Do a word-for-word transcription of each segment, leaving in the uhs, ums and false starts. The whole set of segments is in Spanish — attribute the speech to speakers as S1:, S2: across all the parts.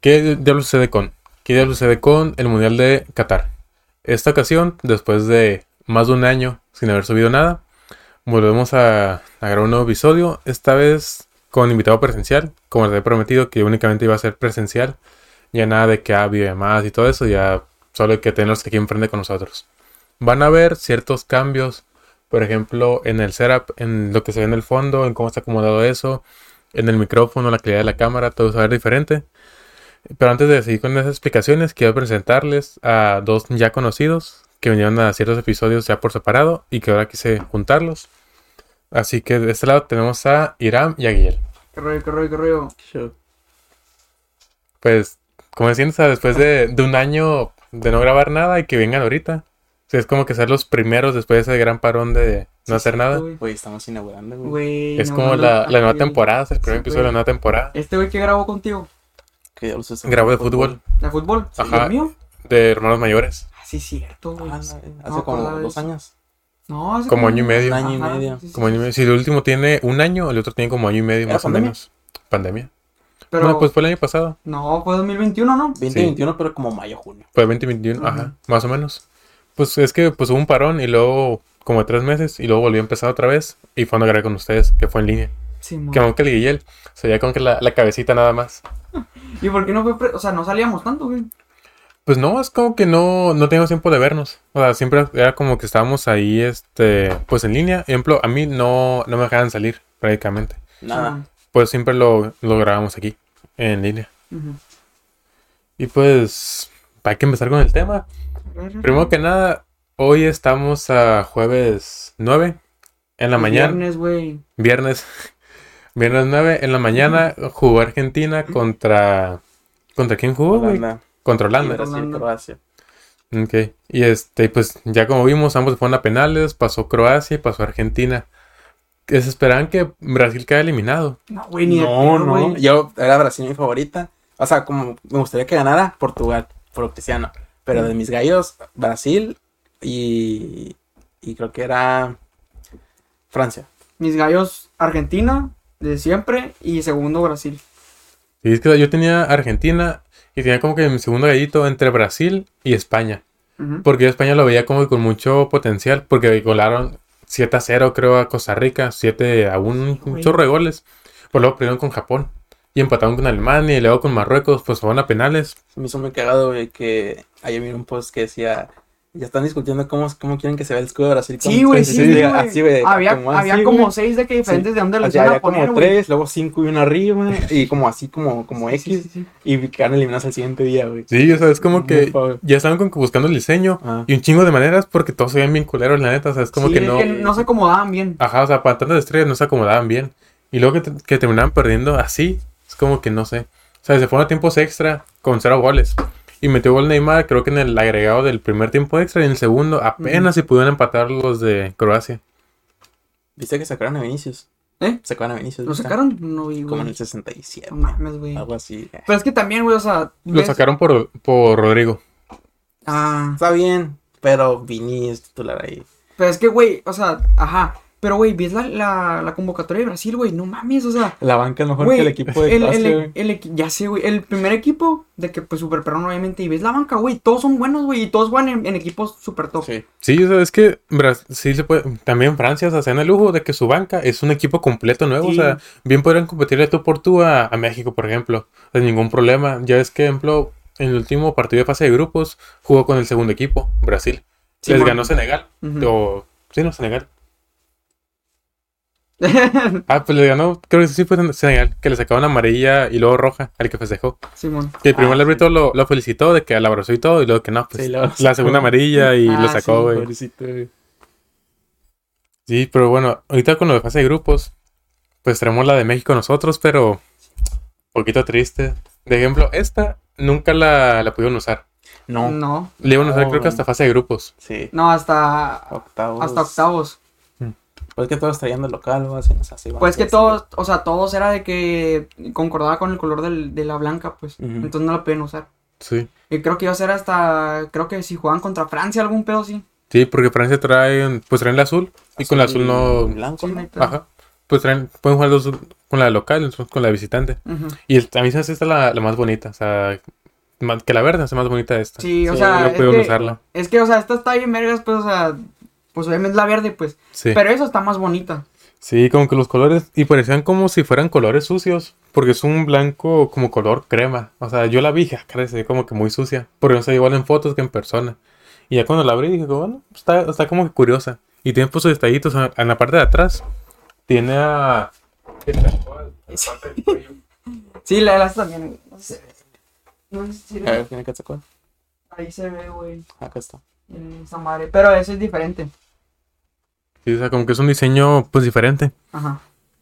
S1: ¿Qué diablos sucede con? ¿Qué diablos sucede con el Mundial de Qatar? Esta ocasión, después de más de un año sin haber subido nada, volvemos a, a grabar un nuevo episodio, esta vez con invitado presencial, como les había prometido que únicamente iba a ser presencial, ya nada de que había videollamadas y todo eso, ya solo hay que tenerlos aquí enfrente con nosotros. Van a haber ciertos cambios, por ejemplo, en el setup, en lo que se ve en el fondo, en cómo está acomodado eso, en el micrófono, la calidad de la cámara, todo eso va a ver diferente. Pero antes de seguir con esas explicaciones, quiero presentarles a dos ya conocidos que vinieron a ciertos episodios ya por separado y que ahora quise juntarlos. Así que de este lado tenemos a Iram y a Guillermo.
S2: ¿Qué rollo, qué rollo, qué rollo?
S3: Sure.
S1: Pues, como decían, o sea, después de, de un año de no grabar nada y que vengan ahorita. O sea, es como que ser los primeros después de ese gran parón de no hacer nada.
S2: Güey,
S3: Güey, estamos inaugurando, güey.
S2: Güey,
S1: Es
S2: no,
S1: como
S2: no,
S1: la,
S2: no,
S1: la nueva
S2: güey.
S1: temporada, o sea, el primer
S2: Sí,
S1: episodio de la
S2: güey.
S1: nueva temporada.
S2: Este güey que grabó contigo,
S3: Que ya los
S1: Grabó de fútbol,
S2: ¿de fútbol? ¿Sí,
S1: Ajá.
S2: el mío?
S1: de hermanos mayores.
S2: Ah, sí, cierto, güey.
S3: Ah, no, hace
S2: No,
S3: como
S2: acordaba de
S3: dos
S2: eso.
S3: años.
S2: No, hace
S1: Como año y medio.
S3: Un año y
S2: Ajá,
S3: medio.
S2: sí, sí,
S1: Como
S2: sí,
S1: año y
S2: sí.
S1: medio. Si el último tiene un año, el otro tiene como año y medio
S3: ¿Era
S1: más
S3: pandemia?
S1: o menos. Pandemia.
S2: Pero,
S1: No, pues fue el año pasado.
S2: no, fue dos mil veintiuno, ¿no?
S3: veinte veintiuno, pero como mayo, junio.
S1: Fue veinte veintiuno,
S2: Ujú.
S1: ajá, más o menos. Pues es que pues hubo un parón y luego como tres meses y luego volvió a empezar otra vez y fue a grabar con ustedes, que fue en línea.
S2: Sí, mo.
S1: Que aunque el Guillel, se veía como que la, la cabecita nada más.
S2: ¿Y por qué no fue? pre- O sea, no salíamos tanto, güey.
S1: Pues no, es como que no, no teníamos tiempo de vernos. O sea, siempre era como que estábamos ahí, este, pues en línea. Ejemplo, a mí no, no me dejaban salir prácticamente.
S3: Nada.
S1: Pues siempre lo, lo grabamos aquí, en línea.
S2: Ujú.
S1: Y pues, hay que empezar con el tema. Primero que nada, hoy estamos a jueves nueve en la
S2: El
S1: mañana.
S2: Viernes, güey.
S1: Viernes. Viernes nueve en la mañana jugó Argentina contra... ¿Contra quién jugó, güey?
S3: Holanda.
S1: Contra
S3: Y
S1: Holanda.
S3: Brasil,
S2: Holanda.
S3: Croacia.
S1: Ok. Y este, pues ya como vimos, ambos fueron a penales, pasó Croacia y pasó Argentina. Que se esperaban que Brasil quedara eliminado.
S2: No, güey, ni de
S3: No,
S2: pedo,
S3: no.
S2: güey.
S3: Yo era Brasil mi favorita. O sea, como me gustaría que ganara Portugal, por Cristiano. Pero de mis gallos, Brasil y. Y creo que era. Francia.
S2: Mis gallos, Argentina, de siempre, y segundo, Brasil.
S1: Y es que yo tenía Argentina y tenía como que mi segundo gallito entre Brasil y España.
S2: Ujú.
S1: Porque yo a España lo veía como que con mucho potencial. Porque golaron siete a cero creo a Costa Rica. siete a uno, un
S2: Güey.
S1: chorro de goles. Pues luego perdieron con Japón. Y empataron con Alemania y luego con Marruecos. Pues fueron a penales.
S3: Se me hizo muy cagado, güey, que ayer vi un post que decía. Ya están discutiendo cómo, cómo quieren que se vea el escudo de Brasil. con-
S2: Sí, güey,
S3: con-
S2: sí, güey.
S3: Así, güey.
S2: Había
S3: como
S2: había
S3: así,
S2: como
S3: güey.
S2: seis de que diferentes
S3: Sí.
S2: de dónde
S3: O
S2: los
S3: sea,
S2: iban a
S3: había
S2: poner,
S3: como
S2: güey.
S3: tres, luego cinco y uno arriba, y como así, como, como
S2: Sí,
S3: X,
S2: sí, sí, sí.
S3: y quedaron eliminados al siguiente día, güey.
S1: Sí, o sea, es como
S3: Muy
S1: que
S3: padre.
S1: ya estaban como que buscando el diseño.
S3: Ah.
S1: Y un chingo de maneras porque todos se veían bien culeros, la neta. O sea, es como
S2: Sí,
S1: que
S2: es
S1: no...
S2: que no se acomodaban bien.
S1: Ajá, o sea, para tantas estrellas no se acomodaban bien. Y luego que, te- que terminaban perdiendo así, es como que no sé. O sea, se fueron a tiempos extra con cero goles. Y metió gol Neymar, creo que en el agregado del primer tiempo extra. Y en el segundo apenas si pudieron empatar los de Croacia.
S3: ¿Viste que sacaron a Vinicius?
S2: ¿Eh?
S3: Sacaron a Vinicius.
S2: ¿Lo
S3: ¿viste?
S2: sacaron? No vi,
S3: Como en
S2: güey.
S3: el sesenta y siete.
S2: No mames, güey.
S3: Algo así.
S2: Pero es que también, güey, o sea...
S1: Lo
S2: ves-
S1: sacaron por, por Rodrigo.
S2: Ah,
S3: Está bien, pero Vini es titular ahí.
S2: pero es que, güey, o sea, ajá. Pero, güey, ¿ves la, la, la convocatoria de Brasil, güey? No mames, o sea...
S3: La banca es mejor
S2: Güey,
S3: que el equipo de
S2: el,
S3: Croacia,
S2: el,
S3: güey.
S2: el equi- ya sé, güey, el primer equipo de que, pues, super perrón, obviamente, y ves la banca, güey, todos son buenos, güey, y todos juegan en, en equipos super top.
S3: Sí.
S1: Sí, o sea, es que Brasil se puede... También Francia, o sea, se dan el lujo de que su banca es un equipo completo nuevo.
S2: Sí.
S1: O sea, bien podrían competirle tú por tú a, a México, por ejemplo. Sin ningún problema. Ya ves que, ejemplo, en el último partido de fase de grupos jugó con el segundo equipo, Brasil.
S2: Sí,
S1: Les
S2: man.
S1: ganó Senegal.
S2: Ujú.
S1: O... Sí, no, Senegal. Ah, pues le ganó, creo que sí fue Senegal, que le sacaban amarilla y luego roja al que festejó.
S2: Simón.
S1: Que primero
S3: Ah,
S1: el árbitro lo, lo felicitó de que la abrazó y todo, y luego que no, pues
S3: Sí, lo
S1: la
S3: sacó.
S1: segunda amarilla y
S2: Ah,
S1: lo
S2: sí,
S1: sacó, güey.
S3: Pobrecito, güey.
S1: Sí, pero bueno, ahorita con lo de fase de grupos, pues tenemos la de México nosotros, pero poquito triste. De ejemplo, esta nunca la, la pudieron usar.
S3: No.
S2: No,
S1: Le iban a usar
S3: No,
S1: creo que hasta fase de grupos.
S3: Sí.
S2: no, hasta,
S3: Octavos.
S2: hasta octavos.
S3: Pues que todos traían de local o así, no sé, así van
S2: Pues que
S3: a ser,
S2: todos, o sea, todos era de que concordaba con el color del, de la blanca, pues.
S3: Ujú.
S2: Entonces no la pueden usar.
S1: Sí.
S2: Y creo que iba a ser hasta, creo que si jugaban contra Francia, algún pedo, sí.
S1: Sí, porque Francia trae, pues traen el azul, y con el azul no...
S3: Blanco,
S2: Sí,
S3: ¿no?
S2: no hay pedo.
S1: Ajá. pues traen, pueden jugar dos con la local, nosotros con la visitante.
S2: Ujú.
S1: Y el, a mí se me hace esta la, la más bonita, o sea, más- que la verde es más bonita esta.
S2: Sí, o
S3: Sí,
S2: sea,
S1: no
S2: es
S1: pudieron
S2: que,
S1: usarla.
S2: es que, o sea, esta está bien vergas, pues, o sea, pues obviamente es la verde, pues.
S1: Sí.
S2: Pero esa está más bonita.
S1: Sí, como que los colores, y parecían como si fueran colores sucios, porque es un blanco como color crema. O sea, yo la vi, ah, caray, se ve como que muy sucia, porque no sé, igual en fotos que en persona. Y ya cuando la abrí dije, bueno, está, está como que curiosa. Y tiene pues sus detallitos, en en la parte de atrás, tiene a...
S2: Sí, la de las también. No sé. No sé si
S3: A ver, tiene que sacar.
S2: ahí se ve, güey.
S3: Acá está.
S2: Esa madre. Pero ese es diferente.
S1: Sí, o sea, como que es un diseño pues diferente.
S2: Ajá.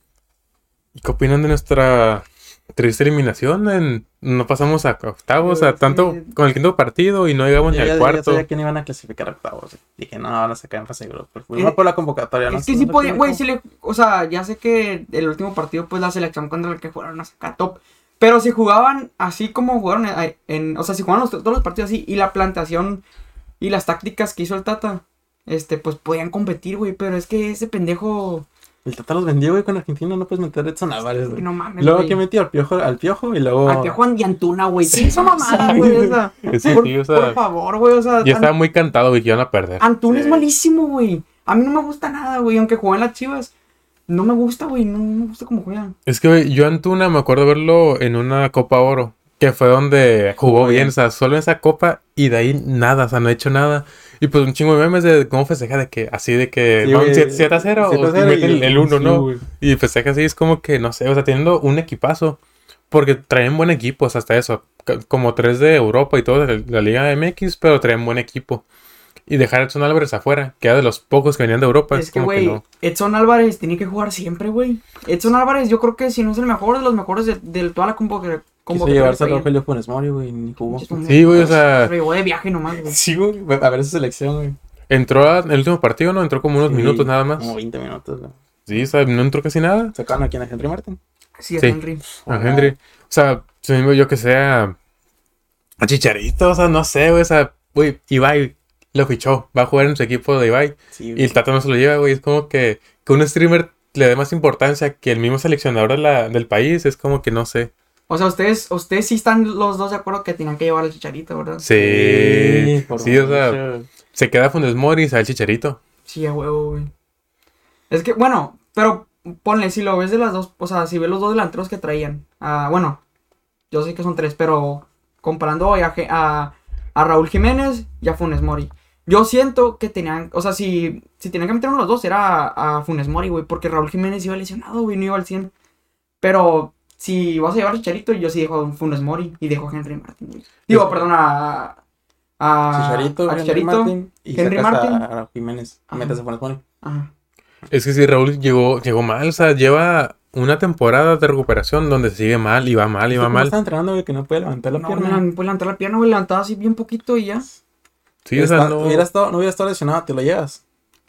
S1: ¿Y qué opinan de nuestra triste eliminación? En, no pasamos a octavos, a
S2: Sí.
S1: tanto con el quinto partido y no llegamos
S3: Yo
S1: ni
S3: ya,
S1: al
S3: ya
S1: cuarto.
S3: sabía quién iban a clasificar a octavos. Dije, no, van a sacar en fase de grupos. Fue
S2: Eh,
S3: por la convocatoria, ¿no?
S2: Es que
S3: No
S2: sí
S3: sé
S2: podía,
S3: cómo.
S2: güey, sí le, o sea, ya sé que el último partido, pues la selección contra la que jugaron a sacar top. Pero si jugaban así como jugaron en, en- o sea, si jugaban los- todos los partidos así y la plantación y las tácticas que hizo el Tata, este, pues podían competir, güey. Pero es que ese pendejo,
S3: El Tata los vendió, güey, con Argentina. No puedes meter a Edson Álvarez, güey.
S2: no mames,
S3: Luego
S2: güey.
S3: que metió al piojo, al piojo y luego.
S2: Al que Juan y Antuna, güey. Sí, esa mamada, güey. O sea,
S1: Es que
S2: por,
S1: sí, o sea,
S2: por favor, güey. O sea,
S1: ya estaba
S2: An-
S1: muy cantado, güey, que iban a perder.
S2: Antuna es
S3: Sí.
S2: malísimo, güey. A mí no me gusta nada, güey. Aunque juegue en las Chivas, no me gusta, güey. No, no me gusta cómo juega.
S1: Es que, güey, yo a Antuna me acuerdo verlo en una Copa Oro, que fue donde jugó
S3: Jugó
S1: bien,
S3: bien.
S1: o sea, solo en esa copa y de ahí nada, o sea, no ha hecho nada. Y pues un chingo de memes de cómo festeja, de que así de que
S3: Sí,
S1: van
S3: güey,
S1: siete a cero
S3: siete a
S1: o
S3: cero
S1: mete el,
S3: y-
S1: el uno,
S3: sí,
S1: ¿no?
S3: güey.
S1: Y festeja así, es como que, no sé, o sea, teniendo un equipazo, porque traen buen equipo, o sea, hasta eso, c- como tres de Europa y todo, de la Liga M X, pero traen buen equipo. Y dejar a Edson Álvarez afuera, que era de los pocos que venían de Europa, es,
S2: Es que,
S1: como que
S2: güey,
S1: no.
S2: Edson Álvarez tiene que jugar siempre, güey. Edson Álvarez, yo creo que si no es el mejor de los mejores de, de toda la convocatoria.
S3: Quiso llevarse a Rogelio Funes Mori, güey, ni jugó.
S1: Sí, güey, o sea-
S2: Se lo llevó de viaje nomás, güey.
S3: Sí, güey, a ver esa selección, güey.
S1: Entró a- en el último partido, ¿no? Entró como unos
S3: Sí,
S1: minutos nada más.
S3: Como veinte minutos, güey.
S1: Sí, o sea, no entró casi nada.
S3: Sacaron aquí a Henry Martin.
S2: Sí, es
S1: Sí.
S2: Henry.
S1: A Henry. O sea, si me digo yo que sea a Chicharito, o sea, no sé, güey, o sea, güey, Ibai lo fichó, va a jugar en su equipo de Ibai
S3: Sí,
S1: y el Tata no se lo lleva, güey, es como que, que un streamer le dé más importancia que el mismo seleccionador de la, del país, es como que no sé.
S2: O sea, ustedes, ustedes sí están los dos de acuerdo que tenían que llevar al Chicharito, ¿verdad?
S1: Sí,
S3: por
S1: sí, o sea,
S3: mucho.
S1: se queda Funes Mori y sale el Chicharito.
S2: Sí, a huevo, güey. Es que, bueno, pero ponle, si lo ves de las dos, o sea, si ves los dos delanteros que traían. Ah, bueno, yo sé que son tres, pero comparando hoy a, Ge- a, a Raúl Jiménez y a Funes Mori. Yo siento que tenían, o sea, si, si tenían que meter uno de los dos era a, a Funes Mori, güey, porque Raúl Jiménez iba lesionado, güey, no iba al cien. Pero si vas a llevar a Chicharito, yo sí dejo a Funes Mori y dejo a Henry Martin, güey. Digo,
S3: Es-
S2: perdón, a... a
S3: Chicharito,
S2: a
S3: Henry
S2: Chicharito.
S3: Martin y
S2: Henry
S3: sacas
S2: Martin.
S3: a, a Jiménez.
S2: Ajá.
S3: Metes a Funes Mori.
S2: Ajá.
S1: Es que sí, Raúl llegó, llegó mal, o sea, lleva una temporada de recuperación donde sigue mal y va mal y va
S3: ¿Cómo
S1: mal.
S3: está entrenando, güey, que no puede levantar la
S2: No,
S3: pierna?
S2: no, puede levantar la pierna, güey, levantaba así bien poquito y ya.
S1: Sí, o sea,
S3: Está-
S1: no...
S3: hubiera estado- no hubiera estado lesionado, te lo llevas.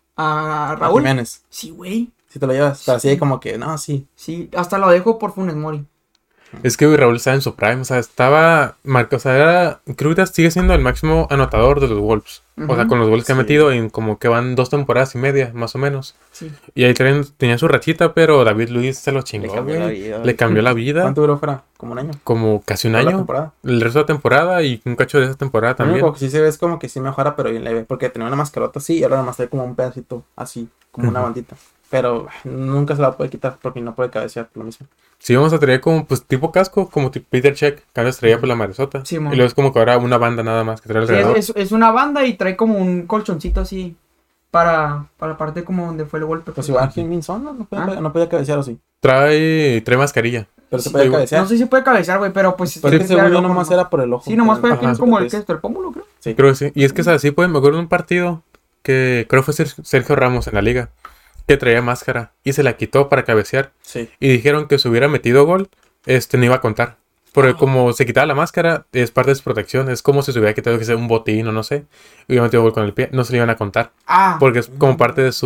S2: A
S3: A
S2: Raúl.
S3: Jiménez.
S2: Sí, güey.
S3: Si te lo llevas. Pero
S2: Sí.
S3: así como que, no, sí.
S2: Sí, hasta lo dejo por Funes Mori.
S1: Es que güey, Raúl estaba en su prime, o sea, estaba marcado, o sea, era, creo que sigue siendo el máximo anotador de los Wolves. O sea,
S2: Ujú.
S1: con los goles que ha
S3: Sí.
S1: metido en como que van dos temporadas y media, más o menos.
S2: Sí.
S1: Y ahí traen- tenía su rachita, pero David Luiz se lo
S3: Le
S1: chingó,
S3: cambió la
S1: güey.
S3: vida.
S1: Le cambió la vida,
S3: ¿Cuánto duró fuera? ¿Como un año?
S1: como casi un
S3: Toda la
S1: año.
S3: temporada.
S1: El resto de la temporada y un cacho de esa temporada
S3: Lo
S1: también.
S3: único que sí se ve es como que sí mejora, pero bien leve. Porque tenía una mascarota así y ahora nomás trae como un pedacito así, como una
S1: Ujú.
S3: bandita. Pero nunca se la puede quitar porque no puede cabecear por lo mismo.
S1: Sí, vamos a traer como, pues, tipo casco, como tipo Peter Check, que antes traía por la Maresota.
S2: Sí,
S1: y
S2: mon.
S1: luego es como que ahora una banda nada más que trae
S2: Sí,
S1: alrededor.
S2: es, es, es una banda y trae como un colchoncito así para, para la parte como donde fue el golpe.
S3: Pues igual Kim Min-son no, no, podía,
S2: Ah.
S3: no podía cabecear o sí.
S1: Trae, trae mascarilla.
S3: Pero se
S2: Sí,
S3: podía
S1: digo,
S3: cabecear.
S2: No sé si puede cabecear, güey, pero pues...
S3: Porque
S2: sí,
S3: según
S2: claro,
S3: yo
S2: no,
S3: nomás
S2: no.
S3: era por el ojo.
S2: Sí, nomás
S3: Pero-
S2: puede
S1: Ajá.
S2: aquí como el
S3: cicatriz.
S2: que esto, el pómulo, creo.
S3: Sí.
S1: Creo que sí. Y es que es así, pues, me acuerdo de un partido que creo fue Ser- Sergio Ramos en la liga, que traía máscara y se la quitó para cabecear.
S3: Sí.
S1: Y dijeron que si hubiera metido gol, este no iba a contar. Porque
S2: Ah.
S1: como se quitaba la máscara, es parte de su protección. Es como si se hubiera quitado que sea un botín o no sé. Y hubiera metido gol con el pie, no se le iban a contar.
S2: Ah,
S1: Porque es como parte de su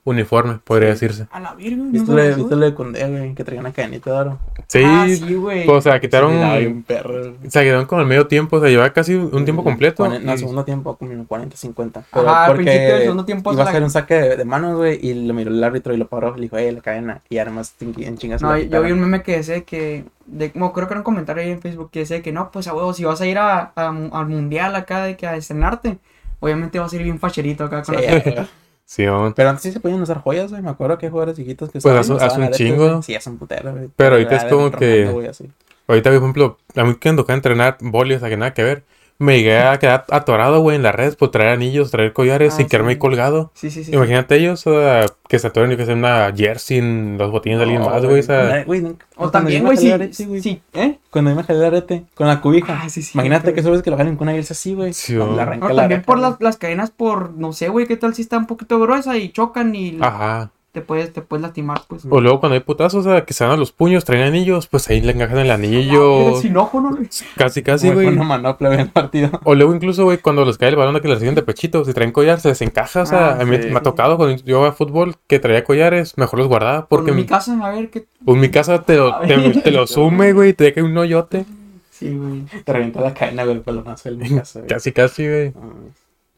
S1: uniforme, podría decirse.
S2: A la virgen. ¿no
S3: ¿Viste
S2: sabes
S3: lo
S2: eso?
S3: ¿viste lo de Condé, güey? Que traía una cadenita de oro.
S1: Sí,
S2: Ah, sí, güey.
S1: pues, o sea, quitaron,
S3: Sí, estaba bien perro, güey.
S1: se quedaron con el medio tiempo, o sea, llevaba casi un tiempo completo.
S3: Cuaren- No,
S1: y-
S3: segundo tiempo, como cuarenta cincuenta.
S2: Ajá, al principio del segundo tiempo
S3: iba a
S2: se la-
S3: hacer un saque de, de manos, güey, y lo miró el árbitro y lo paró. Le dijo, eh, la cadena. Y además en chingas.
S2: No, yo vi un meme que decía que, de, como creo que era un comentario ahí en Facebook que decía que no, pues a huevo, si vas a ir a, a- al mundial acá de que a estrenarte, obviamente vas a ir bien facherito acá con
S3: Sí,
S2: la...
S3: güey.
S1: Sí, hombre.
S3: Pero antes sí se podían usar joyas, güey. Me acuerdo que hay jugadores viejitos que
S1: Pues
S3: usaban-
S1: hace-
S3: usaban
S1: hace un
S3: aretes,
S1: chingo,
S3: güey.
S1: ¿no?
S3: Sí, es un putero, güey.
S1: Pero ahorita es
S3: Era
S1: como
S3: Ronaldo,
S1: que-
S3: güey, así.
S1: Ahorita, por ejemplo, a mí que me tocaba entrenar boli, o sea, que nada que ver. Me llegué a quedar atorado, güey, en las redes por traer anillos, traer collares
S2: Ah,
S1: sin quedarme
S2: sí.
S1: ahí colgado.
S2: Sí, sí, sí.
S1: Imagínate ellos, o sea, que se atoren y que sea una jersey en los botines de alguien
S3: No,
S1: más, güey, o sea.
S3: Güey, nunca-
S2: O
S3: cuando
S2: también,
S3: yo
S2: güey,
S3: me jalé
S2: sí,
S3: el arete, güey.
S2: sí, ¿eh?
S3: Cuando yo me jalé el arete con la cubija.
S2: Ah, sí, sí.
S3: Imagínate que subes que lo jalen con una jersey así, güey.
S1: Sí,
S3: Le
S1: oh.
S3: arranca
S2: No,
S3: la
S2: también
S3: oreja,
S2: por
S3: güey.
S2: las, las cadenas, por, no sé, güey, qué tal si está un poquito gruesa y chocan y
S1: Ajá.
S2: te puedes, te puedes lastimar, pues.
S1: O luego cuando hay putazos, o sea, que se dan a los puños, traen anillos, pues ahí le encajan el anillo.
S2: Sin ojo, ¿no?
S1: Casi, casi,
S3: Como
S1: güey.
S3: con una manopla, güey, en el partido.
S1: O luego incluso, güey, cuando les cae el balón de que le reciben de pechito, si traen collar, se desencaja. O sea,
S2: Ah,
S1: a mí
S3: sí.
S1: me ha tocado cuando yo jugaba fútbol que traía collares, mejor los guardaba. Porque
S2: Porque en mi
S1: mi,
S2: casa, a ver qué.
S1: pues, mi casa te lo, te, te lo sume, güey, te deja un hoyote.
S2: Sí, güey.
S3: Te revienta la cadena, güey, el balonazo del casa, güey.
S1: Casi, casi, güey.
S3: Mm.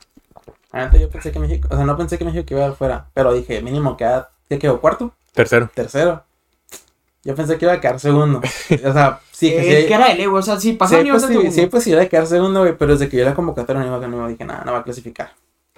S3: Antes yo pensé que México, o sea, no pensé que México iba a quedar fuera, pero dije, mínimo queda, ¿qué quedó? ¿Cuarto?
S1: Tercero.
S3: ¿Tercero? Yo pensé que iba a quedar segundo. O sea, sí, que
S2: Eh,
S3: sí.
S2: es que era el güey, o sea, si
S3: Sí
S2: pasaban
S3: hay,
S2: iba a ser
S3: posi-
S2: segundo.
S3: sí hay posibilidad de quedar segundo, güey, pero desde que yo la convocatoria no iba a ganar, dije, nada, no va a clasificar.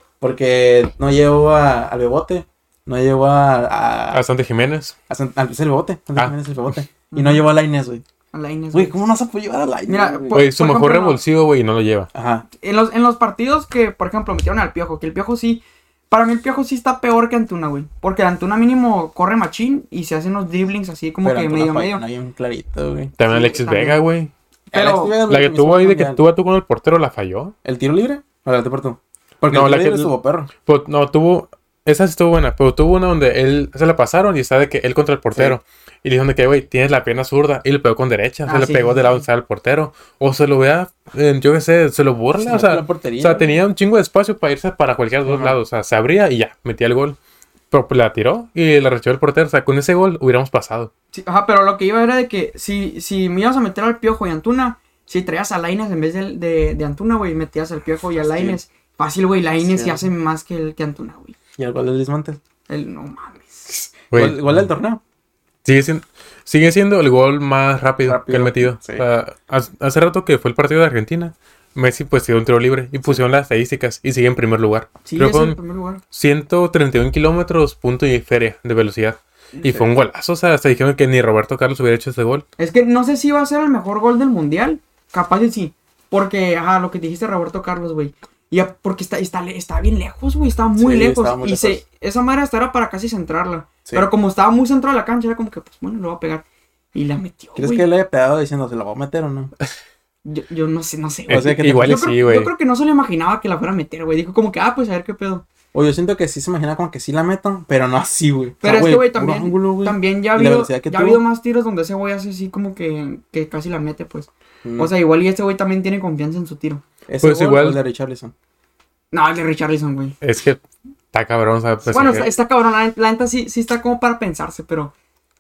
S3: Porque no llevo a, al Bebote, no llevo a... a,
S1: A Santi Jiménez.
S3: a San- al- es el Bebote, Santi
S1: Ah.
S3: Jiménez es el Bebote. Y no llevo a Lainez, güey.
S2: A la Inés,
S3: Güey, ¿cómo no se puede llevar a Lainez?
S2: Mira,
S3: güey?
S2: Por-
S1: Güey, su
S2: por
S1: mejor
S2: ejemplo, no.
S1: revulsivo, güey, y no lo lleva.
S3: Ajá.
S2: En los, en los partidos que, por ejemplo, metieron al Piojo, que el Piojo sí, para mí el Piojo sí está peor que Antuna, güey. Porque Antuna mínimo corre machín y se hace unos dribblings así como
S3: Pero
S2: que
S3: Antuna
S2: medio
S3: falló,
S2: medio.
S3: no, bien clarito, güey.
S1: También
S2: Sí,
S1: Alexis
S2: también.
S1: Vega, güey.
S2: Pero
S3: Alex Vega,
S1: La que
S3: mi
S1: tuvo ahí de que
S3: mundial.
S1: tú a tú con el portero la falló.
S3: ¿El tiro libre? O la de por tú. Porque
S1: No,
S3: el
S1: la
S3: tiro
S1: que-
S3: libre estuvo perro.
S1: Pues, no, tuvo. Esa sí estuvo buena, pero tuvo una donde él se la pasaron y está de que él contra el portero. Y le dijeron de que, güey, tienes la pierna zurda. Y le pegó con derecha.
S2: Ah,
S1: se le
S2: sí,
S1: pegó
S2: sí,
S1: del lado
S2: sí.
S1: donde estaba el portero. O se lo vea, eh, yo qué sé, se lo burla.
S3: Se
S1: o
S3: metió
S1: sea,
S3: la portería,
S1: o sea
S3: güey.
S1: tenía un chingo de espacio para irse para cualquier dos
S3: Ajá.
S1: lados. O sea, se abría y ya, metía el gol. Pero pues, la tiró y la rechazó el portero. O sea, con ese gol hubiéramos pasado.
S2: Sí, ajá, pero lo que iba era de que si, si me ibas a meter al Piojo y Antuna, si traías a Lainez en vez de, de, de Antuna, güey, metías al Piojo y a Lainez. Fácil, güey, Lainez
S3: Sí.
S2: sí hace más que, el, que Antuna, güey.
S3: Y el gol de Luis Montes.
S2: El, no mames.
S1: Güey,
S3: Gol, gol del torneo.
S1: sigue, siendo, sigue siendo el gol más rápido,
S3: Rápido,
S1: que el metido.
S3: sí.
S1: O sea, hace, hace rato que fue el partido de Argentina. Messi pues tiró un tiro libre y pusieron las estadísticas y sigue en primer lugar.
S2: Sí,
S1: Creo
S2: es
S1: que
S2: el
S1: con
S2: primer lugar.
S1: ciento treinta y uno kilómetros, punto y feria de velocidad. Y
S3: Sí.
S1: fue un golazo, o sea, hasta dijeron que ni Roberto Carlos hubiera hecho ese gol.
S2: Es que no sé si va a ser el mejor gol del mundial. Capaz de sí. Porque, ajá, lo que dijiste Roberto Carlos, güey. Y a- porque está, está, le- está bien lejos, güey. Está muy
S3: Sí,
S2: lejos.
S3: estaba muy
S2: y
S3: lejos.
S2: se, esa madre hasta era para casi centrarla.
S3: Sí.
S2: Pero como estaba muy centrado de la cancha, era como que, pues bueno, lo va a pegar. Y la metió,
S3: ¿Crees
S2: güey.
S3: que le haya pegado diciendo, ¿se lo va a meter o no?
S2: Yo, yo no sé, no sé.
S1: Eh,
S3: O sea, que te-
S1: igual y
S2: yo, creo,
S1: sí, güey.
S2: yo creo que no se le imaginaba que la fuera a meter, güey. Dijo como que, ah, pues a ver qué pedo.
S3: O yo siento que sí se imagina como que sí la meto, pero no así, güey. O
S2: Pero
S3: sea,
S2: es que, güey,
S3: puro
S2: también,
S3: ángulo, güey.
S2: también ya ha
S3: Y la
S2: habido,
S3: velocidad que
S2: ya ha
S3: tuvo.
S2: habido más tiros donde ese güey hace así como que, que casi la mete, pues.
S3: Mm.
S2: O sea, igual y este güey también tiene confianza en su tiro.
S3: Ese
S1: pues
S3: gol
S1: igual-
S3: o el de Richarlison.
S2: No, el de Richarlison, güey.
S1: Es que está cabrón, o sea, pues,
S2: Bueno,
S1: que-
S2: está, está cabrón, la, la neta sí, sí está como para pensarse, pero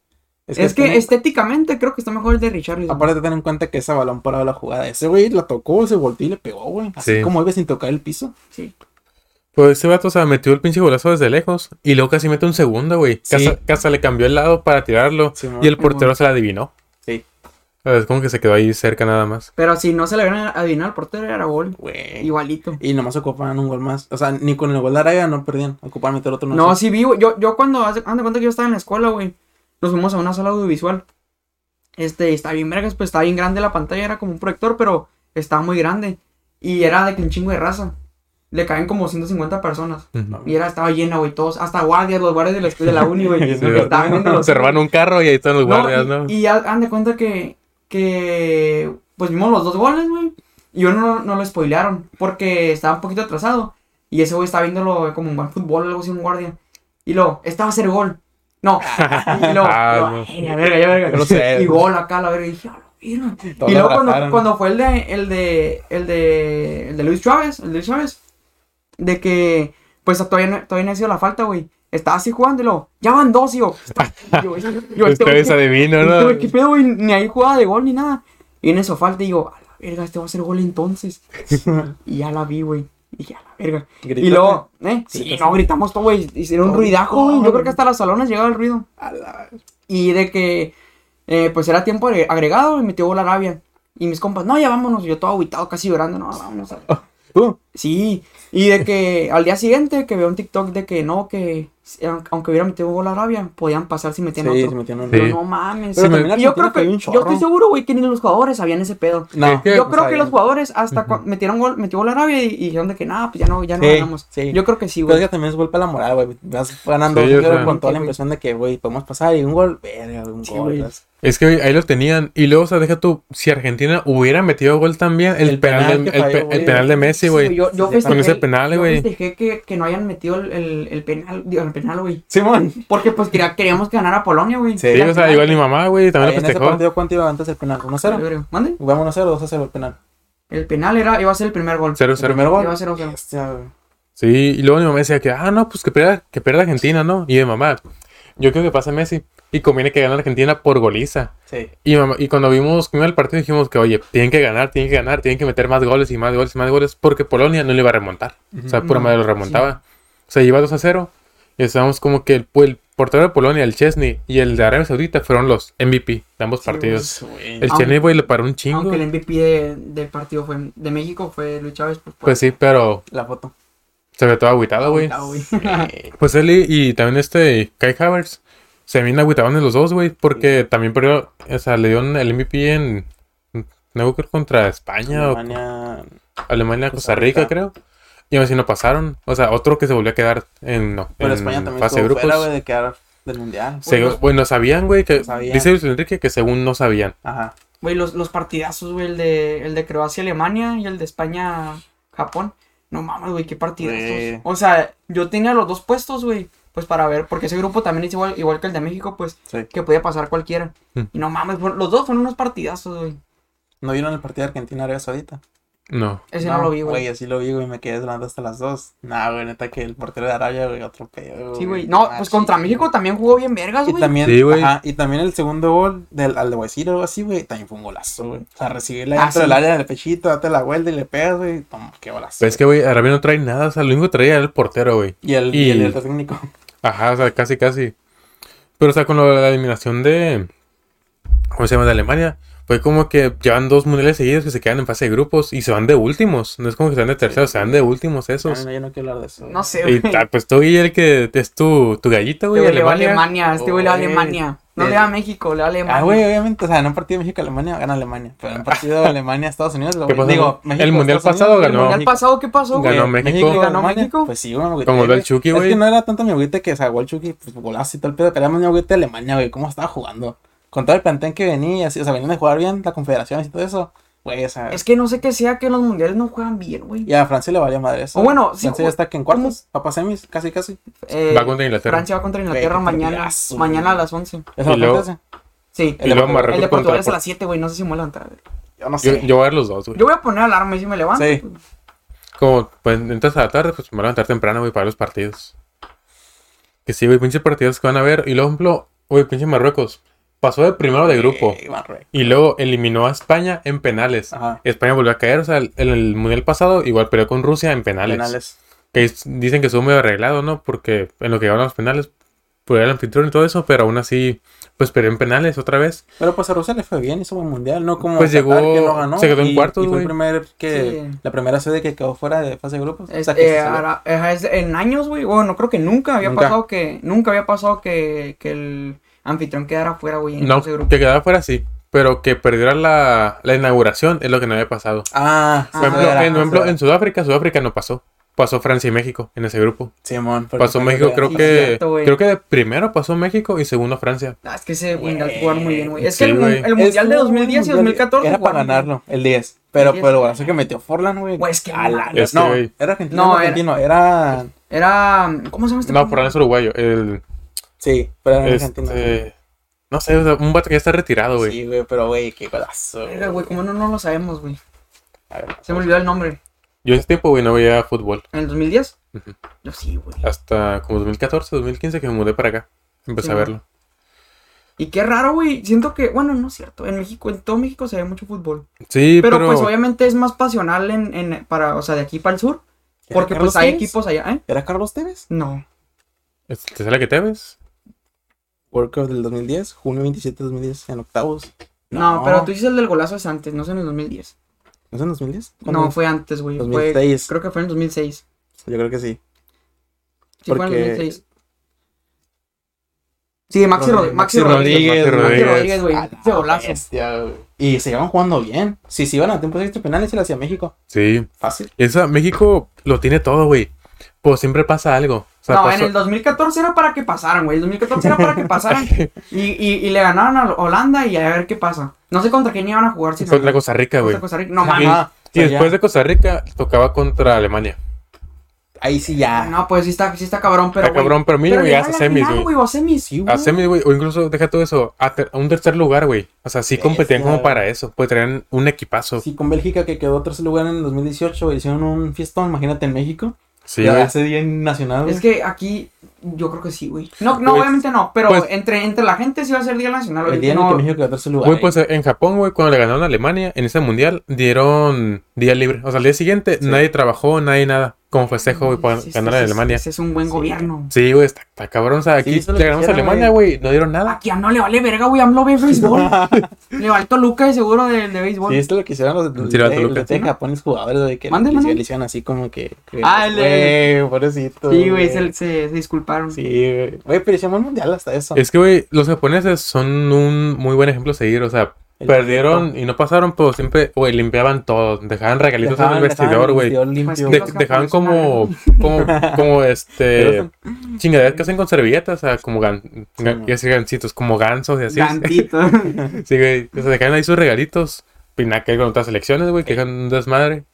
S2: es que,
S3: ten-
S2: estéticamente creo que está mejor el de Richarlison.
S3: Aparte, ten en cuenta que ese balón parado la jugada. Ese güey la tocó, se volteó y le pegó, güey. Así
S1: Sí.
S3: como iba sin tocar el piso.
S2: Sí.
S1: pues ese vato, o sea, metió el pinche golazo desde lejos. Y luego casi mete un segundo, güey.
S3: Sí.
S1: Casa, Casa le cambió el lado para tirarlo.
S3: Sí,
S1: y el
S2: mo-
S1: portero se la adivinó.
S3: Sí.
S1: O sea, es como que se quedó ahí cerca nada más.
S2: Pero si no se le hubieran adivinado al portero, era gol.
S3: Güey.
S2: Igualito.
S3: Y nomás ocupaban un gol más. O sea, ni con el gol de Araya no perdían. Ocupaban meter otro.
S2: No,
S3: sé.
S2: sí vi, güey. Yo, yo cuando, haz de haz de cuenta que yo estaba en la escuela, güey. Nos fuimos a una sala audiovisual. Este, está bien vergas, pues estaba bien grande la pantalla, era como un proyector, pero estaba muy grande. Y era de que un chingo de raza. Le caen como ciento cincuenta personas.
S1: Ujú.
S2: Y era, estaba llena, güey, todos, hasta guardias, los guardias de la, de la uni, güey.
S3: Sí,
S2: estaban viendo los...
S1: Se roban un carro y ahí están los
S2: No,
S1: guardias,
S2: y,
S1: ¿no?
S2: y ya han de cuenta que, que, pues vimos los dos goles, güey. Y uno no, no lo spoilearon, porque estaba un poquito atrasado. Y ese güey estaba viéndolo como un buen fútbol o algo así, un guardia. Y luego, este va a ser gol. No. Y luego,
S1: Ah,
S2: luego,
S1: no.
S2: "Ay, ya verga, ya verga".
S3: Yo lo sé.
S2: Y gol acá, la verga. Y dije, "A la verga".
S3: Todos
S2: Y
S3: lo
S2: luego cuando,
S3: abrazaron.
S2: cuando fue el de, el de, el de, el de Luis Chávez, el de Luis Chávez, de que, pues todavía no, todavía no ha sido la falta, güey. estaba así jugando y luego, ya van dos, y yo, yo, yo, yo este güey,
S1: Ustedes
S2: ¿qué-
S1: adivinan,
S2: este
S1: ¿no?
S2: güey, ¿qué pedo, güey? Ni ahí jugaba de gol ni nada. Y en eso falta y digo, a la verga, este va a hacer gol entonces. Y ya la vi, güey. Y ya la verga. Y
S3: ¿Gritaste?
S2: luego, ¿eh? Sí,
S3: ¿Gritaste?
S2: no, gritamos todo, güey. Hicieron un ruidajo, güey. Yo creo que hasta los salones llegaba el ruido.
S3: A la-
S2: Y de que, eh, pues era tiempo agre- agregado y metió gol Arabia. Y mis compas, no, ya vámonos. Yo todo aguitado, casi llorando, no, vámonos.
S3: Uh,
S2: Sí, y de que al día siguiente que veo un TikTok de que no, que aunque hubiera metido gol Arabia, podían pasar si metían
S3: Sí,
S2: otro.
S3: se metieron
S1: Sí.
S2: Yo, no mames.
S3: Pero
S2: Sí,
S3: también
S2: y yo creo
S3: Argentina
S2: que,
S3: cayó un
S2: yo estoy
S3: chorro.
S2: seguro, güey, que ni los jugadores sabían ese pedo.
S3: No,
S1: Es que-
S2: Yo
S3: no
S2: creo que
S3: sabían.
S2: los jugadores hasta cuando metieron gol, metió gol Arabia y, y dijeron de que nada, pues ya no, ya no
S3: Sí,
S2: ganamos.
S3: sí.
S2: Yo creo que sí,
S3: Pero es
S2: güey.
S3: que también es golpe a la moral, güey. Vas ganando
S1: Sí,
S3: dos
S1: o
S3: cero
S1: sea.
S3: con toda la
S2: Sí, güey.
S3: impresión de que, güey, podemos pasar y un gol, verga, un
S2: Sí,
S3: gol.
S2: güey.
S3: ¿sabes?
S1: Es que güey, ahí lo tenían. Y luego, o sea, deja tú, si Argentina hubiera metido gol también, el,
S3: El
S1: penal,
S3: penal
S1: de-
S3: que
S1: el,
S3: falló,
S1: pe-
S3: güey.
S1: el penal de Messi,
S2: Sí,
S1: güey.
S2: yo, yo
S3: Con
S2: festejé,
S1: ese penal,
S2: yo
S1: güey.
S2: festejé que, que no hayan metido el, el, el penal, digo, el penal, güey.
S3: Simón.
S2: Porque pues quería, queríamos que ganara Polonia, güey.
S3: Sí,
S1: Sí, o sea, igual mi mamá, güey, también
S3: Ahí
S1: lo
S3: en ese
S1: festejó.
S3: partido, ¿cuánto iba antes el penal? ¿uno cero?
S2: ¿Mande?
S3: Jugamos uno cero o dos a cero el penal.
S2: El penal era, iba a ser el primer gol.
S1: Cero,
S3: ¿El
S1: cero.
S3: primer gol?
S2: Iba a ser cero cero.
S3: Hostia, güey.
S1: Sí, y luego mi mamá decía que, ah, no, pues que pierda, que pierda Argentina, ¿no? Y de mamá, yo creo que pasa Messi. Y conviene que gane Argentina por goliza.
S3: Sí.
S1: Y, mamá- y cuando vimos cómo iba el partido dijimos que, oye, tienen que ganar, tienen que ganar, tienen que meter más goles y más goles y más goles, porque Polonia no le iba a remontar. O sea, pura
S2: No,
S1: madre lo remontaba. O sea, iba dos a cero. Y estábamos como que el, el portero de Polonia, el Chesney, y el de Arabia Saudita fueron los M V P de ambos
S2: Sí,
S1: partidos.
S3: Güey.
S1: El
S2: Aunque-
S1: Chesney, güey, le paró un chingo.
S2: Aunque el M V P de, del partido fue de México fue Luis Chávez. Pues,
S1: Pues sí, pero
S3: La foto.
S1: se ve todo agüitado, güey.
S2: Ah, güey.
S1: Pues él y, y también este Kai Havertz se bien agüitaban de los dos, güey, porque también perdió, o sea, le dieron el M V P en, no creo contra España o
S3: Alemania.
S1: Alemania,
S3: Costa
S1: Costa Rica,
S3: Rica.
S1: creo. Y aún así no pasaron. O sea, otro que se volvió a quedar en, no,
S3: Pero
S1: en
S3: España también
S1: fase de
S3: estuvo
S1: grupos.
S3: fuera, güey, de quedar del mundial.
S1: Se-
S2: Bueno,
S1: bueno, sabían, güey, que
S3: sabían.
S1: dice Luis Enrique que según no sabían.
S3: Ajá.
S2: Güey, los, los partidazos, güey, el de, el de Croacia-Alemania y el de España-Japón. No mames, güey, qué partidazos.
S3: Güey.
S2: O sea, yo tenía los dos puestos, güey, pues para ver, porque ese grupo también es igual, igual que el de México, pues,
S3: Sí.
S2: que podía pasar cualquiera.
S1: Hmm.
S2: Y no mames, fueron- los dos fueron unos partidazos, güey.
S3: ¿No vieron el partido de Argentina-Arabia Saudita?
S1: No.
S2: Ese no, lo vi, güey.
S3: Güey, así lo vi, güey, me quedé durante hasta las dos. Nah, güey, neta que el portero de Arabia, güey, otro pedo.
S2: Sí, güey. No, pues contra México también jugó bien vergas,
S3: Y
S2: güey.
S3: también,
S1: Sí, güey.
S3: ajá, y también el segundo gol del, al de Guaycir o algo así, güey, también fue un golazo, güey. O sea, recibirla
S2: Ah,
S3: dentro
S2: sí.
S3: del área del pechito, date la vuelta y le pegas, güey. Toma, qué golazo.
S1: Pero es que, güey, Arabia no trae nada. O sea, lo único que traía era el portero, güey.
S3: Y el,
S1: y-
S3: y el director técnico.
S1: Ajá, o sea, casi, casi. Pero, o sea, con lo de la eliminación de... ¿Cómo se llama? De Alemania. Fue como que llevan dos mundiales seguidos que se quedan en fase de grupos y se van de últimos. No es como que se van de terceros, se van de últimos
S3: No,
S1: esos.
S3: no, yo no quiero hablar de eso.
S2: No sé,
S1: Y
S2: güey.
S1: ta- pues tú, y el que es tu, tu gallito,
S2: Este
S1: güey,
S2: güey le va a
S1: Alemania.
S2: Alemania, este güey le va a
S3: Güey.
S2: Alemania. No
S3: De-
S2: le va a México, le va a Alemania.
S3: Ah, güey, obviamente, o sea, en un partido de México-Alemania gana Alemania. Pero en un partido de Alemania-Estados Unidos, lo
S1: ¿Qué pasó?
S3: digo,
S1: El
S3: México,
S1: mundial
S3: Estados
S1: pasado
S3: Unidos,
S2: ¿El
S1: ganó.
S2: mundial
S3: México.
S2: pasado qué pasó, güey?
S1: Ganó
S3: Eh,
S1: México.
S3: y
S2: ¿Ganó
S3: Alemania.
S2: México?
S3: Pues sí, güey, me agüité,
S1: Como el
S3: güey.
S1: Chucky,
S3: Es
S1: güey.
S3: que no era tanto mi agüite que sacó el Chucky, pues golazo y todo el pedo, pero era más mi agüite de Alemania, güey, cómo estaba jugando. Con todo el plantel que venía, así, o sea, venían de jugar bien, la confederación y todo eso. Güey, o sea,
S2: Es que no sé qué sea que los mundiales no juegan bien, güey.
S3: y a Francia le valía madre eso.
S2: O bueno, sí,
S3: Francia ya está que en cuartos, papá semis, casi, casi.
S2: Eh,
S1: Va contra Inglaterra.
S2: Francia va contra Inglaterra
S3: Güey, qué
S2: mañana.
S3: partidazo,
S2: Mañana
S3: güey.
S2: a las once.
S3: ¿Eso
S1: Y
S3: lo
S1: luego-
S3: ese?
S2: Sí.
S1: Y luego Marruecos
S2: El de Portugal
S1: contra
S2: es a
S1: Por-
S2: las siete, güey. No sé si me voy a levantar.
S3: Yo no
S1: Yo,
S3: sé.
S1: yo voy a ver los dos, güey.
S2: Yo voy a poner alarma y si me levanto.
S3: Sí.
S2: pues,
S1: Como, pues, entras a la tarde, pues me voy a levantar temprano, güey, para ver los partidos. Que sí, güey, pinches partidos que van a ver. Y luego, por ejemplo, güey, pinche Marruecos. Pasó de primero de grupo.
S3: Eh, Marruecos.
S1: Y luego eliminó a España en penales.
S3: Ajá.
S1: España volvió a caer, o sea, en el, el mundial pasado igual peleó con Rusia en penales.
S3: Penales.
S1: Que es- dicen que estuvo medio arreglado, ¿no? Porque en lo que llegaron a los penales, pues era el anfitrión y todo eso, pero aún así, pues perdió en penales otra vez.
S3: Pero pues a Rusia le fue bien, hizo buen mundial, no como
S1: Pues
S3: Qatar,
S1: llegó-
S3: que no ganó,
S1: se quedó en
S3: y-
S1: cuartos,
S3: y fue el
S1: güey.
S3: primer que
S2: Sí.
S3: la primera sede que quedó fuera de fase de grupos.
S2: Es-
S3: O sea, que
S2: eh,
S3: se salió.
S2: ahora- eh, es- en años, güey. Bueno, creo que nunca había
S3: Nunca.
S2: pasado que. Nunca había pasado que, que el anfitrión quedara fuera, güey. En
S1: No,
S2: ese grupo.
S1: que quedara fuera sí, pero que perdiera la, la inauguración es lo que no había pasado.
S3: Ah,
S2: Ah,
S1: Por ejemplo,
S2: era,
S1: en, por ejemplo,
S3: era.
S1: en Sudáfrica, Sudáfrica no pasó. Pasó Francia y México en ese grupo.
S3: Simón. porque
S1: Pasó
S3: fue
S1: México,
S3: que-
S1: creo
S2: Sí,
S1: que
S2: cierto, güey.
S1: creo que de primero pasó México y segundo Francia.
S2: Ah, es que ese
S3: Güey.
S2: mundial jugaron muy bien, güey. Es
S1: Sí,
S2: que el,
S1: güey.
S2: el mundial de
S3: Estuvo
S2: dos mil diez y
S3: el
S2: dos mil
S3: mundial,
S2: catorce
S3: era para
S2: jugaron bien.
S3: ganarlo, el diez. Pero,
S2: El diez.
S3: pero el golazo que metió Forlán, güey.
S2: Güey, es que
S3: a la-
S1: Es que,
S3: no,
S1: güey.
S3: era argentino,
S2: No,
S3: no,
S2: era-
S3: argentino, era...
S2: Era. ¿Cómo se llama este?
S1: No,
S2: pendejo?
S1: por ahí es uruguayo. El,
S3: Sí, pero era argentino.
S1: este, no sé, o sea, un vato que ya está retirado, güey.
S3: Sí, güey, pero güey, qué golazo.
S2: Verga, güey, ¿cómo no, no lo sabemos, güey?
S3: A ver,
S2: Se me olvidó el nombre.
S1: Yo ese tiempo, güey, no veía fútbol.
S2: ¿En el dos mil diez?
S1: Ujú.
S2: Yo sí, güey.
S1: Hasta como dos mil catorce, dos mil quince que me mudé para acá. Empecé
S2: Sí,
S1: a
S2: güey.
S1: verlo.
S2: Y qué raro, güey. Siento que, bueno, no es cierto. En México, en todo México se ve mucho fútbol.
S1: Sí,
S2: Pero,
S1: pero...
S2: pues obviamente es más pasional en, en, para, o sea, de aquí para el sur.
S3: ¿Era
S2: Porque
S3: Carlos
S2: pues hay
S3: Tevez?
S2: equipos allá, ¿eh?
S3: ¿Era Carlos Tevez?
S2: No.
S1: ¿Te sale que te ves?
S3: World Cup del dos mil diez, junio veintisiete de dos mil diez, en octavos.
S2: No, pero tú dices el del golazo es antes, no es en el dos mil diez.
S3: ¿No es en dos mil diez?
S2: No, fue antes, güey.
S3: dos
S2: Fue,
S3: mil seis.
S2: creo que fue en dos mil seis.
S3: Yo creo que sí.
S2: Sí, fue en
S3: Porque-
S2: dos mil seis. Sí, Maxi,
S3: Rodríguez,
S2: Rodríguez. Maxi
S3: Maxi
S2: Rodríguez.
S1: Rodríguez.
S2: Maxi Rodríguez, güey.
S3: A la
S2: Ese golazo.
S3: bestia, güey. Y se iban jugando bien. Si se iban a tiempos extra penales, se lo hacía México.
S1: Sí.
S3: Fácil.
S1: Esa, México lo tiene todo, güey. Pues siempre pasa algo. O sea,
S2: No,
S1: pasó-
S2: en el dos mil catorce era para que pasaran, güey. El dos mil catorce era para que pasaran. Y, y, y le ganaron a Holanda y a ver qué pasa. No sé contra quién iban a jugar. Si
S1: Contra Costa Rica, güey.
S2: Contra Costa Rica. No,
S1: Y,
S2: mames.
S3: Ajá.
S1: y
S3: o sea,
S1: después
S3: ya.
S1: de Costa Rica tocaba contra Alemania.
S3: Ahí sí ya.
S2: No, pues sí está, sí está cabrón, pero.
S1: Está cabrón, pero mínimo
S2: llegar
S1: llegas a
S2: la
S1: semis,
S2: final,
S1: güey.
S2: O a semis.
S3: Sí, güey.
S1: A semis, güey. O incluso, deja todo eso, a, ter- a un tercer lugar, güey. O sea, sí competían
S3: Bestia,
S1: como
S3: güey.
S1: para eso. Pues traían un equipazo. Sí,
S3: Sí, con Bélgica que quedó tercer lugar en el dos mil dieciocho, güey, hicieron un fiestón, imagínate en México. Ya
S1: güey.
S3: ese día en nacional, güey.
S2: Es que aquí, yo creo que sí, güey. No, no,
S1: Pues-
S2: obviamente no, pero
S1: pues-
S2: entre, entre la gente sí va a ser Día Nacional.
S3: el
S2: ahorita
S3: día en el
S2: no-
S3: que México quedó tercer lugar.
S1: Güey, pues en Japón, güey, cuando le ganaron a Alemania en ese mundial, dieron día libre. O sea, al día siguiente
S3: Sí.
S1: nadie trabajó, nadie nada. Como festejo, güey, para
S2: Sí, sí,
S1: ganar a
S2: sí,
S1: Alemania.
S2: Ese es un buen
S3: Sí.
S2: gobierno.
S1: Sí, güey, está, está cabrón. O sea, aquí
S3: Sí, eso es lo
S1: le
S3: que
S1: ganamos a
S3: quisiera,
S1: Alemania, güey. No dieron nada.
S2: Aquí a AMLO le vale verga, güey. AMLO ve béisbol. Le va al Toluca de seguro de, de béisbol.
S3: Sí, esto es lo que hicieron los de,
S1: Tira
S3: de,
S1: Toluca.
S3: los de Japón, los jugadores, güey, que
S2: Mande,
S3: les
S2: mande.
S3: le hicieron así como que... que
S2: Ah, el de-
S3: güey, pobrecito.
S2: Sí, güey, se, se, se disculparon.
S3: Sí, güey. Güey, pero hicimos mundial hasta eso.
S1: Es que, güey, los japoneses son un muy buen ejemplo a seguir. O sea,
S3: El
S1: perdieron
S3: proyecto.
S1: y no pasaron, pero siempre, güey, limpiaban todo. Dejaban regalitos en el
S3: Dejaban-
S1: vestidor,
S3: dejaban el
S1: güey.
S3: vestidor limpio.
S2: Pues sí,
S1: De-
S2: los
S1: dejaban
S2: japoneses,
S1: como, como, como este,
S3: Pero
S1: chingaderas que hacen con servilletas, o sea, como gan,
S3: Sí,
S1: gan-
S3: man.
S1: ya sé, gancitos, como gansos y así.
S2: Gantito.
S1: Sí, güey, o sea, dejaban ahí sus regalitos. Pinaca con otras elecciones, güey, que dejan un desmadre.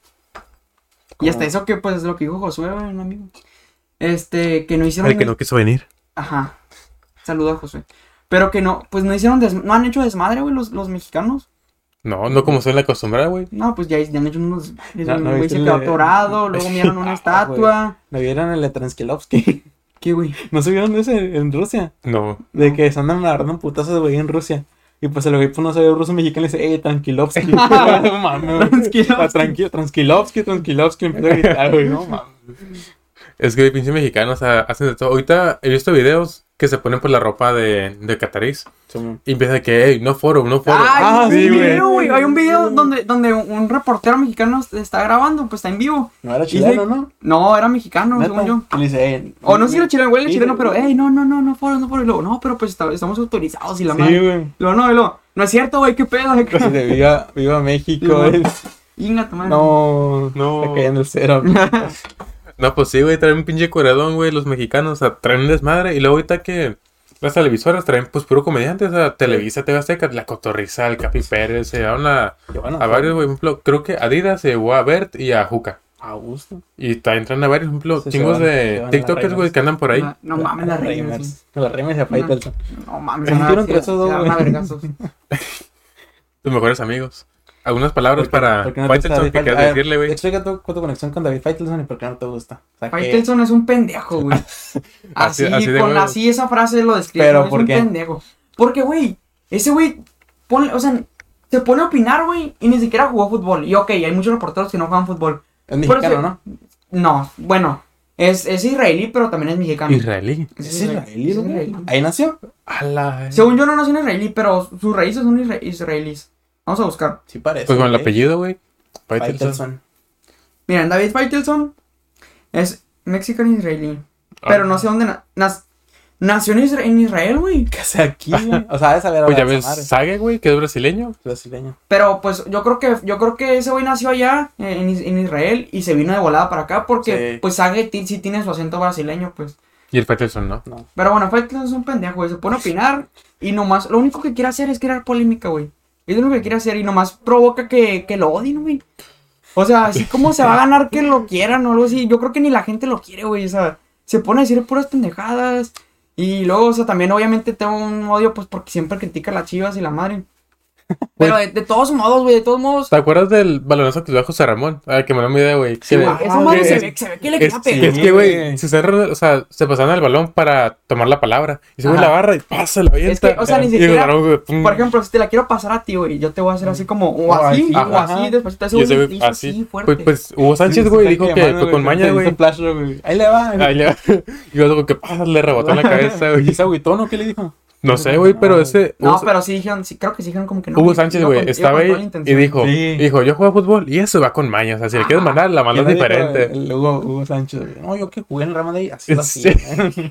S2: Y hasta eso que, pues, es lo que dijo Josué, güey, un amigo. Este, que no hicieron...
S1: El que no quiso venir.
S2: Ajá. Saludo a Josué. Pero que no, pues no hicieron, des- no han hecho desmadre, güey, los, los mexicanos.
S1: No, no como suelen acostumbrar, güey.
S2: No, pues ya, ya han hecho unos desmadres,
S3: No,
S2: güey,
S3: no
S2: güey,
S3: viste
S2: se
S3: el
S2: quedó
S3: de-
S2: atorado, luego miraron una
S3: Ah,
S2: estatua.
S3: ¿No vieron el de Transkilovsky?
S2: ¿Qué, güey?
S3: ¿No se vieron ese en Rusia?
S1: No.
S3: De que se andan agarrando putazos, güey, en Rusia. Y pues el güey pues, no sabía ruso mexicano y dice, ¡eh, Tranquilovsky! No mames, güey.
S2: Transkilovsky.
S3: Ah, tranqui- Transkilovsky, Transkilovsky. Empieza a gritar, güey, no mames.
S1: Es que pinche mexicanos, o sea, hacen de todo. Ahorita he visto videos que se ponen por la ropa de, de catarís. Y empieza de que, hey, no foro, no foro.
S2: Ay,
S3: Ah,
S2: un
S3: sí,
S2: video,
S3: güey.
S2: güey. Hay un video donde, donde un un reportero mexicano está grabando, pues está en vivo.
S3: No era
S2: Dice-
S3: chileno, ¿no?
S2: No, era mexicano,
S3: ¿Neta?
S2: según yo.
S3: Y le dice, eh,
S2: O no sé si era chileno, güey, era
S3: Sí,
S2: chileno,
S3: sí,
S2: pero,
S3: güey.
S2: hey, no, no, no, no, foro, no, foro. Y luego, no, pero pues está- estamos autorizados y la
S3: Sí,
S2: madre.
S3: güey.
S2: Luego, no, y luego, no es cierto, güey, qué pedo.
S3: Pues de viva, viva México,
S2: Sí,
S3: güey.
S2: Inga, tu madre.
S3: No,
S1: No.
S3: está cayendo el cero.
S1: No, pues sí, güey, traen un pinche cueradón, güey, los mexicanos, o sea, traen un desmadre. Y luego ahorita que las televisoras traen, pues, puro comediante, o sea, Televisa, T V Azteca, La Cotorrisa, el Capi Pérez, se llevaron a,
S3: Y bueno,
S1: a varios, güey, por ejemplo, creo que Adidas se llevó a Bert y a Juca.
S3: a gusto.
S1: Y también traen a varios, por ejemplo,
S3: Sí, se
S1: chingos
S3: van- se
S1: de
S3: van a las
S1: TikTokers, güey,
S3: reinas.
S1: que andan por ahí.
S2: No, no mames, la reina. sí.
S3: La Reimers y a Faitelson.
S2: No mames,
S3: Se
S2: se van a-
S3: metieron
S2: se-
S3: entre esos dos,
S2: se van a
S3: güey.
S2: vergazos.
S1: Tus mejores amigos. Algunas palabras para
S3: ¿Por qué no te gusta
S1: Faitelson
S3: David
S1: que quieras
S3: Faitelson? A ver,
S1: decirle, güey.
S3: Explica tu, tu conexión con David Faitelson y por qué no te gusta. O sea, que-
S2: Faitelson es un pendejo, güey. Así,
S1: Así- así de
S2: con
S1: huevos.
S2: así esa frase lo describe.
S3: Pero,
S2: es
S3: ¿por
S2: un
S3: qué?
S2: pendejo. Porque, güey, ese güey pone, o sea, se pone a opinar, güey, y ni siquiera jugó fútbol. Y ok, hay muchos reporteros que no juegan fútbol.
S3: Es mexicano,
S2: Pero
S3: ¿no?
S2: No, bueno, es, es israelí, pero también es mexicano.
S1: Israelí.
S3: Es israelí,
S2: Es
S3: güey.
S2: israelí.
S3: Ahí nació.
S1: A la...
S2: Según yo no nació en israelí, pero sus raíces son isra- israelíes. Vamos a buscar.
S3: Sí parece.
S1: Pues con el
S3: güey.
S1: apellido, güey. Faitelson.
S3: Faitelson.
S2: Miren, David Faitelson es mexicano israelí. Pero no sé dónde na- nas- nació en, Isra- en Israel, güey.
S3: ¿Qué hace aquí, güey? O sea, de saber
S1: Pues ya
S3: hablar
S1: ves,
S3: esa madre.
S1: Sage, güey, que es brasileño.
S3: Brasileño.
S2: Pero pues yo creo que yo creo que ese güey nació allá en, Is- en Israel y se vino de volada para acá porque
S3: Sí.
S2: pues Sage ti- sí tiene su acento brasileño, pues.
S1: Y el Faitelson, ¿no?
S3: No.
S2: Pero bueno, Faitelson es un pendejo, güey. Se pone a opinar y nomás, lo único que quiere hacer es crear polémica, güey. Es lo único que quiere hacer y nomás provoca que, que lo odien, güey. O sea, así como se va a ganar que lo quieran o algo así. Yo creo que ni la gente lo quiere, güey. O sea, se pone a decir puras pendejadas. Y luego, o sea, también obviamente tengo un odio, pues, porque siempre critica a las Chivas y la madre. Pero de, de todos modos, güey, de todos modos.
S1: ¿Te acuerdas del balonazo que le dio a José Ramón? Ah, que me da mi idea, güey.
S2: Sí,
S1: Que-
S2: güey, esa
S3: ah,
S2: madre
S3: que-
S2: se ve, se ve que le
S1: Es,
S2: quería
S1: que-
S2: pegar.
S1: es que, güey, se, cerraron- o sea, se pasaron el balón para tomar la palabra. Y se güey
S2: Ajá.
S1: la barra y pasa la avienta.
S2: Es que, o sea, ni
S1: Y
S2: siquiera-
S1: José Ramón, güey, pum.
S2: Por ejemplo, si te la quiero pasar a ti, güey, yo te voy a hacer así como, o
S3: O
S2: así,
S3: así,
S2: o
S3: ajá.
S2: así, después te hace
S1: Y ese
S2: un
S1: güey,
S2: hizo
S1: así.
S2: así fuerte.
S1: Pues, pues Hugo Sánchez,
S3: Sí,
S1: güey,
S3: se
S1: dijo
S3: está
S1: que
S3: quemando,
S1: fue con
S3: güey,
S1: maña,
S3: se
S1: güey.
S3: hizo flash, güey. Ahí le va.
S1: Ahí le- Y yo digo que pasa, le rebotó en la cabeza,
S3: ¿Y
S1: güey.
S3: se agüitó, no? ¿Qué le dijo?
S1: No sé, güey, pero ese.
S2: No,
S1: Hugo-
S2: pero sí dijeron, sí, creo que sí dijeron como que no.
S1: Hugo
S2: güey,
S1: Sánchez,
S2: iba
S1: güey,
S2: con- iba
S1: estaba
S2: con toda la
S1: ahí y
S2: intención.
S1: dijo,
S3: Sí.
S1: dijo, yo juego fútbol y eso va con maña. O sea, si le quieres mandar, la mandas
S3: ¿Quién le dijo?
S1: diferente.
S3: El Hugo, Hugo Sánchez, güey. No, yo que jugué en el Real Madrid, así lo
S1: Sí.
S3: hacía.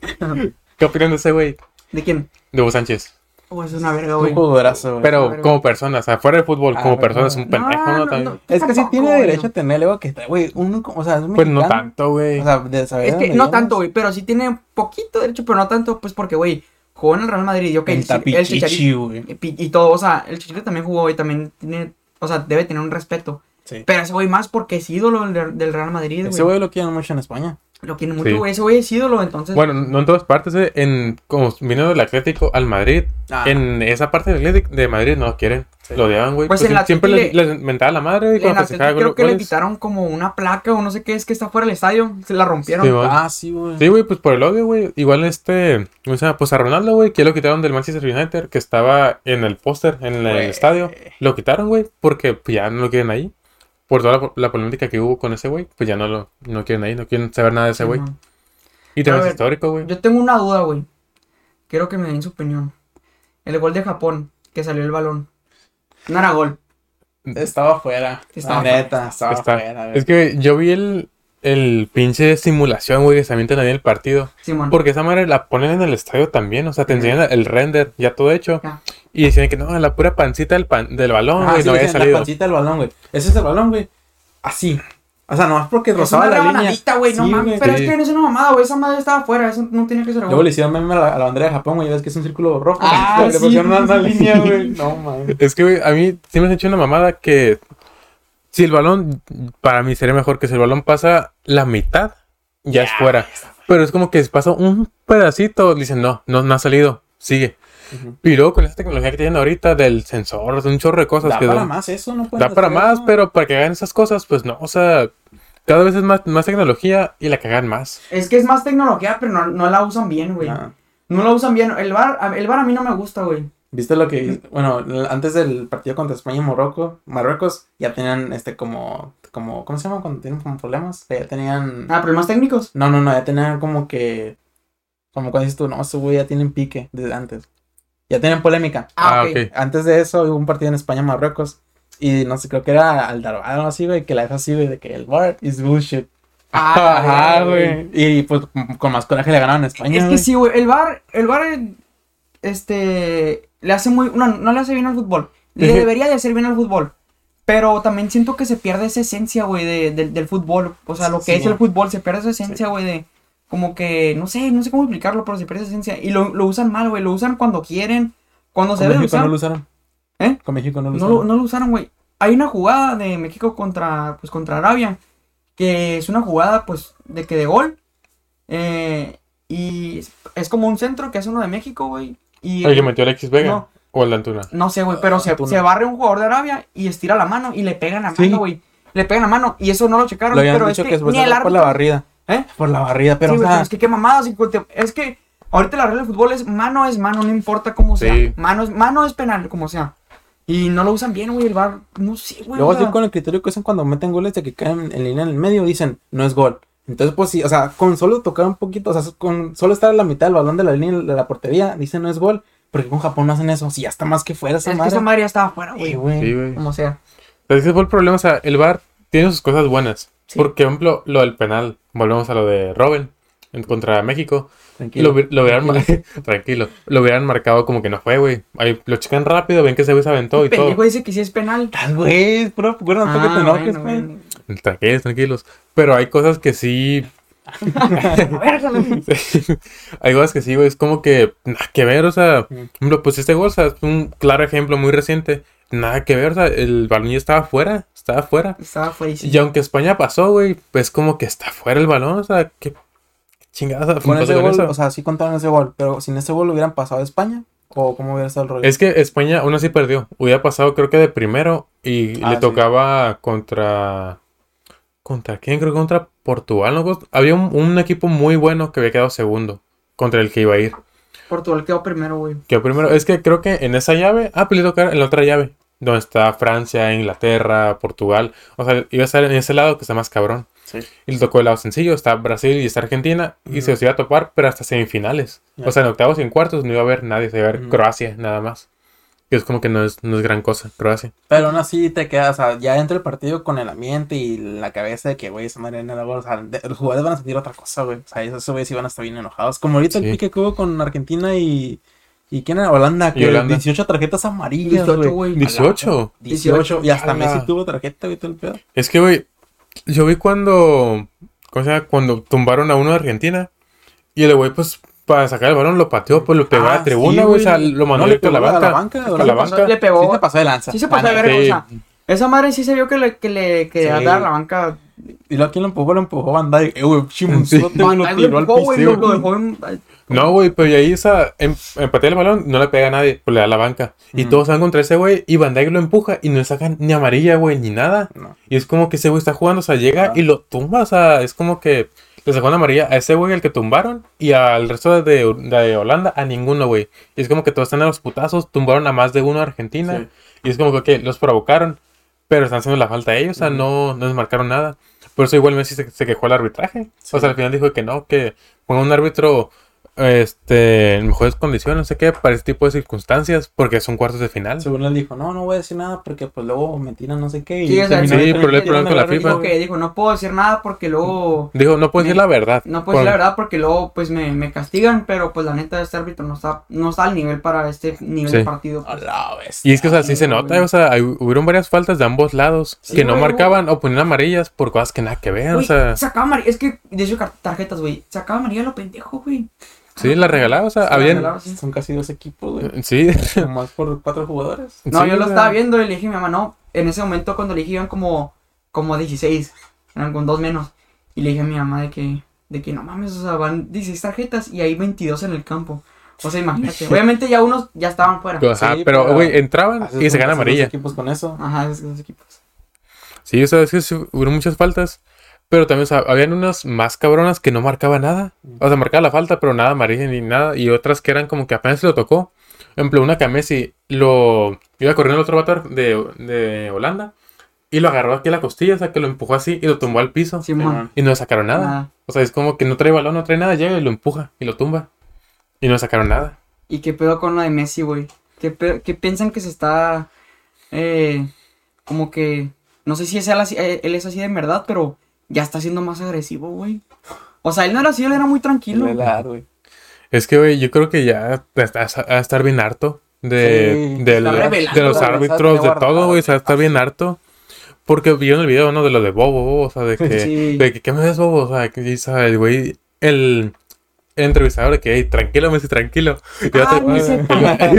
S1: ¿Qué opinan de ese güey?
S2: ¿De quién?
S1: De Hugo Sánchez.
S2: Oh, es una verga,
S3: Un
S2: güey.
S3: jugadorazo, güey.
S1: Pero
S2: verga.
S1: como persona, o sea, fuera de fútbol,
S3: Ah,
S1: como
S3: pero-
S1: persona es un pendejo,
S2: No,
S1: ¿no?
S2: no,
S1: También.
S2: no.
S3: Es que sí
S2: Tampoco,
S3: tiene
S2: güey.
S3: derecho a tener el ego que está, güey. Uno, o sea, es un
S1: Pues no
S3: mexicano.
S1: tanto, güey.
S3: O sea, de saber
S2: Es
S3: de
S2: que
S3: dónde
S2: no
S3: vienes.
S2: tanto, güey, pero sí tiene poquito derecho, pero no tanto, pues porque, güey, jugó en el Real Madrid y ok,
S3: El
S2: sí,
S3: tapichichi,
S2: Chicharito
S3: güey.
S2: y, pi- y todo, o sea, el Chicharito también jugó, güey, también tiene, o sea, debe tener un respeto.
S3: Sí.
S2: Pero ese güey más porque es ídolo del, del Real Madrid,
S3: Ese
S2: güey.
S3: güey lo quieren mucho en España.
S2: Lo quiere
S1: Sí.
S2: mucho, güey, ese güey es ídolo, entonces.
S1: Bueno, no en todas partes, eh. En, como vino del Atlético al Madrid,
S3: Ah.
S1: en esa parte del Atlético de Madrid no lo quieren.
S3: Sí.
S1: Lo odiaban, güey.
S2: Pues
S1: Pues
S2: en la
S1: siempre
S2: Atleti
S1: les, les mentaba la madre, güey,
S2: en
S1: cuando
S2: la
S1: festejaba
S2: creo que le
S1: goles.
S2: quitaron como una placa o no sé qué es que está fuera del estadio, se la rompieron.
S1: Sí, güey.
S3: Ah, sí, güey.
S1: Sí, güey, pues por el odio, güey. Igual este, o sea, pues a Ronaldo, güey, que lo quitaron del Manchester United, que estaba en el póster, en el
S3: Güey.
S1: estadio. Lo quitaron, güey, porque pues, ya no lo quieren ahí. Por toda la, la polémica que hubo con ese güey, pues ya no lo no quieren ahí, no quieren saber nada de ese güey.
S2: Simón.
S1: Y
S2: A
S1: también es
S2: ver,
S1: histórico, güey.
S2: Yo tengo una duda, güey. Quiero que me den su opinión. El gol de Japón, que salió el balón. No era gol.
S3: Estaba afuera.
S2: Estaba
S3: La neta, estaba
S1: Está-
S3: afuera, güey.
S1: Es que yo vi el, el pinche simulación, güey, que se avientan ahí en el partido.
S2: Simón.
S1: Porque esa madre la ponen en el estadio también, o sea, te
S2: Ujú.
S1: enseñan el render ya todo hecho.
S2: Ya.
S1: Y decían que no, la pura pancita del, pan, del balón,
S3: Ah,
S1: güey,
S3: sí,
S1: no
S3: le
S1: había
S3: dicen, la
S1: salido.
S3: pancita del balón, güey. Ese es el balón, güey. Así. O sea, nomás porque
S2: Es
S3: rozaba
S2: una
S3: la línea.
S2: rebanadita, güey, no
S3: Sí,
S2: mames.
S3: güey.
S2: Pero
S1: Sí.
S2: es que no es una mamada, güey. Esa madre estaba afuera, eso no tiene que ser
S3: Luego
S2: gol.
S3: le hicieron meme a la, a la bandera de Japón, güey. Ya ves que es un círculo rojo.
S2: Ah,
S3: le
S2: sí.
S3: pusieron una, una línea, güey. No, man.
S1: Es que, güey, a mí sí me han hecho una mamada que si el balón, para mí sería mejor que si el balón pasa la mitad, ya es fuera. Pero es como que si pasa un pedacito, dicen, no, no, no ha salido, sigue.
S3: Ujú.
S1: Y luego con esta tecnología que tienen ahorita del sensor, de un chorro de cosas
S3: Da
S1: que
S3: para
S1: son-
S3: más eso, ¿no? pueden
S1: da para
S3: hacer
S1: más,
S3: eso?
S1: pero para que hagan esas cosas, pues no, o sea, cada vez es más, más tecnología y la cagan más.
S2: Es que es más tecnología, pero no, no la usan bien, güey.
S3: Ah.
S2: No la usan bien. El bar, el bar a mí no me gusta, güey.
S3: ¿Viste lo que bueno, l- antes del partido contra España y Marruecos, Marruecos ya tenían este como como ¿cómo se llama cuando tienen como problemas? Ya tenían
S2: Ah, problemas técnicos.
S3: No, no, no, ya tenían como que como cuando dices tú, no, estos güey ya tienen pique desde antes. Ya tenían polémica.
S2: Ah,
S1: Ah,
S2: ok.
S1: ok.
S3: Antes de eso hubo un partido en España Marruecos y no sé, creo que era al Darwin, algo así, güey, que la deja así, güey, de que el V A R is bullshit.
S2: Ah,
S3: Ajá,
S2: güey.
S3: güey. Y pues con más coraje le ganaron a España.
S2: Es que
S3: güey.
S2: sí, güey. El bar, el bar, este, le hace muy, no, no le hace bien al fútbol. Le
S1: Ujú.
S2: debería de hacer bien al fútbol. Pero también siento que se pierde esa esencia, güey, de, del- del fútbol. O sea, lo que
S3: Sí,
S2: es el
S3: güey.
S2: fútbol, se pierde esa esencia, güey, de como que, no sé, no sé cómo explicarlo, pero se pierde esa esencia. Y lo, lo usan mal, güey. Lo usan cuando quieren, cuando se
S3: Con
S2: debe de
S3: México
S2: usar.
S3: no lo usaron.
S2: ¿Eh?
S3: Con México no lo
S2: No
S3: usaron.
S2: lo, no lo usaron, güey. Hay una jugada de México contra, pues, contra Arabia, que es una jugada, pues, de que de gol. eh, y es, es como un centro que hace uno de México, güey. Y
S1: ¿El que metió Alexis Vega?
S2: No.
S1: ¿O el de Antuna?
S2: no sé, güey, pero se,
S3: Antuna.
S2: se barre un jugador de Arabia y estira la mano y le pegan la
S3: Sí.
S2: mano, güey. Le pegan la mano y eso no lo checaron,
S3: Lo habían
S2: pero
S3: dicho
S2: es
S3: que,
S2: que,
S3: después
S2: ni el
S3: era por la
S2: árbitro...
S3: barrida.
S2: ¿Eh?
S3: Por la barrida, pero
S2: Sí,
S3: o
S2: güey,
S3: sea,
S2: pero es que qué mamadas. hijo de- Es que ahorita la regla del fútbol es mano es mano, no importa cómo sea.
S1: Sí.
S2: Mano es, mano es penal, como sea. Y no lo usan bien, güey, el V A R. No sé, güey.
S3: luego
S2: o sea,
S3: así con el criterio que usan cuando meten goles de que caen en línea en el medio, dicen, no es gol. Entonces, pues sí, o sea, con solo tocar un poquito, o sea, con solo estar a la mitad del balón de la línea de la portería, dicen no es gol. Porque con Japón no hacen eso. Si ya está más que fuera esa
S2: Es que
S3: madre.
S2: esa madre ya estaba afuera, güey.
S3: Sí, güey.
S1: Sí, güey.
S2: Como sea.
S1: Pero es que fue el problema, o sea, el V A R tiene sus cosas buenas.
S2: Sí.
S1: Por ejemplo, lo del penal, volvemos a lo de Robben en contra México.
S3: Tranquilo.
S1: Lo, hubi- lo hubieran mar- tranquilo, lo hubieran marcado como que no fue, güey. Ahí lo checan rápido, ven que ese güey se aventó y
S2: El pendejo
S1: todo.
S2: dice que sí es penal.
S3: Ah, güey, puro, puro, no que te
S2: Ah,
S3: enojes,
S2: bueno,
S3: güey.
S2: bueno.
S1: Tranquilos, tranquilos. Pero hay cosas que sí. Sí. Hay cosas que sí, güey. Es como que nada que ver, o sea. por ejemplo, pues este gol, o sea, es un claro ejemplo muy reciente. Nada que ver, o sea, el balón ya estaba fuera, estaba fuera.
S2: Estaba fuerísimo.
S1: Y aunque España pasó, güey, pues como que está fuera el balón, o sea, qué chingadas
S3: Con
S1: pasó
S3: ese
S1: con
S3: gol,
S1: eso?
S3: o sea, sí contaron ese gol, pero sin ese gol hubieran pasado a España ¿O cómo hubiera estado el rollo?
S1: Es que España aún así perdió. Hubiera pasado creo que de primero y
S3: Ah,
S1: le
S3: sí.
S1: tocaba contra... ¿Contra quién? Creo que contra Portugal, ¿no? Había un, un equipo muy bueno que había quedado segundo contra el que iba a ir.
S2: Portugal quedó primero, güey.
S1: Que primero, es que creo que en esa llave, ah, pues le toca en la otra llave, donde está Francia, Inglaterra, Portugal. O sea, iba a estar en ese lado que está más cabrón.
S3: Sí.
S1: Y le tocó el lado sencillo, está Brasil y está Argentina, y se los iba a topar, pero hasta semifinales.
S3: Ya.
S1: O sea, en octavos y en cuartos no iba a haber nadie, se iba a ver
S3: Ujú.
S1: Croacia, nada más. Y es como que no es, no es gran cosa, Croacia.
S3: Pero aún así te quedas, o sea, ya dentro del partido con el ambiente y la cabeza de que, güey, esa madre no la o sea, de- los jugadores van a sentir otra cosa, güey. O sea, esos güeyes sí van a estar bien enojados. Como ahorita
S1: Sí.
S3: el pique que hubo con Argentina y... ¿Y quién era? Holanda,
S1: Y
S3: que
S1: Holanda.
S3: dieciocho tarjetas amarillas,
S2: dieciocho,
S3: güey.
S2: güey.
S1: ¿dieciocho?
S3: dieciocho. Y hasta
S1: Ala.
S3: Messi tuvo tarjeta, güey, todo el pedo.
S1: Es que, güey, yo vi cuando, ¿cómo se llama? Cuando tumbaron a uno de Argentina, y el güey, pues, para sacar el balón lo pateó, pues lo pegó a
S3: Ah,
S1: la tribuna,
S3: sí,
S1: güey,
S3: güey.
S1: o sea, lo mandó
S3: No, le
S1: directo a la
S3: pegó a
S1: banca.
S3: la banca,
S1: A
S3: ¿o
S1: la
S3: le
S2: pasó?
S1: banca.
S2: Le pegó.
S3: Sí se pasó de lanza.
S2: Sí se pasó de
S3: La
S2: verga,
S1: sí.
S2: o sea. Esa madre sí se vio que le, que le quería
S3: Sí.
S2: dar a la banca.
S3: Y luego, ¿quién lo empujó? Lo empujó Van Dijk. Eh, güey, chimonzote, güey, lo
S2: Ay,
S3: tiró al
S2: empujó, güey,
S3: piso,
S2: lo- lo
S3: güey.
S2: dejó en- ay,
S1: No, güey, pero y ahí esa, em, empatea el balón, no le pega a nadie, pues le da a la banca. Y
S3: Ujú.
S1: todos van contra ese güey, y Van Dijk lo empuja, y no le sacan ni amarilla, güey, ni nada.
S3: No.
S1: Y es como que ese güey está jugando, o sea, llega
S3: Ah.
S1: y lo tumba, o sea, es como que le sacó una amarilla a ese güey al que tumbaron, y al resto de, de Holanda a ninguno, güey. Y es como que todos están a los putazos, tumbaron a más de uno a Argentina,
S3: Sí.
S1: y es como que ok, los provocaron, pero están haciendo la falta a ellos, o sea,
S3: Ujú.
S1: no, no les marcaron nada. Por eso igual Messi se, se quejó al arbitraje.
S3: Sí.
S1: O sea, al final dijo que no, que ponga un árbitro este, en mejores condiciones, no sé qué, para ese tipo de circunstancias, porque son cuartos de final.
S3: Según él dijo, no, no voy a decir nada porque pues luego me tiran no sé qué. Y
S2: Sí, o sea,
S3: terminó
S1: sí,
S3: de-
S1: pero le
S3: terminó
S1: pregunto a la
S3: de-
S1: FIFA.
S2: dijo que dijo, no puedo decir nada porque luego.
S1: Dijo, no puedo decir
S2: Me-
S1: la verdad.
S2: No puedo decir la
S1: Por-
S2: verdad porque luego pues me, me castigan, pero pues la neta este árbitro no está, no está al nivel para este nivel
S1: Sí.
S2: de partido.
S3: A
S2: pues.
S3: la bestia.
S1: Y es que, o sea, sí se nota, o sea, hay- hubieron varias faltas de ambos lados
S2: Sí,
S1: que no
S2: güey,
S1: marcaban o ponían amarillas por cosas que nada que ver, o
S2: Güey,
S1: sea,
S2: sacaba amarilla, es que de hecho car- tarjetas, güey, sacaba amarilla lo pendejo, güey.
S1: sí, la regalaba, o sea,
S2: Sí, la
S1: habían...
S2: regalaba, sí.
S3: Son casi dos equipos, güey.
S1: Sí,
S3: Más por cuatro jugadores.
S2: No,
S1: sí,
S2: yo
S1: o
S2: lo
S1: sea,
S2: estaba viendo y le dije a mi mamá, no, en ese momento cuando le dije iban como, como dieciséis, eran con dos menos. Y le dije a mi mamá de que, de que no mames, o sea, van dieciséis tarjetas y hay veintidós en el campo. O sea, imagínate. Obviamente ya unos ya estaban fuera.
S1: Ajá,
S3: Sí,
S1: pero,
S3: pero
S1: güey, entraban
S3: Haces
S1: y se gana
S3: haces dos
S1: amarilla.
S3: equipos con eso.
S2: Ajá, esos, esos equipos.
S1: Sí, o sea, es que sí hubo muchas faltas, pero también, o sea, habían unas más cabronas que no marcaba nada. O sea, marcaba la falta, pero nada amarilla ni nada. Y otras que eran como que apenas se lo tocó. Por ejemplo, una que a Messi lo iba corriendo el otro vato de, de Holanda y lo agarró aquí a la costilla, o sea, que lo empujó así y lo tumbó al piso.
S2: Simón.
S1: Y no le sacaron nada.
S2: Nada.
S1: O sea, es como que no trae balón, no trae nada, llega y lo empuja y lo tumba. Y no le sacaron nada.
S2: ¿Y qué pedo con la de Messi, güey? ¿Qué, pe- qué piensan que se está, eh, como que, no sé si es él, así, eh, él es así de verdad, pero ya está siendo más agresivo, güey? O sea, él no era así, él era muy tranquilo.
S3: Velar, güey.
S1: Es que, güey, yo creo que ya está a estar bien harto de,
S3: Sí,
S1: del-
S2: está revelando,
S1: de los
S3: la verdad,
S1: árbitros, de
S3: tiene
S1: todo, güey. O sea,
S3: guardado.
S1: está bien harto. Porque vieron el video, ¿no? De lo de Bobo, Bobo, o sea, de que,
S2: Sí.
S1: de que ¿qué me ves, Bobo? O sea, que dice el güey, el, el entrevistador de que, hey, tranquilo, Messi, tranquilo. Y ya te-
S2: Cálmese,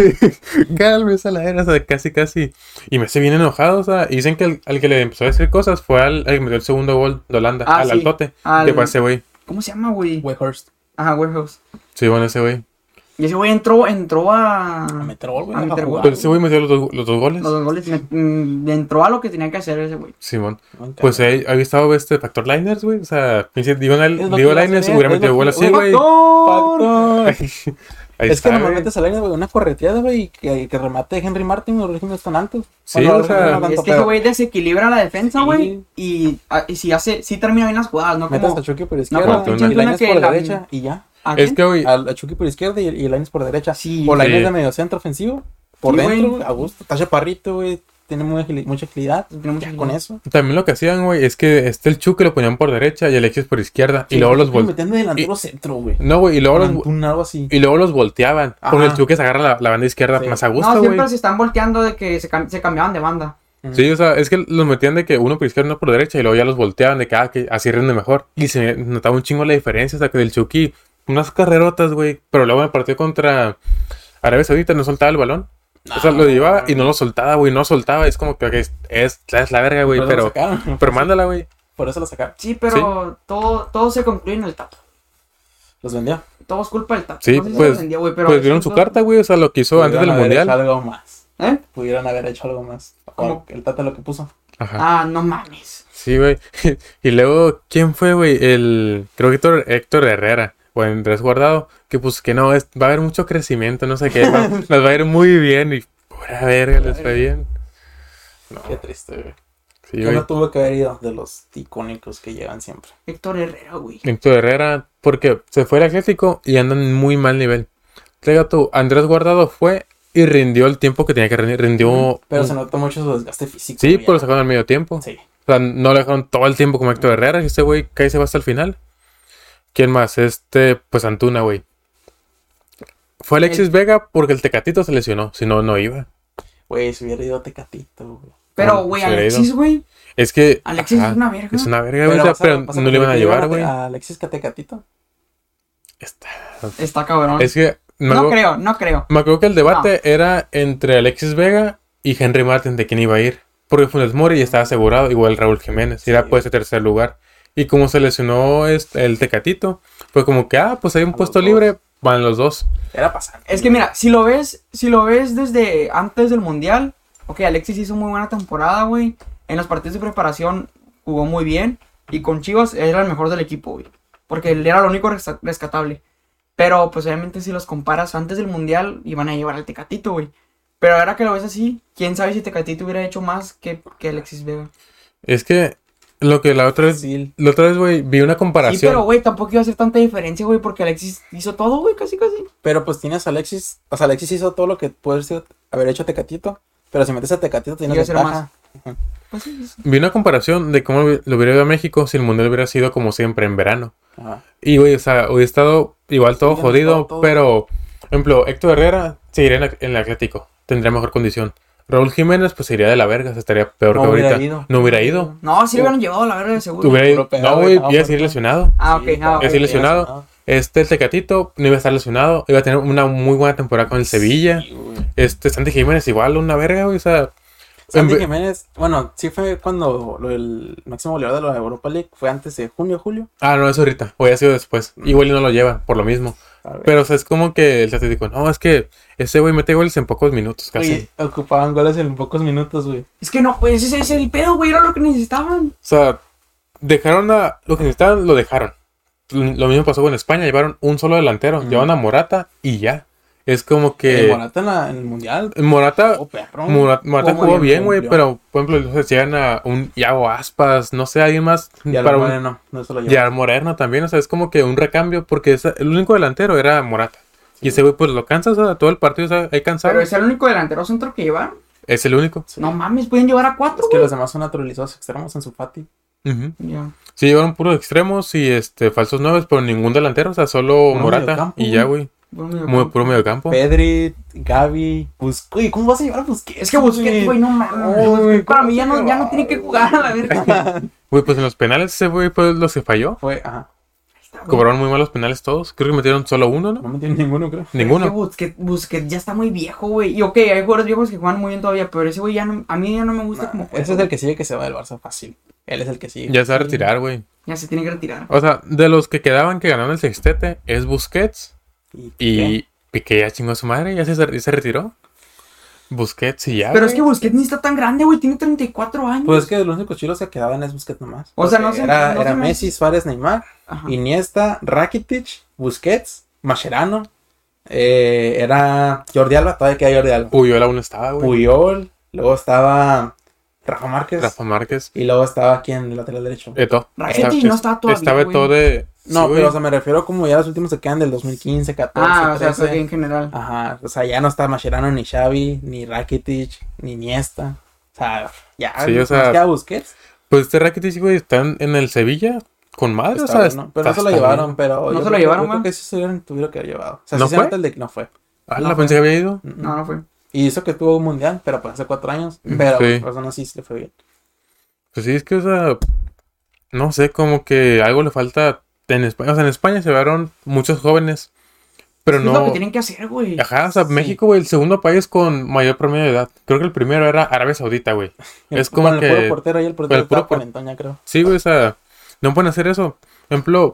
S1: Cálmese a la era, o sea, casi, casi. Y Messi viene enojado, o sea, y dicen que el, al que le empezó a decir cosas fue al, al que metió el segundo gol de Holanda,
S2: Ah,
S1: al
S2: sí.
S1: altote,
S2: Al-
S1: que fue ese güey.
S2: ¿Cómo se llama, güey?
S3: Weghorst.
S2: Ajá, Warehouse.
S1: Sí, bueno, ese güey.
S2: Y ese güey entró, entró a...
S3: A meter gol, güey.
S2: A
S3: a
S2: meter
S3: jugar,
S2: gol.
S1: Pero ese güey metió los dos, los dos goles.
S2: Los dos goles. me- mm, entró a lo que tenía que hacer ese güey.
S1: Simón.
S3: güey.
S1: Pues ahí había estado este Factor Liners, güey. O sea, pinche Diego,
S3: Es lo que
S1: Diego
S3: iba a
S1: Liners
S3: hacer,
S1: hubiera
S3: es
S1: metido
S3: lo
S1: gol
S3: que-
S1: así,
S3: ¡Uy,
S1: güey.
S3: ¡Factor!
S1: Ahí
S3: Es
S1: está,
S3: que
S1: güey.
S3: normalmente sale güey, una correteada, güey, y que, que remate de Henry Martin, los regímenes tan altos.
S1: Sí,
S3: Bueno,
S1: o
S3: los
S1: sea,
S3: regímenes no
S2: Y
S3: tanto,
S2: es que ese
S3: pero
S2: güey desequilibra la defensa,
S3: Sí.
S2: güey. Y, ah, y si hace, sí termina bien las jugadas, ¿no?
S3: metes
S2: Como
S3: a Chucky por
S2: como
S3: izquierda,
S1: pinche
S3: y
S2: Antuna
S3: Lainez
S2: que
S3: por
S2: la-
S3: derecha, y ya.
S2: ¿a
S1: Es
S2: quién?
S1: que, güey,
S3: Al- A Chucky por izquierda y, y Lainez por derecha.
S2: Sí.
S3: O Lainez
S1: Sí.
S3: de medio centro ofensivo, por
S2: Sí,
S3: dentro,
S2: güey.
S3: güey, a gusto. Está chaparrito, güey, tiene muy agili- mucha agilidad.
S2: Tiene mucha
S3: Ya con
S2: agilidad.
S3: eso.
S1: también lo que hacían, güey, es que este el Chuque lo ponían por derecha y Alexis por izquierda. Y luego los
S3: vol...
S1: volteaban.
S3: Metiendo delantero centro, güey.
S1: No, güey, y luego los,
S3: Antuna, algo así.
S1: y luego los volteaban. Porque
S3: Ajá.
S1: el Chuque se agarra la, la banda izquierda
S3: Sí.
S1: más a
S2: No,
S1: gusto, güey.
S2: siempre se están volteando de que se, cam- se cambiaban de banda.
S1: Sí, o sea, es que los metían de que uno por izquierda y uno por derecha y luego ya los volteaban de que, ah, que así rinde mejor. Y se notaba un chingo la diferencia, o sea, que del Chucky, unas carrerotas, güey. Pero luego en el partido contra Arabia Saudita no soltaba el balón. O sea, lo llevaba y no lo soltaba, güey, no soltaba. Es como que es, es, es la verga, güey,
S3: Por eso lo
S1: pero,
S3: sacaron.
S1: pero mándala, güey.
S3: Por eso lo sacaron.
S2: Sí, pero todo, todo se concluye en el tato.
S3: Los vendió.
S2: todo es culpa del Tata.
S1: Sí,
S2: No sé si
S1: pues,
S2: lo entendió, güey, pero
S1: pues
S2: es
S1: vieron su
S2: culpa-
S1: carta, güey, o sea, lo que hizo antes del
S3: Pudieron haber
S1: mundial.
S3: hecho algo más.
S2: ¿Eh?
S3: Pudieron haber hecho algo más.
S2: ¿Cómo?
S3: El Tata lo que puso.
S1: Ajá.
S2: Ah, no mames.
S1: Sí, güey. Y luego, ¿quién fue, güey? El, creo que Héctor, Héctor Herrera, o Andrés Guardado, que pues que no, es, va a haber mucho crecimiento, no sé qué, va- nos va a ir muy bien y pura verga, les fue bien. No,
S3: Qué triste, güey.
S1: sí,
S3: Que
S1: güey.
S3: no tuvo que haber ido de los icónicos que llegan siempre.
S2: Héctor Herrera, güey.
S1: Héctor Herrera, porque se fue el Atlético y andan en muy mal nivel. Traiga tú, Andrés Guardado fue y rindió el tiempo que tenía que rendir, rindió...
S3: Pero
S1: un-
S3: se notó mucho su desgaste físico.
S1: Sí,
S3: güey,
S1: pero lo
S3: ya.
S1: sacaron al medio tiempo.
S3: Sí.
S1: O sea, no le dejaron todo el tiempo como Héctor Herrera, y este güey cae y se va hasta el final. ¿Quién más? Este, pues Antuna, güey. Fue Alexis
S2: El-
S1: Vega porque el Tecatito se lesionó, si no, no iba.
S3: Güey, si hubiera ido a Tecatito, güey.
S2: Pero,
S1: Ah,
S2: güey,
S1: se hubiera ido.
S2: Alexis, güey.
S1: Es que...
S2: Alexis
S1: ajá,
S2: es una verga.
S1: es una verga, güey, o sea,
S3: vas a-
S1: pero
S3: vas a
S1: no le iban a
S3: preferir
S1: llevar,
S3: a-
S1: güey.
S3: A Alexis que a Tecatito.
S1: Está-
S2: Está cabrón.
S1: Es que... Me
S2: No
S1: acuerdo,
S2: creo, no creo.
S1: me acuerdo que el debate era entre Alexis Vega y Henry Martin de quién iba a ir. Porque Funes Mori estaba asegurado, igual Raúl Jiménez, y
S3: Sí,
S1: era
S3: güey.
S1: pues ese tercer lugar. Y como se lesionó este, el Tecatito, fue como que, ah, pues hay un
S3: A los
S1: puesto
S3: dos.
S1: libre, van los dos.
S3: Era pasante.
S2: Es que mira, si lo ves, si lo ves desde antes del mundial, ok, Alexis hizo muy buena temporada, güey. En los partidos de preparación jugó muy bien. Y con Chivas era el mejor del equipo, güey. Porque él era lo único resca- rescatable. Pero pues obviamente si los comparas antes del mundial, iban a llevar al Tecatito, güey. Pero ahora que lo ves así, quién sabe si Tecatito hubiera hecho más que, que Alexis Vega.
S1: Es que lo que la otra vez,
S3: Fácil.
S1: la otra vez, güey, vi una
S2: Sí,
S1: comparación.
S2: pero güey, tampoco iba a hacer tanta diferencia, güey, porque Alexis hizo todo, güey, casi casi.
S3: Pero pues tienes a Alexis. O sea, Alexis hizo todo lo que puede haber hecho Tecatito. Pero si metes a Tecatito tienes
S2: Iba a ser
S3: ventaja.
S2: Pues sí, sí.
S1: Vi una comparación de cómo lo hubiera ido a México si el mundial hubiera sido como siempre en verano.
S3: Ajá.
S1: Y, güey, o sea, hubiera estado igual todo
S3: Sí,
S1: jodido,
S3: todo, todo.
S1: pero, por ejemplo, Héctor Herrera seguiría en, la- en el Atlético, tendría mejor condición. Raúl Jiménez, pues sería de la verga, se estaría peor
S3: No
S1: que
S3: hubiera
S1: ahorita.
S3: ido.
S1: No hubiera ido.
S2: No, sí lo hubieran llevado a la verga de seguro.
S1: Hubiera ido.
S3: puro pedo,
S1: No,
S3: güey,
S1: güey,
S3: estaba
S1: iba a seguir
S3: fuerte.
S1: lesionado.
S2: Ah, ok,
S3: Sí,
S2: ah,
S3: estaba
S2: ok.
S1: Así lesionado. Este, el Tecatito, no iba a estar lesionado, iba a tener una muy buena temporada con el Sevilla.
S3: Sí, güey.
S1: Este, Santi Jiménez, igual, una verga, güey, o sea.
S3: Santi
S1: en ve-
S3: Jiménez, bueno, sí fue cuando lo del máximo goleador de la Europa League fue antes de junio, julio.
S1: Ah, no, eso ahorita, o ha sido después. Igual y no lo llevan, por lo mismo.
S3: A ver.
S1: Pero, o sea, es como que el Atlético, no, es que ese güey mete goles en pocos minutos, casi.
S3: Oye, ocupaban goles en pocos minutos, güey.
S2: Es que no, pues ese es el pedo, güey, era lo que necesitaban.
S1: O sea, dejaron a. Lo que necesitaban, lo dejaron. Lo mismo pasó con España, llevaron un solo delantero,
S3: Ujú.
S1: llevaron a Morata y ya. Es como
S3: Que
S1: que.
S3: Morata en, la- en el mundial.
S1: Morata.
S3: Oh, perro.
S1: Mora- Morata
S2: Jugó muy
S1: jugó
S2: bien,
S1: bien, güey,
S3: cumplió.
S1: pero por ejemplo, entonces llegan a un Iago Aspas, no sé, alguien más
S3: Y al
S1: para un
S3: Moreno, no se lo llevó.
S1: ya Moreno también, o sea, es como que un recambio porque esa- el único delantero era Morata. Y ese güey pues lo cansas, o sea, todo el partido, o sea, ahí cansado.
S2: Pero es el único delantero centro que llevaron.
S1: Es el único.
S3: Sí.
S2: No mames, pueden llevar a cuatro,
S3: Es que
S2: güey.
S3: los demás son naturalizados extremos en su Fati.
S1: Ujú.
S2: Ya.
S1: Sí, llevaron puros extremos y este falsos nueve, pero ningún delantero, o sea, solo
S3: Puro
S1: Morata
S3: mediocampo,
S1: y ya, güey.
S2: Bueno, mira,
S1: Muy
S2: como-
S1: puro medio campo.
S3: Pedri, Gaby, Busquets. Oye, ¿cómo vas a llevar a Busquets?
S2: Es que Busquets, güey, no mames.
S3: Uy,
S2: Busquets para
S3: ¿cómo
S2: mí ya
S3: se
S2: no, ya no
S3: va?
S2: tiene que jugar a la verga.
S1: Güey, pues en los penales ese güey fue los que falló.
S3: Fue, ajá.
S1: Cobraron muy malos penales todos. Creo que metieron solo uno,
S3: No
S1: ¿no?
S3: me tiene ninguno, creo.
S2: Es que
S1: Ninguno.
S2: Busquets, Busquets ya está muy viejo, güey. Y ok, hay jugadores viejos que juegan muy bien todavía, pero ese güey ya no, a mí ya no me gusta
S3: Nah,
S2: como juega.
S3: ese es el que sigue que se va del Barça fácil. Él es el que sigue.
S1: Ya se va a retirar, güey.
S2: Ya se tiene que retirar.
S1: O sea, de los que quedaban que ganaron el sextete es Busquets
S3: ¿Y,
S1: y
S3: qué?
S1: Piqué ya chingó a su madre, ya se, ya se retiró. Busquets y ya.
S2: Pero es
S1: güey.
S2: que Busquets ni está tan grande, güey. Tiene treinta y cuatro años.
S3: Pues es que los únicos chilos que quedaban es Busquets nomás.
S2: O sea,
S3: Porque
S2: no se-
S3: Era,
S2: no
S3: era
S2: se me-
S3: Messi, Suárez, Neymar,
S2: Ajá.
S3: Iniesta, Rakitic, Busquets, Mascherano. Eh, era Jordi Alba, todavía queda Jordi Alba.
S1: Puyol aún estaba, güey.
S3: Puyol, luego estaba Rafa Márquez.
S1: Rafa Márquez.
S3: Y luego estaba aquí en el lateral derecho.
S1: Eto.
S2: Rakitic no estaba todavía,
S1: Estaba
S2: güey.
S1: todo de.
S3: No,
S1: sí, güey.
S3: pero o sea, me refiero como ya los últimos que quedan del dos mil quince, catorce,
S2: Ah, o sea,
S3: trece.
S2: fue en general.
S3: Ajá, o sea, ya no está Mascherano, ni Xavi, ni Rakitic, ni Iniesta. O sea, ya,
S1: Sí, o
S3: nomás
S1: sea,
S3: queda Busquets.
S1: Pues este Rakitic, güey, están en el Sevilla con madre,
S3: Está
S1: o sea.
S3: bueno, pero no
S1: está-
S3: se lo
S1: está
S3: llevaron,
S1: bien.
S3: pero...
S2: ¿No
S3: yo
S2: se
S3: creo
S2: lo
S3: que-
S2: llevaron,
S3: Yo creo
S2: güey?
S3: que sí se hubieran- tuvieron que haber llevado. O sea,
S1: ¿No
S3: sí se
S1: fue?
S3: nota el de que no fue.
S1: Ah,
S2: No
S1: la
S2: fue.
S1: pensé que había ido.
S2: No, no fue.
S3: Y hizo que tuvo un mundial, pero pues hace cuatro años. Pero
S1: Sí.
S3: pues aún así sí le fue bien.
S1: Pues sí, es que, o sea, no sé, como que algo le falta en España. O sea, en España se llevaron muchos jóvenes, pero
S2: Es lo que
S1: no.
S2: tienen que hacer, güey.
S1: Ajá, o sea,
S3: Sí.
S1: México, güey, el segundo país con mayor promedio de edad. Creo que el primero era Arabia Saudita, güey. Es como
S3: Con
S1: que-
S3: el puro portero ahí, el portero
S1: el puro
S3: estaba
S1: por-
S3: cuarentón ya, creo.
S1: Sí, güey, o sea, no pueden hacer eso. Por ejemplo,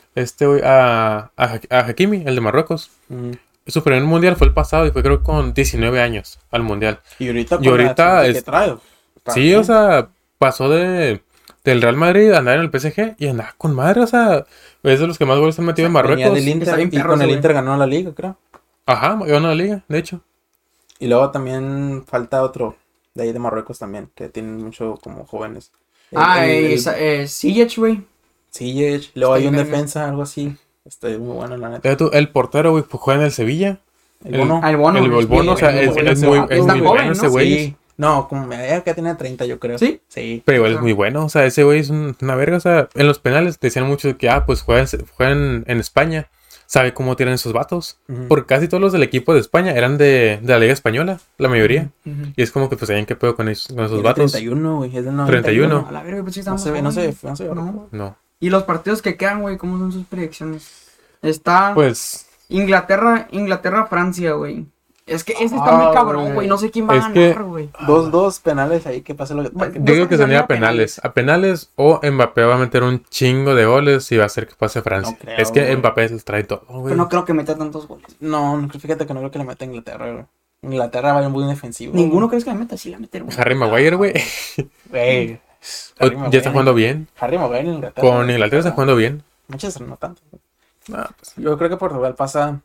S1: Este, güey, a, a, a Hakimi, el de Marruecos.
S3: Mm.
S1: Su primer mundial fue el pasado y fue creo con diecinueve años al mundial.
S3: Y ahorita,
S1: Y ahorita es-
S3: que trae.
S1: Sí, o sea, pasó de del Real Madrid a andar en el P S G y andaba con madre, o sea, es de los que más goles han metido en
S3: Venía
S1: Marruecos.
S3: del Inter
S2: Está bien
S3: y
S2: perro
S3: con
S2: ese
S3: el
S2: güey.
S3: Inter ganó la liga, creo.
S1: Ajá, ganó la liga, de hecho.
S3: Y luego también falta otro de ahí de Marruecos también, que tienen mucho como jóvenes. El-
S2: Ah,
S3: el-
S2: eh,
S3: el-
S2: esa- eh, Ziyech, güey.
S3: Ziyech, luego
S2: Está
S3: hay
S2: bien
S3: un
S2: verga.
S3: defensa, algo así. Está muy bueno, la neta.
S1: Deja tú, el portero, güey, pues juega en el Sevilla.
S3: El
S1: el-
S3: bono.
S2: Ah, el Bono.
S1: el, el
S2: es
S1: Bono,
S2: bien
S1: o sea,
S2: bueno,
S1: es,
S2: güey.
S1: es muy, es
S2: Está
S1: muy
S2: joven,
S1: bueno
S2: ¿no?
S1: ese güey.
S3: Sí. No, como me diga que tiene treinta, yo creo.
S2: ¿Sí?
S3: Sí.
S1: Pero igual es muy bueno, o sea, ese güey es un- una verga, o sea, en los penales decían mucho que, ah, pues juegan, juegan en España, sabe cómo tiran esos vatos,
S3: Ujú.
S1: porque casi todos los del equipo de España eran de, de la Liga Española, la mayoría,
S2: Ujú.
S1: y es como que pues saben qué pedo con, esos, con esos
S3: Tiene
S1: vatos.
S3: treinta y uno, güey. Es del noventa.
S1: treinta y uno.
S2: A la verga, pues sí
S3: No
S2: estamos
S3: se ve, no se ve,
S2: jóvenes.
S3: no se ve.
S2: No.
S1: No,
S2: Y los partidos que quedan, güey, ¿cómo son sus predicciones? Está
S1: pues
S2: Inglaterra, Inglaterra, Francia, güey. Es que ese está
S3: Ah,
S2: muy cabrón,
S3: güey.
S2: güey. No sé quién va
S1: Es
S2: a
S1: que-
S2: ganar, güey.
S3: Dos, dos penales ahí, que pase lo que
S2: Bueno,
S3: que-
S1: yo
S2: Yo
S1: digo
S2: creo
S1: que
S2: que
S1: sería
S2: sería
S1: a penales, a penales o Mbappé va a meter un chingo de goles y va a hacer que pase Francia.
S3: No creo,
S1: es que
S3: güey.
S1: Mbappé les trae todo, güey.
S2: Pero no creo que meta tantos goles.
S3: No, no, fíjate que no creo que le meta a Inglaterra, güey. Inglaterra va muy defensivo.
S2: ¿Ninguno
S3: güey.
S2: crees que la meta? Sí la meter, güey.
S1: Harry Maguire, güey,
S3: Güey.
S1: o-
S3: Harry
S1: ya
S3: Maguire,
S1: está jugando bien.
S3: Harry Maguire en Inglaterra.
S1: Con Inglaterra está jugando bien.
S3: Manchester no tanto.
S1: Ah, pues,
S3: Yo creo que Portugal pasa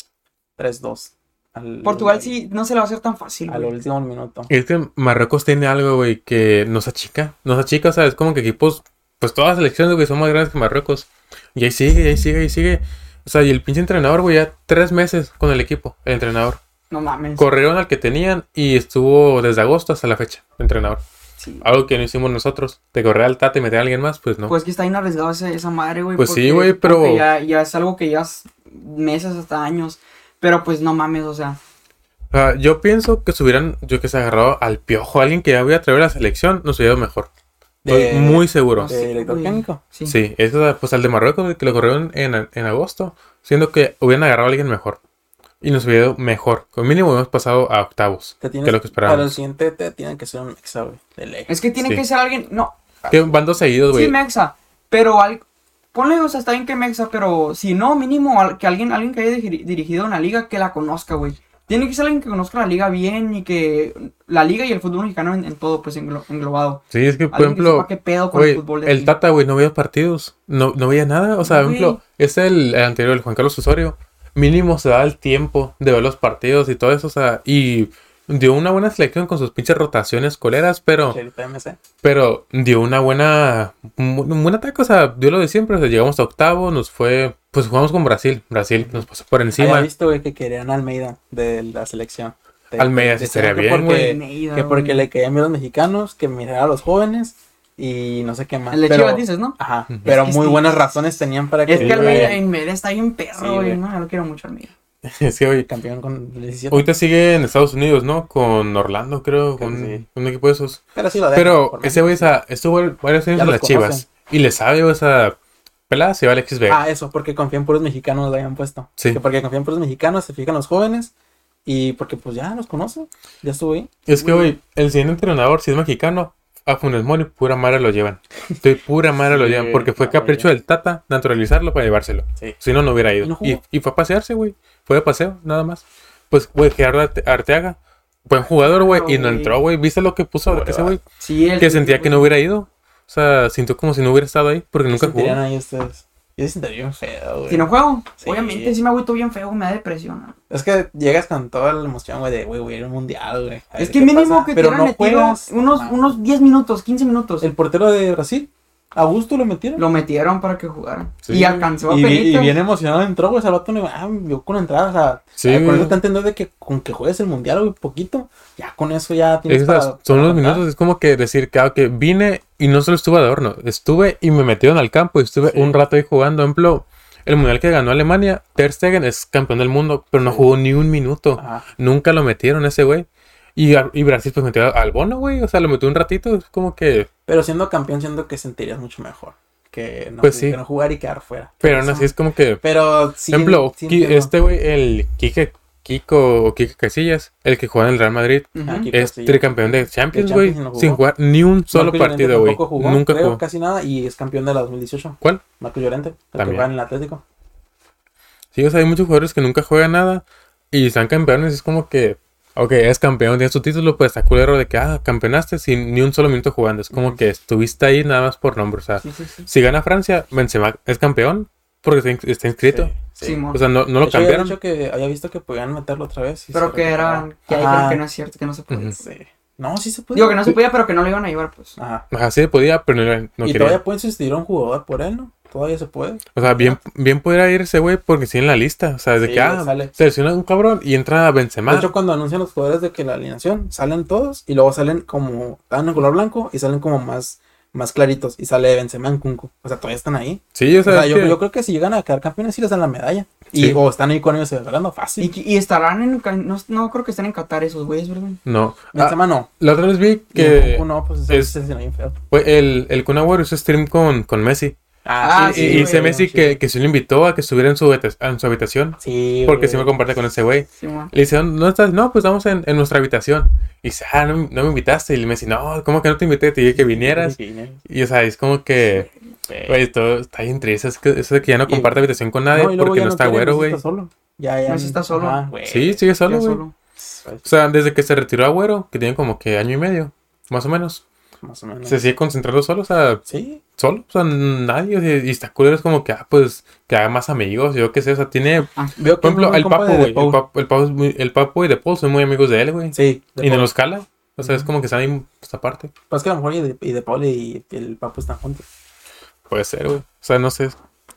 S3: tres dos. Al,
S2: Portugal sí no se le va a hacer tan fácil,
S3: Al
S2: güey.
S3: último minuto.
S1: Y es que Marruecos tiene algo, güey, que nos achica. Nos achica, o sea, es como que equipos, pues todas las selecciones, güey, son más grandes que Marruecos. Y ahí sigue, y ahí sigue, y ahí sigue. O sea, y el pinche entrenador, güey, ya tres meses con el equipo, el entrenador.
S2: No mames.
S1: Corrieron al que tenían y estuvo desde agosto hasta la fecha, el entrenador.
S2: Sí.
S1: Algo que no hicimos nosotros. De correr al Tata y meter a alguien más, pues no.
S2: Pues que está bien arriesgado ese- esa madre, güey.
S1: Pues sí,
S2: porque-
S1: güey, pero-
S2: porque Ya, ya es algo que ya es meses hasta años. Pero pues no mames, o sea.
S1: O sea, yo pienso que si hubieran, yo que se agarrado al Piojo, alguien que ya hubiera traído a la selección, nos hubiera ido mejor. Estoy
S3: De-
S1: muy seguro.
S2: no
S3: ¿De
S2: sé,
S3: director
S2: güey.
S3: técnico?
S2: Sí.
S1: Sí, es o sea, pues al de Marruecos, güey, que lo corrieron en, en agosto, siendo que hubieran agarrado a alguien mejor. Y nos hubiera ido mejor. Con mínimo hemos pasado a octavos,
S3: Te
S1: que
S3: tienes,
S1: es lo que
S3: para el
S1: esperábamos.
S3: siguiente te tienen que ser un exa, güey. De ley.
S2: Es que tiene
S1: Sí.
S2: que ser alguien. No,
S1: Que van dos seguidos, güey.
S2: sí, Mexa. Pero al, ponle, o sea, está bien que Mexa, pero si no, mínimo al- que alguien, alguien que haya diri- dirigido una liga que la conozca, güey. Tiene que ser alguien que conozca la liga bien y que la liga y el fútbol mexicano en, en todo, pues englo- englobado.
S1: Sí, es que, por
S2: Alguien que
S1: ejemplo,
S2: sepa qué pedo con el
S1: güey,
S2: fútbol de
S1: el
S2: aquí.
S1: Tata, güey, no veía partidos. No, no veía nada. O sea, por
S2: Güey.
S1: ejemplo, es el, el anterior, el Juan Carlos Osorio. Mínimo se daba el tiempo de ver los partidos y todo eso, o sea, y dio una buena selección con sus pinches rotaciones coleras, pero,
S3: Ahorita M C.
S1: pero dio una buena, un, un buen ataque, o sea, dio lo de siempre, o sea, llegamos a octavo, nos fue, pues jugamos con Brasil, Brasil nos pasó por
S3: Había
S1: encima,
S3: visto, güey, que querían a Almeida de la selección. De-
S1: Almeida sí
S3: decían
S1: estaría
S3: que
S1: bien,
S3: porque-
S2: Almeida,
S3: Que porque
S2: güey.
S3: le caían bien los mexicanos, que mirara a los jóvenes y no sé qué más.
S2: El de
S3: pero,
S2: Chivas dices, ¿no?
S3: Ajá,
S1: Ujú.
S3: pero
S2: Es que
S3: muy
S2: sí.
S3: buenas razones tenían para que
S2: Es
S1: Sí,
S2: que Almeida,
S1: güey.
S2: Almeida está bien perro,
S3: Sí,
S2: güey.
S3: güey.
S2: No, yo lo quiero mucho, Almeida.
S1: es que, güey,
S3: campeón con diecisiete.
S1: ahorita sigue en Estados Unidos, ¿no? Con Orlando, creo,
S3: Creo
S1: con
S3: que sí.
S1: un equipo de esos.
S3: Pero sí lo dejan,
S1: Pero
S3: por
S1: ese
S3: menos.
S1: güey, o sea, estuvo varios años
S3: Ya
S1: en
S3: los
S1: las Chivas.
S3: conocen.
S1: Y le sabe, o sea, pelada se va Alexis Vega.
S3: Ah, eso, porque confían puros mexicanos lo habían puesto.
S1: Sí.
S3: Que porque confían puros mexicanos, se fijan los jóvenes y porque pues ya los conocen. Ya estuvo ahí.
S1: Es que, güey, el siguiente entrenador, si es mexicano, a Funes Mori, pura madre lo llevan. De pura madre lo
S3: Sí,
S1: llevan. Porque fue
S3: la
S1: capricho
S3: mayoría.
S1: del Tata naturalizarlo para llevárselo.
S3: Sí.
S1: Si no, no hubiera
S3: Y
S1: ido.
S3: no jugó.
S1: Y, y fue a pasearse, güey. Fue de paseo, nada más. Pues, güey, Gerardo Arte- Arteaga, buen jugador, güey. Y no
S2: Güey.
S1: entró, güey. ¿Viste lo que puso
S3: Pobre
S1: ese güey?
S2: Sí, el
S1: Que sentía que no hubiera ido. O sea, sintió como si no hubiera estado ahí. Porque nunca
S3: ¿Qué
S1: jugó.
S3: sentirían ahí ustedes? Yo se sentiría bien feo, güey.
S2: Si no juego,
S3: Sí.
S2: obviamente sí me agüito bien feo, me da depresión. ¿no?
S3: Es que llegas con toda la emoción, güey, de, güey, voy a ir a un mundial, güey. a ver
S2: Es que
S3: qué
S2: mínimo
S3: pasa.
S2: que te
S3: Pero
S2: hubieran
S3: no
S2: metido
S3: juegas.
S2: unos,
S3: No.
S2: unos diez minutos, quince minutos.
S3: El portero de Brasil, a gusto lo metieron.
S2: Lo metieron para que jugara.
S1: Sí.
S2: Y alcanzó a
S3: Y, vi- y
S2: penitas.
S3: bien emocionado entró, güey, ese vato, no, ah, yo con entrada, o sea,
S1: Sí,
S3: eh, por
S1: güey.
S3: eso te entiendo de que con que juegues el mundial, güey, poquito, ya con eso ya tienes
S1: Esas
S3: para-
S1: son
S3: para
S1: los
S3: contar.
S1: minutos, es como que decir que, ah, que vine y no solo estuve de adorno, estuve y me metieron al campo y estuve
S3: Sí.
S1: un rato ahí jugando. Por ejemplo, el mundial que ganó Alemania, Ter Stegen es campeón del mundo, pero no
S3: Sí.
S1: jugó ni un minuto.
S3: Ajá.
S1: Nunca lo metieron ese güey. Y, a- y Brasil pues metió al Bono, güey, o sea, lo metió un ratito, es como que...
S3: Pero siendo campeón, siento que sentirías mucho mejor que no,
S1: Pues
S3: ju-
S1: sí.
S3: que no jugar y quedar fuera.
S1: Pero aún así es como que...
S3: Pero sí.
S1: Por ejemplo,
S3: sí
S1: Ki-
S3: entiendo.
S1: este güey, el Quique Kiko o Kike Casillas, el que juega en el Real Madrid,
S2: Ujú.
S3: Ah, Kiko
S1: es
S3: Casillas.
S1: tricampeón de Champions,
S3: De
S1: güey,
S3: Champions y no jugó.
S1: sin jugar ni un solo
S3: Marco Llorente
S1: partido, güey.
S3: tampoco jugó,
S1: Nunca
S3: creo,
S1: jugó.
S3: casi nada, y es campeón de la dos mil dieciocho.
S1: ¿Cuál?
S3: Marco Llorente, el que
S1: También.
S3: juega en el Atlético.
S1: Sí, o sea, hay muchos jugadores que nunca juegan nada y están campeones. Es como que, ok, es campeón, tienes tu título, pues está culero de que, ah, campeonaste sin ni un solo minuto jugando. Es como
S3: Ujú.
S1: que estuviste ahí nada más por nombre. O sea,
S2: Sí, sí, sí.
S1: si gana Francia, Benzema es campeón porque está, in- está inscrito.
S3: Sí, sí.
S2: Simón.
S1: O sea, no, no
S3: De
S1: lo
S3: hecho, había
S1: cambiaron.
S3: dicho que había visto que podían meterlo otra vez. y
S2: Pero
S3: se
S2: que
S3: recuperaba.
S2: eran, que ahí
S3: Ajá.
S2: creo que no es cierto, que no se puede.
S1: Ujú.
S3: Sí. No, sí se puede.
S2: Digo que no se podía, pero que no lo iban a llevar, pues.
S3: Ajá.
S1: Ajá, sí podía, pero no, no
S3: y
S1: quería.
S3: todavía pueden sustituir a un jugador por él, ¿no? Todavía se puede.
S1: O sea, bien, bien pudiera ir ese güey porque sí en la lista. O sea, de
S3: Sí,
S1: que, ah,
S3: sale.
S1: selecciona un cabrón y entra Benzema.
S3: De hecho, cuando anuncian los jugadores de que la alineación, salen todos y luego salen como, están en color blanco y salen como más, más claritos. Y sale Benzema en Kunku. O sea, todavía están ahí.
S1: Sí, o
S3: O
S1: sea,
S3: sea,
S1: es
S3: yo,
S1: que-
S3: yo creo que si llegan a quedar campeones, sí les dan la medalla. Y,
S1: Sí.
S3: o están ahí con ellos celebrando fácil.
S2: Y, y estarán en. Ca- No, no creo que estén en Qatar esos güeyes, ¿verdad?
S1: no. Ah,
S3: Benzema no.
S1: la otra vez vi
S3: Y
S1: que
S3: Kunku no, pues eso
S1: es-
S3: se lesionó bien feo.
S1: fue el, el Kun Agüero hizo stream con, con Messi.
S2: Ah,
S1: y
S2: sí,
S1: y
S2: güey,
S1: dice Messi
S3: sí.
S1: que, que sí lo invitó a que estuviera en su, habita- en su habitación.
S3: Sí,
S1: Porque
S3: güey.
S1: sí me comparte con ese güey.
S2: Simón.
S1: Le dice, ¿dónde estás? No, pues estamos en, en nuestra habitación. Y dice, ah, no, no me invitaste. Y le dice, no, ¿cómo que no te invité? Te dije que vinieras.
S3: Sí, vinieras.
S1: Y o sea, es como que, güey, todo está bien triste. Es que, eso de que ya no
S3: Y-
S1: comparte habitación con nadie
S3: No, y luego
S1: porque
S3: ya
S1: no está
S3: quiere,
S1: Agüero,
S3: Messi
S1: güey.
S3: está solo. Ya, ya.
S2: Messi está solo.
S3: Ajá, güey.
S1: Sí, sigue solo,
S2: Ya
S1: güey.
S2: solo.
S1: O sea, desde que se retiró Agüero, que tiene como que año y medio, más o menos,
S3: Más o menos.
S1: se sigue concentrando solo, o sea,
S3: Sí.
S1: solo, o sea, nadie. O sea, y está culero, es como que, ah, pues, que haga más amigos, yo qué sé, o sea, tiene.
S3: Veo que
S1: Por ejemplo,
S3: es muy
S1: el
S3: compa
S1: Papu,
S3: de
S1: güey. El,
S3: Paul.
S1: Papu- el, Papu es muy- el Papu y De Paul son muy amigos de él, güey.
S3: Sí.
S1: Y no
S3: Paul.
S1: los cala. O sea, es
S3: Ujú.
S1: como que están ahí, pues, aparte.
S3: Pues que a lo mejor y de, y de Paul y el Papu están juntos.
S1: Puede ser, güey. O sea, no sé.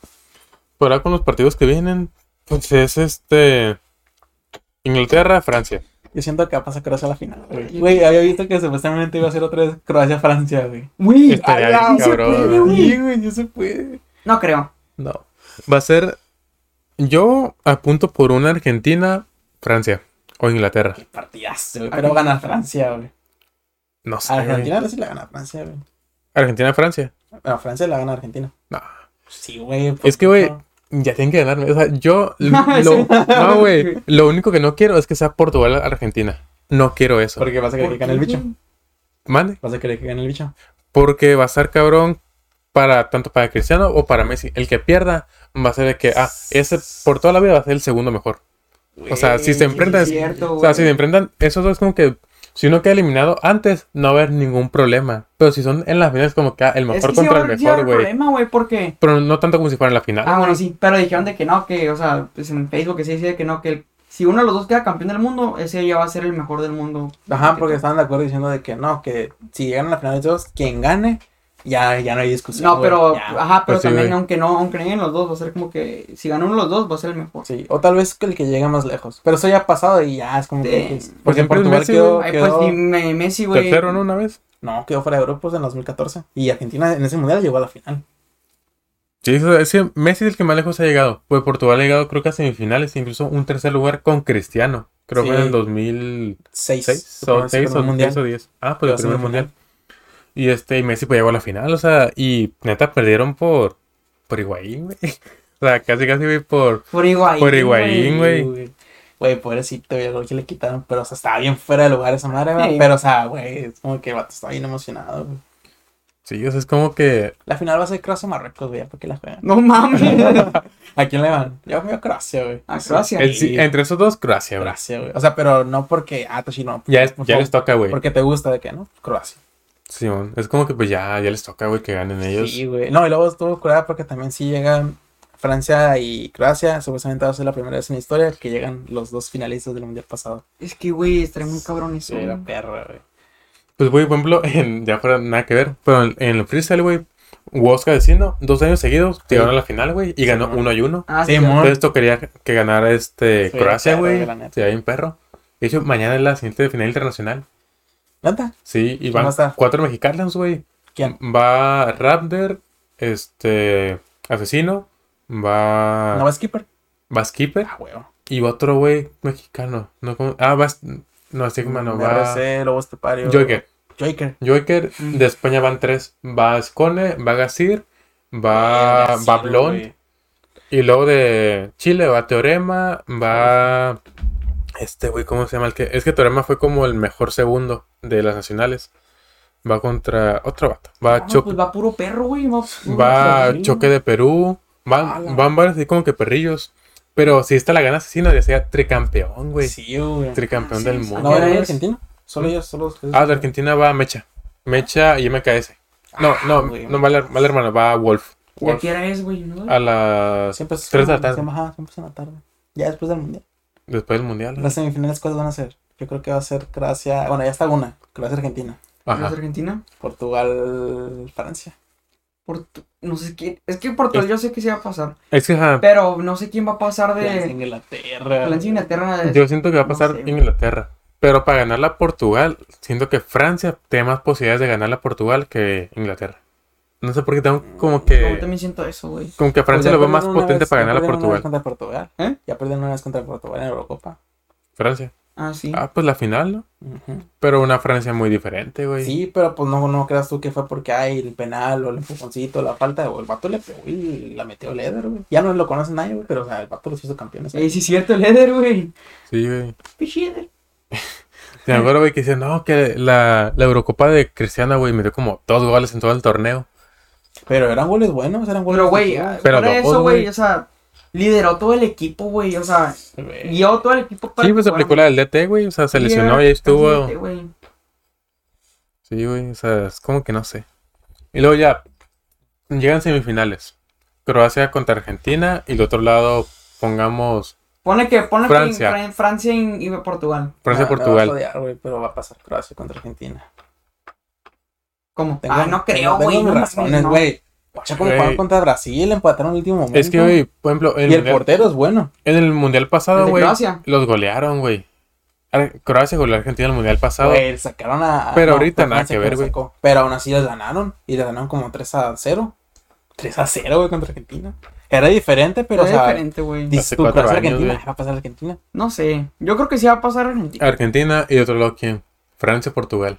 S1: Pero ahora con los partidos que vienen, pues es este. Inglaterra, Francia.
S3: Yo siento que va a pasar Croacia a la final, güey. Güey, había visto que supuestamente iba a ser otra vez Croacia-Francia, güey.
S2: Güey,
S1: Estaría
S2: ala,
S1: bien
S2: sí se
S1: cabrón,
S2: puede,
S1: güey.
S3: Sí, güey, no se puede.
S2: No creo.
S1: No. Va a ser. Yo apunto por una Argentina, Francia o Inglaterra.
S3: Qué partidazo, güey. Pero gana Francia, güey.
S1: No sé.
S3: A
S1: güey.
S3: Argentina no sí la gana Francia, güey.
S1: Argentina, Francia.
S3: Bueno, Francia la gana Argentina.
S1: No.
S3: Sí, güey.
S1: Es que, güey,
S3: no.
S1: ya tienen que ganarme. O sea, yo.
S2: Sí.
S1: lo, no, güey. Lo único que no quiero es que sea Portugal-Argentina. No quiero eso.
S3: Porque vas a querer que gane el bicho.
S1: Mande.
S3: Vas a querer que gane el bicho.
S1: Porque va a estar cabrón para tanto para Cristiano o para Messi. El que pierda va a ser de que, ah, ese por toda la vida va a ser el segundo mejor. O sea, si se
S2: Güey,
S1: enfrentan,
S2: sí es cierto,
S1: o sea,
S2: güey.
S1: si se enfrentan, esos dos como que si uno queda eliminado antes, no va a haber ningún problema. Pero si son en la final es como que ah, el
S2: Es
S1: mejor
S2: que sí va
S1: contra
S2: a
S1: el
S2: haber- sí va a
S1: mejor,
S2: haber
S1: güey.
S2: problema, güey, porque...
S1: Pero no tanto como si fuera en la final.
S2: Ah, bueno, sí, pero dijeron de que no, que, o sea, pues en Facebook que sí decía que no, que el- si uno de los dos queda campeón del mundo, ese ya va a ser el mejor del mundo.
S3: Ajá, porque estaban de acuerdo diciendo de que no, que si llegan a la final de todos, quien gane, ya, ya no hay discusión.
S2: No,
S3: güey,
S2: pero,
S3: ya.
S2: ajá, pero
S1: Pues sí,
S2: también
S1: güey.
S2: aunque no, aunque no lleguen los dos, va a ser como que, si gana uno de los dos, va a ser el mejor.
S3: Sí, o tal vez que el que llegue más lejos. Pero eso ya ha pasado y ya es como que.
S2: Sí.
S3: pues,
S1: Pues
S3: porque
S1: siempre es
S3: Portugal
S1: Messi,
S3: quedó.
S2: Ay,
S3: quedó-
S2: pues ni Me- Messi, güey.
S1: Tercero, ¿no? Una vez.
S3: No, quedó fuera de grupos en dos mil catorce. Y Argentina en ese mundial llegó a la final.
S1: Sí, eso- es que Messi es el que más lejos ha llegado. Pues Portugal ha llegado creo que a semifinales, incluso un tercer lugar con Cristiano. Creo que
S3: Sí.
S1: fue en el dos mil
S3: Seis.
S1: seis
S3: Su primer-
S1: o
S3: su
S1: seis
S3: primer
S1: o
S3: mundial.
S1: seis o diez. Ah, pues el
S3: Quedó
S1: primer
S3: semifinal.
S1: mundial. Y este, y Messi pues llegó a la final, o sea, y neta perdieron por por Higuaín, güey. O sea, casi casi güey, por
S2: Por Higuaín.
S1: Por Higuaín.
S2: güey.
S1: güey.
S3: Güey, pobrecito, güey, lo que le quitaron. Pero, o sea, estaba bien fuera de lugar esa madre, güey.
S2: Sí.
S3: Pero, o sea, güey, es como que el vato está bien emocionado, güey.
S1: Sí, o sea, es como que
S3: La final va a ser Croacia-Marruecos, güey, ¿por qué la juegan?
S2: No mames.
S3: ¿A quién le van? Yo voy a Croacia, güey.
S2: A Croacia.
S1: el- sí, entre esos dos Croacia, güey.
S3: Croacia, güey. O sea, pero no porque, ah, Toshi, no.
S1: Ya, es-
S3: por
S1: ya
S3: favor,
S1: les toca, güey.
S3: Porque te gusta de qué, ¿no? Croacia.
S1: Simón, es como que pues ya, ya les toca, güey, que ganen ellos.
S3: Sí, güey. No, y luego estuvo curada porque también sí llegan Francia y Croacia. Supuestamente va a ser la primera vez en la historia que llegan los dos finalistas del mundial pasado.
S2: Es que, güey, estaría muy cabrón eso.
S3: Sí, la
S2: güey.
S3: perra, güey.
S1: Pues, güey, por ejemplo, en, ya fuera nada que ver, pero en, en el freestyle, güey, Huosca vecino, dos años seguidos, llegaron a la final, güey, y
S3: Sí,
S1: ganó
S3: mon.
S1: uno y uno.
S2: Ah,
S3: Sí,
S2: sí,
S3: mon.
S1: Entonces esto quería que ganara este
S3: Sí,
S1: Croacia,
S3: perro,
S1: güey.
S3: güey, la neta.
S1: Sí, hay un perro. De hecho, mañana es la siguiente final internacional.
S3: ¿Neta?
S1: Sí, y
S3: ¿Quién
S1: van
S3: va a estar?
S1: cuatro mexicanos, güey.
S3: ¿Quién?
S1: Va Raptor, este, Asesino, va,
S3: ¿No va Skipper?
S1: va Skipper,
S3: Ah, huevo.
S1: y va otro güey mexicano. No, ¿cómo? Ah, va, no, Sigma no, va
S3: R C, Lobo Estepario.
S1: Joker.
S3: Joker.
S1: Joker,
S2: Mm.
S1: de España van tres. Va Scone, va Gasir, va,
S3: Verga,
S1: va
S3: sí,
S1: Blond.
S3: güey.
S1: Y luego de Chile va Teorema, va Este, güey, ¿cómo se llama el que? Es que Torema fue como el mejor segundo de las nacionales. Va contra otro vato. Va
S2: No,
S1: choque.
S2: pues va puro perro, güey. Va, puro
S1: Va
S2: perrillo.
S1: choque de Perú. Van,
S3: Ala.
S1: van varios así como que perrillos. Pero si esta la gana Asesino, ya sea tricampeón, güey.
S3: Sí, güey.
S1: Tricampeón
S2: Ah,
S1: del
S2: sí,
S1: mundo.
S3: ¿No
S2: ¿A qué
S3: era
S2: hora
S3: de
S2: es?
S3: Argentina? Solo ellos, solo los
S1: Ah, de Argentina va Mecha. Mecha y M K S. No,
S3: Ah,
S1: no,
S3: güey.
S1: no, mal, mal hermano, va Wolf.
S2: ¿Y a qué hora es, güey? ¿No?
S1: A las
S3: Siempre es
S1: tres de la tarde.
S3: Ajá, siempre es en la tarde. Ya después del mundial.
S1: Después del mundial. ¿no?
S3: Las semifinales, ¿cuáles van a ser? Yo creo que va a ser Croacia. Bueno, ya está una. Croacia-Argentina.
S2: ¿Es
S1: Ajá.
S2: Argentina?
S3: Portugal-Francia.
S2: Portu- No sé quién. Es que Portugal yo sé que sí va a pasar.
S1: Es que ajá,
S2: Pero no sé quién va a pasar de.
S3: Inglaterra.
S2: Francia e Inglaterra. es-
S1: yo siento que va a
S2: no
S1: pasar
S2: sé, güey.
S1: Inglaterra. Pero para ganarla a Portugal, siento que Francia tiene más posibilidades de ganarla a Portugal que Inglaterra. No sé por qué tengo como
S2: Yo
S1: que.
S2: también siento eso, güey.
S1: Como que a Francia lo veo más potente para ganar a Portugal.
S3: Contra Portugal.
S2: ¿Eh?
S3: Ya perdieron una vez contra Portugal en Eurocopa.
S1: Francia.
S2: Ah, sí.
S1: Ah, pues la final, ¿no?
S3: Ujú.
S1: Pero una Francia muy diferente, güey.
S3: Sí, pero pues no, no creas tú que fue porque hay el penal o el empujoncito, la falta, o el vato le pegó y la metió Leder, güey. Ya no lo conocen nadie, güey, pero o sea, el vato los hizo campeones.
S2: Eh, sí, es cierto, el Eder, güey.
S1: Sí, güey.
S2: Pinche Eder.
S1: Sí, me acuerdo, güey, que decían, no, que la, la Eurocopa de Cristiana, güey, metió como dos goles en todo el torneo.
S3: Pero eran goles buenos, eran goles
S2: Pero, güey,
S3: efectivos.
S1: Pero
S2: por
S1: dos,
S2: eso, güey,
S1: güey.
S2: o sea, lideró todo el equipo, güey. O sea,
S3: Güey.
S2: guió todo el equipo para.
S1: Sí, pues
S2: que
S1: aplicó la del D T, güey. O sea, se lesionó y ahí estuvo.
S2: Presidente, güey.
S1: Sí, güey, o sea, es como que no sé. Y luego ya llegan semifinales. Croacia contra Argentina y del otro lado pongamos
S2: Ponle que, ponle
S1: Francia.
S2: que en Fran- Francia y, y Portugal.
S3: Ah,
S1: Francia-Portugal.
S3: me vas a odiar, güey, pero va a pasar Croacia contra Argentina.
S2: ¿Cómo?
S3: Tengo-
S2: ah, no creo,
S3: tengo
S2: güey.
S3: mis
S2: No mames,
S3: razones,
S2: no.
S3: güey. Guacha, como
S1: Güey.
S3: jugaron contra Brasil, empataron en el último momento.
S1: Es que, güey, por ejemplo, en
S3: Y
S1: el,
S3: el
S1: mundial,
S3: portero es bueno.
S1: en el mundial
S2: ¿El
S1: pasado,
S2: de
S1: güey,
S2: Croacia?
S1: los golearon, güey. Ar- Croacia goleó a Argentina en el mundial pasado.
S3: Güey, sacaron a. a-
S1: Pero ahorita
S3: fue
S1: nada
S3: Francia
S1: que ver,
S3: lo
S1: güey.
S3: sacó. Pero aún así les ganaron. Y les ganaron como tres a cero. tres a cero, güey, contra Argentina. Era diferente, pero,
S2: Es
S3: o sea.
S2: diferente, güey.
S3: Dices
S1: Hace
S3: tú,
S1: cuatro
S3: Croacia,
S1: años,
S3: Argentina.
S1: güey.
S3: Va a pasar Argentina.
S2: No sé. Yo creo que sí va a pasar Argentina.
S1: Argentina y de otro lado, ¿quién? Francia-Portugal.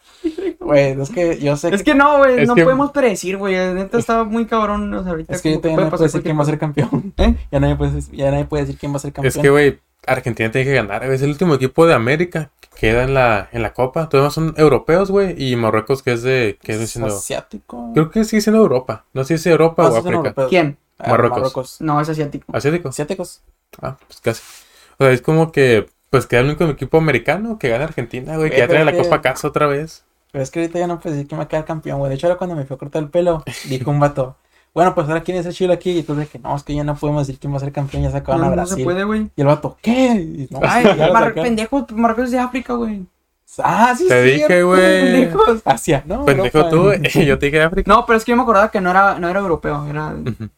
S3: Güey, es que yo sé
S2: Es que no, güey.
S1: Es
S2: No
S1: que-
S2: podemos predecir, güey. Neta está muy cabrón. O sea, ahorita
S3: Es que
S2: como
S3: ahorita ya
S2: puede
S3: nadie puede
S2: pasar
S3: decir quién va a ser
S2: cualquier
S3: campeón.
S2: cosa. ¿Eh?
S3: Ya nadie puede, ya nadie puede decir quién va a ser campeón.
S1: Es que, güey, Argentina tiene que ganar. Es el último equipo de América que queda en la, en la Copa. Todos son europeos, güey. Y Marruecos, que es de. Que es
S3: es
S1: siendo.
S3: asiático.
S1: Creo que sigue siendo Europa. No sé si es Europa
S3: Ah,
S1: o
S3: sí son
S1: África.
S3: europeos.
S2: ¿Quién?
S3: Ah,
S1: Marruecos.
S2: No, es asiático.
S1: ¿Asiático?
S3: Asiáticos.
S1: Ah, pues casi. O sea, es como que. Pues queda el único equipo americano que gana Argentina, güey. Que
S3: Güey,
S1: ya trae
S3: pero
S1: la
S3: es que-
S1: Copa a casa otra vez.
S3: Pero es que ahorita ya no puedes decir quién va a quedar campeón, güey. De hecho, ahora cuando me fui a cortar el pelo, dijo un vato. Bueno, pues ahora quién es el chilo aquí. Y tú de que no, es que ya no podemos decir quién va a ser campeón. Ya sacaban
S2: No,
S3: a
S2: no
S3: Brasil.
S2: se puede, güey.
S3: Y el vato, ¿qué? Y no,
S2: Ay,
S3: ya lo
S2: Mar
S3: sacaron.
S2: pendejo, Marruecos es de África, güey.
S3: Ah, sí,
S1: Te
S3: sí.
S1: dije, güey.
S2: Pendejos.
S3: Asia, ¿no?
S1: Pendejo
S3: Europa.
S1: tú, güey. Yo te dije África.
S2: No, pero es que yo me acordaba que no era, no era europeo, era...
S1: Ujú.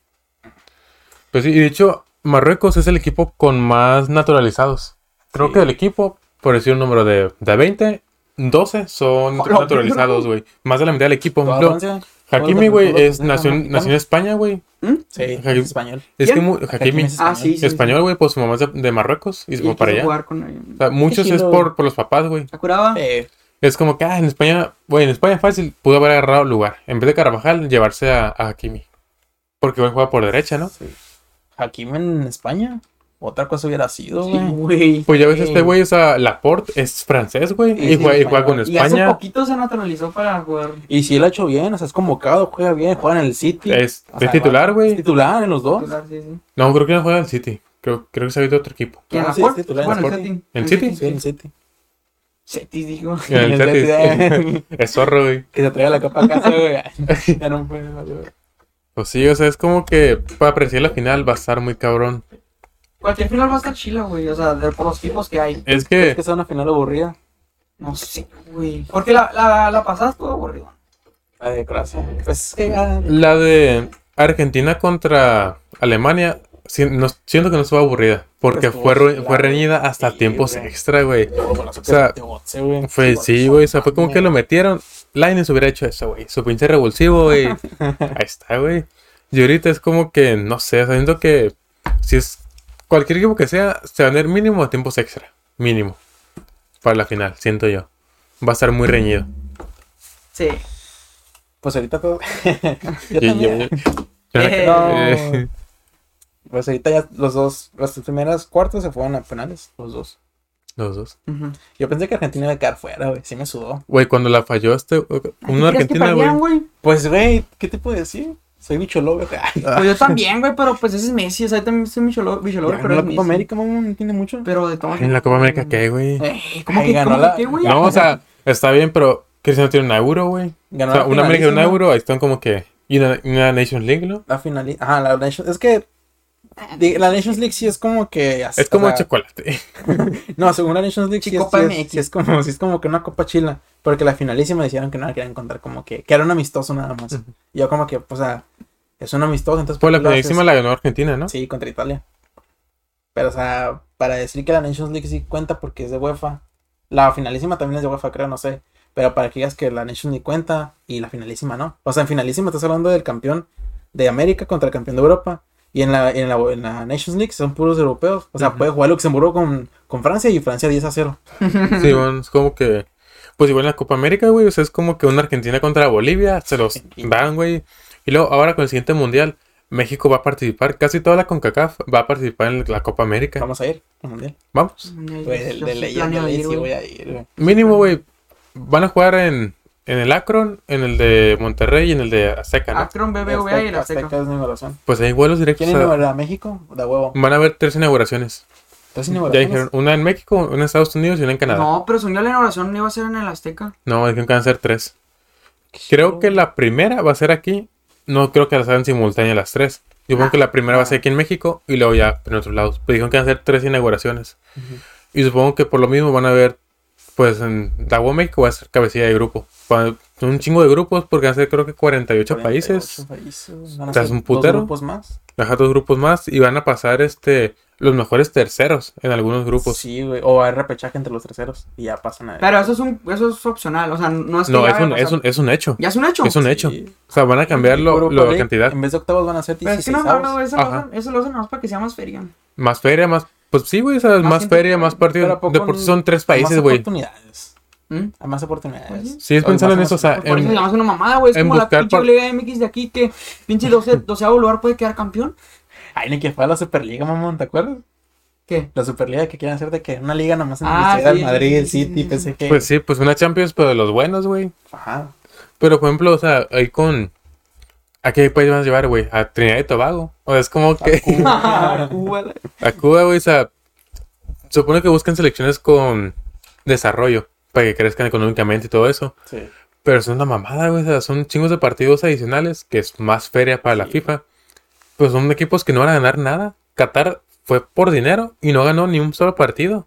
S1: Pues sí, y de hecho, Marruecos es el equipo con más naturalizados. Creo
S3: Sí.
S1: que del equipo, por decir un número de, de veinte, doce son
S2: Hola,
S1: naturalizados, güey. Más de la mitad del equipo.
S3: Toda
S1: Lo-
S3: Francia.
S1: Hakimi, güey,
S3: todos los
S1: es
S3: franceses
S1: nació,
S3: son
S1: en- nació en España, güey.
S2: ¿Mm?
S3: Sí,
S1: Hakimi.
S3: es español.
S1: Es que
S2: ¿Quién?
S1: mu-
S3: Hakimi
S1: Hakimi
S3: es
S2: Ah, sí, sí.
S1: español, güey, pues su mamá es de, de Marruecos y
S2: Y
S1: se
S2: él
S1: fue para
S2: quiso
S1: allá.
S2: jugar con ellos.
S1: O sea, muchos
S3: Qué
S1: es
S3: chido.
S1: por, por los papás, güey.
S2: ¿Sakura?
S3: Eh,
S1: Es como que, ah, en España, güey, en España fácil pudo haber agarrado lugar. En vez de Carvajal, llevarse a, a Hakimi. Porque güey juega por derecha, ¿no?
S3: sí. Hakimi en España. Otra cosa hubiera sido,
S2: Sí,
S3: güey.
S2: güey.
S1: Pues ya ves,
S3: Sí.
S1: este güey, o sea, Laporte es francés, güey.
S3: Sí,
S1: Y,
S3: sí,
S1: juega, y juega
S3: español.
S1: con
S2: Y hace
S1: España.
S2: poquito se naturalizó para jugar.
S3: Y si él ha hecho bien, o sea, es convocado, juega bien, juega en el City.
S1: Es
S3: O
S1: de
S3: sea,
S1: titular,
S3: Es
S1: güey.
S3: titular en los dos.
S2: Titular, sí, sí.
S1: No, creo que no juega en el City. Creo, creo que se ha ido de otro equipo.
S2: ¿Quién?
S3: Ah, sí,
S2: ¿Laporte?
S3: es titular en
S2: Bueno, el
S3: Sporting.
S2: City.
S1: ¿En City?
S3: Sí, en el City.
S2: Cetis, dijo.
S1: En el
S3: En el
S1: City.
S3: City.
S1: Es zorro, güey.
S3: Que se traiga la copa a casa, güey. Ya no puede, güey.
S1: Pues sí, o sea, es como que para apreciar la final va a estar muy cabrón.
S2: Cualquier final va a estar chila, güey. O sea, de, por los tipos que hay.
S1: Es
S3: Es
S1: que,
S3: que sea una final aburrida.
S2: No sé, güey. Porque la, la, la pasada estuvo aburrida.
S3: La de Croacia. Pues es que ya.
S1: la de Argentina contra Alemania, si- no- siento que no estuvo aburrida. Porque
S3: Estuvo
S1: fue, ru-
S3: chila,
S1: fue reñida hasta
S3: sí,
S1: tiempos
S3: güey.
S1: extra, güey.
S3: O
S1: sea, Fue, sí, güey, o sea, fue como que lo metieron. Lainez hubiera hecho eso, güey. Su pinche revulsivo, güey. Ahí está, güey. Y ahorita es como que, no sé, o sea, siento que si es cualquier equipo que sea, se va a tener mínimo a tiempos extra. Mínimo. Para la final, siento yo. Va a estar muy reñido.
S2: Sí.
S3: Pues ahorita todo. Yo
S1: Y-
S3: también.
S1: y-
S2: Eh,
S1: eh,
S3: Pues ahorita ya los dos, las primeras cuartos se fueron a penales, los dos.
S1: Los dos.
S2: Ujú.
S3: Yo pensé que Argentina iba a quedar fuera, güey. Sí me sudó.
S1: Güey, cuando la falló este...
S2: Ay,
S1: Una
S2: ¿qué crees que
S1: Argentina,
S2: perdían,
S1: güey.
S2: güey?
S3: Pues, güey, ¿qué te puedo decir? Soy bicho loco. Ay,
S2: Pues yo también, güey, pero pues ese es Messi. O sea, yo también soy bicholo- bicholover,
S3: ya
S2: pero
S3: ganó
S2: es
S3: la Copa
S2: Messi.
S3: América, mamá, no tiene mucho.
S2: Pero de todos
S1: En la Copa América, ¿qué, güey?
S2: Eh, ¿Cómo
S3: Ay,
S2: que,
S3: ganó
S2: ¿cómo
S3: la-
S2: que qué, güey?
S1: No, o sea, está bien, pero Cristiano tiene un euro, güey.
S3: Ganó
S1: O sea,
S3: la
S1: una América y un
S3: finalísima.
S1: euro, ahí están como que... Y una, y una Nations League, ¿no?
S3: La finalista. Ajá, la Nations. Es que. di- La Nations League sí es como que.
S1: Es como
S3: o sea,
S1: chocolate.
S3: No, según la Nations League sí,
S2: Sí,
S3: es,
S2: Copa
S3: sí
S2: M
S3: es,
S2: X.
S3: sí es como, sí es como que una copa chila. Porque la finalísima dijeron que no la querían contar como que. Que era un amistoso nada más.
S1: Ujú.
S3: Y yo como que, pues, o sea, es un amistoso, entonces.
S1: Pues
S3: ¿por
S1: la
S3: qué lo
S1: finalísima
S3: haces?
S1: la ganó Argentina, ¿no?
S3: Sí, contra Italia. Pero, o sea, para decir que la Nations League sí cuenta porque es de UEFA. La finalísima también es de UEFA, creo, no sé. Pero para que digas que la Nations League cuenta y la finalísima no. O sea, en finalísima estás hablando del campeón de América contra el campeón de Europa. Y en la, en la, en la Nations League son puros europeos. O sea,
S1: Ujú.
S3: puede jugar Luxemburgo con, con Francia y Francia diez a cero.
S1: Sí, bueno, es como que... Pues igual en la Copa América, güey, o sea, es como que una Argentina contra Bolivia, se los dan, güey. Y luego, ahora con el siguiente mundial, México va a participar, casi toda la CONCACAF va a participar en la Copa América.
S3: Vamos a ir al mundial.
S1: Vamos.
S3: Güey, de,
S2: Yo
S3: de
S2: sí
S3: ley,
S2: planeo
S3: de ley
S2: ir,
S3: sí
S2: güey.
S3: voy a ir, güey.
S1: Mínimo, güey, van a jugar en, en el Akron, en el de Monterrey y en el de Azteca, ¿no?
S2: Akron, B B V A y el
S3: Azteca
S2: Azteca.
S3: es mi inauguración.
S1: Pues hay vuelos directos.
S3: ¿Quién
S1: a-
S3: inaugurará? ¿México? De huevo.
S1: Van a haber tres inauguraciones.
S3: ¿Tres
S1: Ya
S3: inauguraciones?
S1: dijeron, una en México, una en Estados Unidos y una en Canadá.
S2: No, pero según yo la inauguración iba a ser en el Azteca.
S1: No, dijeron que van a ser tres. Creo que la primera va a ser aquí. No creo que las hagan simultánea las tres. Yo supongo
S2: Ah,
S1: que la primera va a ser
S3: ah.
S1: aquí en México y luego ya en otros lados. Pero dijeron que van a ser tres inauguraciones.
S3: Ujú.
S1: Y supongo que por lo mismo van a ver, pues en la U A México va a ser cabecilla de grupo. Va- Son un chingo de grupos porque van a ser creo que cuarenta y ocho
S3: cuarenta y ocho
S1: países.
S3: países. Van a
S1: O sea,
S3: ser
S1: es un
S3: dos
S1: putero.
S3: grupos más.
S1: Baja dos grupos más y van a pasar este los mejores terceros en algunos grupos.
S3: Sí, güey. O hay repechaje entre los terceros y ya pasan a.
S2: Pero eso es un, eso es opcional, o sea, no es que
S1: No,
S2: ya
S1: es
S2: vaya
S1: un,
S2: a
S1: es,
S2: pasar.
S1: un, es un hecho.
S2: Ya es un hecho.
S1: Es un
S3: Sí.
S1: hecho. O sea, van a cambiar lo,
S3: Europa
S1: lo- la
S3: League,
S1: cantidad.
S3: En vez de octavos van a ser
S2: Pero es que
S3: dieciséis.
S2: no, no, no, eso lo
S1: Ajá.
S2: hacen, eso lo hacen nada más para que sea más feria.
S1: Más feria, más... Pues sí, güey, o sea,
S2: Más
S1: más,
S2: gente
S1: feria,
S2: que-
S1: más partidos. De por sí son tres países,
S3: Más
S1: güey.
S3: oportunidades.
S2: ¿Mm?
S3: Hay más oportunidades.
S2: Pues sí.
S1: Sí, es
S3: O
S1: pensando en
S3: más
S1: eso, o sea,
S2: Pues por eso
S1: en-
S2: se llama una mamada, güey. Es
S1: en
S2: como la
S1: buscar
S2: pinche
S1: par-
S2: Liga M X de aquí que pinche doce, doceavo lugar puede quedar campeón.
S3: Ay, ni que fue a la Superliga, mamón, ¿te acuerdas?
S2: ¿Qué?
S3: La Superliga que quieren hacer de que una liga nomás en
S2: Ah,
S3: el
S2: sí,
S3: Madrid,
S2: sí, sí,
S3: City,
S2: sí, sí,
S3: P S G.
S1: pues sí, pues una Champions, pero de los buenos, güey.
S3: Ajá.
S1: Pero, por ejemplo, o sea, ahí con... ¿A qué país vas a llevar, güey? A Trinidad y Tobago. O sea, es como que...
S2: Cuba, la-
S1: A Cuba, güey, o sea... Supone que buscan selecciones con desarrollo. Para que crezcan económicamente y todo eso.
S3: Sí.
S1: Pero es una mamada, güey. O sea, son chingos de partidos adicionales. Que es más feria para la
S3: Sí.
S1: FIFA. Pues son equipos que no van a ganar nada. Qatar fue por dinero y no ganó ni un solo partido.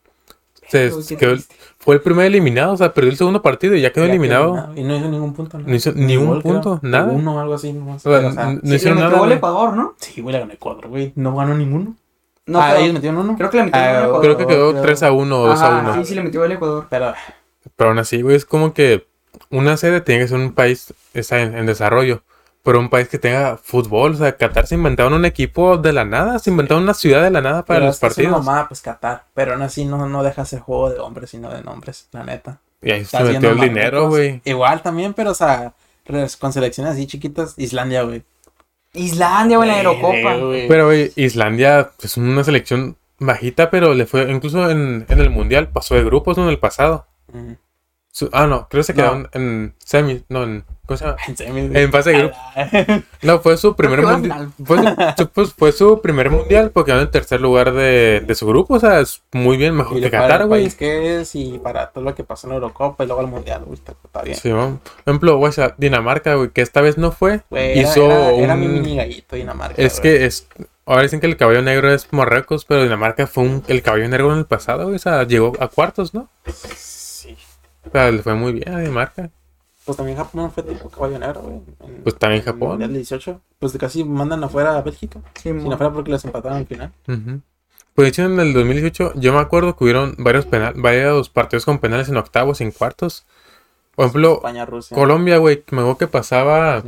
S1: Se,
S2: Uy, qué
S1: quedó-
S2: triste.
S1: fue el primer eliminado, o sea, perdió el segundo partido y ya quedó
S3: Ya
S1: eliminado.
S3: Y no hizo ningún punto, ¿no?
S1: No hizo ni un
S3: gol, creo.
S1: punto, nada.
S3: Uno o algo así nomás.
S1: O sea,
S3: Pero, o sea,
S1: n- no
S2: Sí,
S1: hicieron
S2: le metió
S1: nada,
S2: gol
S1: güey.
S2: Ecuador, ¿no?
S3: sí, güey, le ganó Ecuador, güey. No ganó ninguno.
S2: No,
S3: ah,
S2: pero
S3: ellos metieron uno.
S2: creo que le metió
S3: Ah,
S2: gol a Ecuador.
S1: Creo que quedó
S3: creo-
S1: tres a uno o dos a
S2: Ajá,
S1: uno.
S2: sí, sí le metió el Ecuador.
S3: Pero,
S1: Pero aún así, güey, es como que una sede tiene que ser un país está en, en desarrollo. Pero un país que tenga fútbol, o sea, Qatar se inventaron un equipo de la nada, se inventaron una ciudad de la nada para
S3: pero
S1: los
S3: es que es una
S1: partidos.
S3: mamada, pues Qatar. Pero aún así no, no deja ese juego de hombres, sino de nombres, la neta.
S1: Y ahí se
S3: Estás
S1: metió
S3: viendo
S1: el dinero,
S3: Marruecos.
S1: güey.
S3: Igual también, pero o sea, res- con selecciones así chiquitas, Islandia, güey.
S2: Islandia, güey, la Eurocopa.
S3: Eh, güey.
S1: Pero, güey, Islandia es una selección bajita, pero le fue, incluso en, en el Mundial, pasó de grupos, ¿no? En el pasado.
S3: Ujú.
S1: Su- ah, no, creo que se
S3: No.
S1: quedaron en semi, no, en, ¿cómo se llama?
S3: En semis, güey.
S1: En fase de grupo. No, fue su primer
S2: quedó al
S1: mundial. Fue, su- pues, fue su primer mundial porque quedó en tercer lugar de, de su grupo. O sea, es muy bien, mejor
S3: Y
S1: que
S3: para
S1: Qatar,
S3: el
S1: güey.
S3: país que es y para todo lo que pasó en la Eurocopa y luego al Mundial, güey, está, está bien.
S1: Sí, ¿no? Por ejemplo, güey, o sea, Dinamarca, güey, que esta vez no fue.
S3: Güey, era,
S1: hizo
S3: era, era
S1: un...
S3: mi mini gallito Dinamarca.
S1: Es
S3: güey.
S1: que es... Ahora dicen que el caballo negro es Marruecos, pero Dinamarca fue un, el caballo negro en el pasado, güey. O sea, llegó a cuartos, ¿no?
S3: Sí.
S1: O sea, le fue muy bien a Dinamarca.
S3: Pues también Japón fue tipo caballo negro, güey. en-
S1: Pues también
S3: en el
S1: Japón.
S3: Mundial dieciocho. Pues de casi mandan afuera a Bélgica.
S2: Sí,
S3: Si
S2: mo-
S3: no fuera porque les empataron al final.
S1: Ujú. Pues de hecho en el dos mil dieciocho yo me acuerdo que hubieron varios penal, varios partidos con penales en octavos y en cuartos. Por ejemplo,
S3: España, Rusia.
S1: Colombia, güey, que me acuerdo que pasaba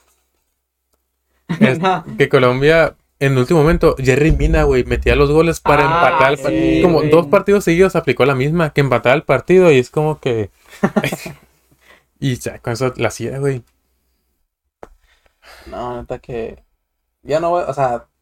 S1: es- que Colombia en el último momento Jerry Mina, güey, metía los goles para
S2: Ah,
S1: empatar el partido.
S3: sí,
S1: Como
S3: güey.
S1: dos partidos seguidos aplicó la misma, que empataba el partido y es como que y ya con eso la hacía, güey.
S3: No, neta que. Ya no voy, o sea,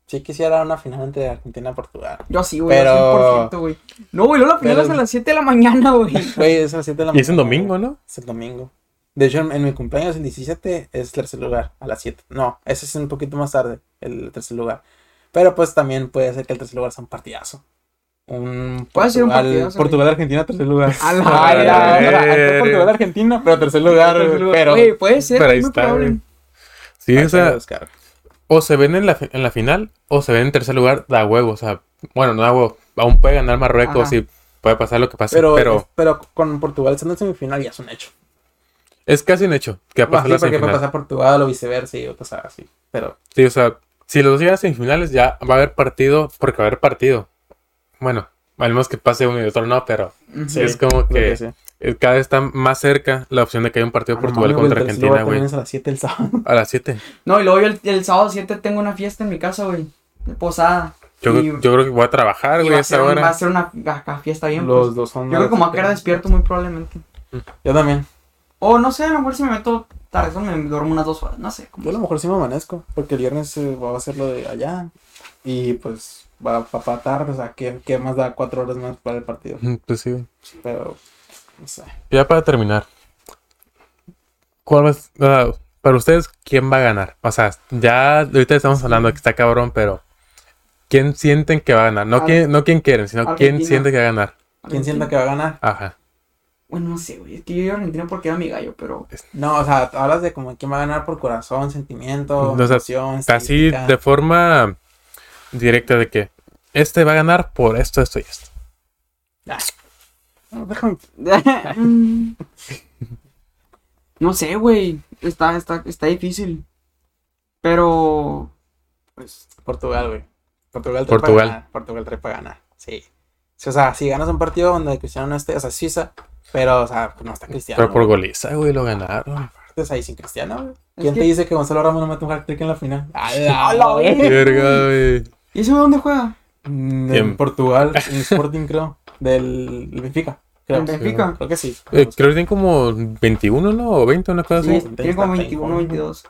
S3: sí quisiera una final entre Argentina y Portugal.
S2: Yo sí, güey,
S3: Pero-
S2: cien por ciento, güey. No, güey, luego la final
S3: Pero-
S2: es a las siete de la mañana, güey.
S3: Güey, es a las siete de la
S1: Y es en
S3: mañana,
S1: domingo,
S3: güey.
S1: ¿no?
S3: Es el domingo. De hecho, en, en mi cumpleaños, el diecisiete, es tercer lugar, a las siete. No, ese es un poquito más tarde, el tercer lugar. Pero pues también puede ser que el tercer lugar sea un partidazo. Un
S2: Puede ser un
S3: Portugal-
S2: partidazo, güey.
S3: Portugal-Argentina, tercer lugar.
S2: A la
S3: Ah,
S2: verga.
S3: ya, ya, ya, Portugal-Argentina, pero tercer lugar,
S2: Tercer lugar.
S3: pero...
S2: Güey, puede ser,
S1: pero ahí
S2: es muy
S1: está,
S2: probable.
S1: güey. Sí,
S3: Hay
S1: o
S3: que
S1: sea,
S3: buscar.
S1: o se ven en la, fi- en la final, o se ven en tercer lugar, da huevo. O sea, bueno, no da huevo. Aún puede ganar Marruecos
S2: Ajá.
S1: y puede pasar lo que pase.
S3: Pero,
S1: Pero,
S3: pero con Portugal estando en semifinal ya es un hecho.
S1: es casi un hecho que va a
S3: Bueno,
S1: pasar
S3: sí,
S1: la
S3: porque puede
S1: semifinal.
S3: pasar Portugal o viceversa y cosas así. Pero
S1: Sí, o sea, si los dos llegan a semifinales, ya va a haber partido, porque va a haber partido. Bueno, al menos que pase uno y otro no, pero
S2: Ujú.
S1: Sí, es como
S3: creo
S1: que
S3: sí.
S1: eh, cada vez está más cerca la opción de que haya un partido
S3: Ah,
S1: de
S3: no
S1: Portugal
S3: mames, güey,
S1: contra
S3: el tercer lugar
S1: Argentina,
S3: también
S1: güey.
S3: es a las siete el sábado.
S1: A las siete.
S2: No, y luego yo el, el sábado siete tengo una fiesta en mi casa, güey. De posada.
S1: Yo,
S2: Y-
S1: yo creo que voy a trabajar,
S2: y
S1: güey,
S2: va
S1: a
S2: a ser,
S1: esa
S2: un- va
S1: hora.
S2: a ser una ga- fiesta bien,
S3: Los
S2: pues.
S3: dos son.
S2: Yo creo que como va a quedar despierto muy probablemente.
S3: Yo también.
S2: O no sé, a lo mejor si me meto tarde, eso me duermo unas dos horas, no sé.
S3: Yo a lo mejor sí me amanezco, porque el viernes eh, voy a hacer lo de allá. Y pues va para tarde, o sea, ¿qué, qué más da cuatro horas más para el partido?
S1: Mm, Pues sí, güey.
S3: Pero, no sé.
S1: Ya para terminar. ¿Cuál va a- ah, para ustedes, quién va a ganar? O sea, ya ahorita estamos hablando de que está cabrón, pero ¿quién sienten que va a ganar? No
S2: Ar-
S1: quién, no quién quieren, sino quién
S2: Argentina.
S1: siente que va a ganar.
S3: ¿Quién sienta que va a ganar?
S1: Ajá.
S2: Bueno, no sé, güey. Es que yo iba a Argentina porque era mi gallo, pero.
S3: No, o sea, hablas de como quién va a ganar por corazón, sentimiento,
S1: O sea,
S3: emoción,
S1: Así
S3: estadística.
S1: de forma directa de que este va a ganar por esto, esto y esto.
S3: No, déjame.
S2: Mm. No sé, güey. Está, está, está difícil. Pero. Pues.
S3: Portugal, güey. Portugal trae
S1: Portugal.
S3: para ganar. Portugal trae para ganar. Sí. Sí, o sea, si ganas un partido donde Cristiano no esté, o sea, Suiza, pero, o sea, pues no está Cristiano.
S1: Pero por
S3: güey.
S1: goliza, güey, lo ganaron.
S3: Entonces ahí sin Cristiano, güey.
S2: Es
S3: ¿Quién
S2: que-
S3: te dice que Gonzalo Ramos no mete un hat-trick en la final? ¡A
S2: ¡A la
S3: güey!
S1: Verga, güey.
S2: ¿Y ese dónde juega?
S3: Mm,
S1: ¿Quién?
S3: En Portugal, en Sporting, creo. Del el Benfica. Creo.
S2: ¿En Benfica?
S3: Creo que sí.
S1: Eh, creo que tienen como veintiuno, ¿no? O veinte, una cosa
S2: Sí,
S1: así.
S3: Sí.
S2: tiene como
S3: está
S2: veintiuno,
S3: joven.
S2: veintidós.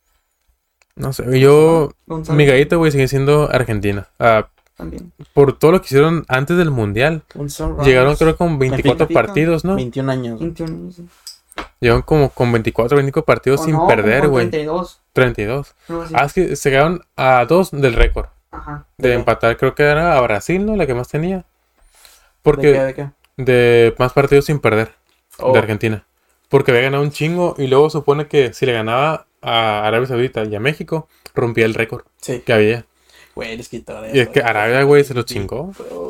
S1: No sé, yo...
S2: Gonzalo
S1: Mi gallito, güey, sigue siendo Argentina. Ah,
S2: también.
S1: por todo lo que hicieron antes del Mundial.
S3: Un Son Ramos.
S1: Llegaron creo con veinticuatro
S2: Benfica.
S1: partidos, ¿no?
S3: veintiún años.
S2: veintiuno, sí.
S1: Llegaron como con veinticuatro, veinticinco partidos
S2: O
S1: sin
S2: no, como
S1: perder,
S2: con
S1: güey.
S2: treinta y dos.
S1: treinta y dos.
S2: Algo así.
S1: Ah, es que se quedaron a dos del récord.
S2: Ajá.
S1: De
S3: ¿De qué?
S1: empatar, creo que era a Brasil, ¿no? La que más tenía.
S3: ¿De qué?
S1: Porque
S3: ¿De qué?
S1: de más partidos sin perder
S3: Oh.
S1: de Argentina. Porque había ganado un chingo y luego supone que si le ganaba a Arabia Saudita y a México, rompía el récord
S3: Sí.
S1: que había.
S3: Güey, les quitó de
S1: Y es
S3: eso,
S1: que Arabia, güey, se lo chingó.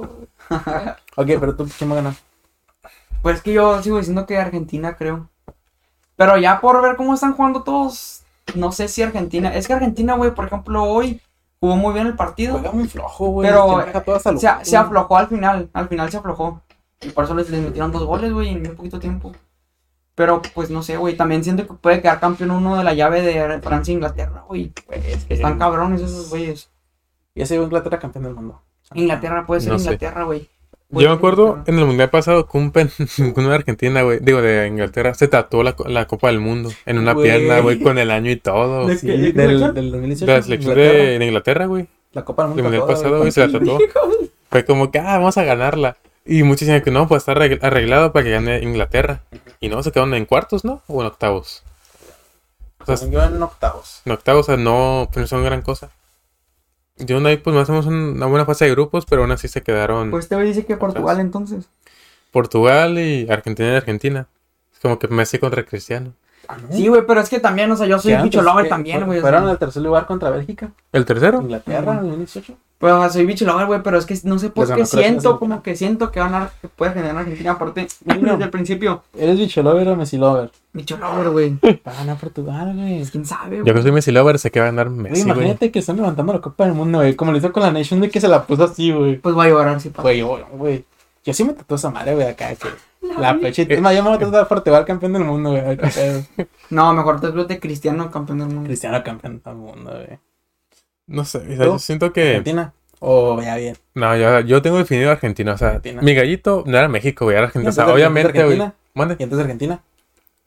S3: Ok, pero tú, ¿quién va a ganar?
S2: Pues que yo sigo diciendo que Argentina, creo. Pero ya por ver cómo están jugando todos, no sé si Argentina. Es que Argentina, güey, por ejemplo, hoy jugó muy bien el partido.
S3: Juega muy flojo, güey.
S2: Pero
S3: Siempre deja todo hasta el
S2: se,
S3: último.
S2: se aflojó al final. Al final se aflojó. Y por eso les, les metieron dos goles, güey, en muy poquito tiempo. Pero pues no sé, güey. También siento que puede quedar campeón uno de la llave de Francia e Inglaterra, güey.
S3: Pues,
S2: Están cabrones esos güeyes.
S3: Ya se dio Inglaterra campeón del mundo.
S2: Inglaterra puede ser
S1: No sé.
S2: Inglaterra, güey.
S1: Yo me acuerdo en el Mundial pasado que un pen, uno de Argentina, güey, digo de Inglaterra, se tatuó la, la Copa del Mundo en una
S3: Güey.
S1: pierna, güey, con el año y todo.
S2: ¿De
S3: Sí,
S2: qué- de qué
S3: del,
S2: selección?
S3: del dos mil dieciocho.
S1: De la selección
S3: Inglaterra.
S1: de, de Inglaterra, güey.
S3: La Copa del
S1: Del
S3: Mundo.
S1: Mundial
S3: toda,
S1: pasado,
S3: güey.
S1: güey, se la tatuó. Fue como que, ah, vamos a ganarla. Y muchos decían que no, pues está arregl- arreglado para que gane Inglaterra. Y no, se quedaron en cuartos, ¿no? O en octavos. O sea,
S3: Según yo en octavos.
S1: en octavos, o sea, no, pues no son gran cosa. Yo no, ahí pues no hacemos una buena fase de grupos, pero aún así se quedaron
S2: Pues este güey dice que Portugal entonces.
S1: Portugal y Argentina y Argentina. Es como que Messi contra Cristiano.
S3: Ah, ¿no?
S2: Sí, güey, pero es que también, o sea, yo soy
S3: Que
S2: bicho
S3: antes,
S2: lover
S3: que
S2: también,
S3: fu-
S2: güey. o
S3: Fueron
S2: sea.
S3: al tercer lugar contra Bélgica.
S1: ¿El tercero?
S3: Inglaterra en
S2: Ujú.
S3: el dos mil dieciocho.
S2: Pues, o sea, soy bicho lover, güey, pero es que no sé por
S3: Les
S2: qué
S3: ganó Croacia,
S2: siento,
S3: sí.
S2: como que siento que van a que puede generar Argentina. Aparte,
S3: Bueno.
S2: desde el principio,
S3: ¿Eres bicho lover o Messi lover?
S2: bicho lover, güey.
S3: Va a ganar Portugal, güey.
S2: Pues, quién sabe,
S1: Yo
S2: güey.
S1: que soy Messi Lover, sé que va a ganar
S3: Güey,
S1: Messi, güey.
S3: imagínate que están levantando la Copa del Mundo, güey. Como lo hizo con la Nation de que se la puso así, güey.
S2: Pues voy a llorar, sí, pa.
S3: Güey, yo, güey. Yo sí me tatué esa madre, güey, acá. Que la flechita. Es más, yo me voy a tatuar Portugal campeón del mundo, güey. qué pedo.
S2: No, mejor te de Cristiano, campeón del mundo.
S3: Cristiano campeón del mundo, güey.
S1: No sé, o sea,
S3: ¿Tú?
S1: yo siento que...
S3: Argentina. O ya bien.
S1: No, yo, yo tengo definido Argentina, o sea,
S3: Argentina.
S1: mi gallito no era México, güey, era Argentina. O sea,
S3: Entonces,
S1: obviamente, güey.
S3: Argentina.
S1: Mande.
S3: ¿Y entonces Argentina?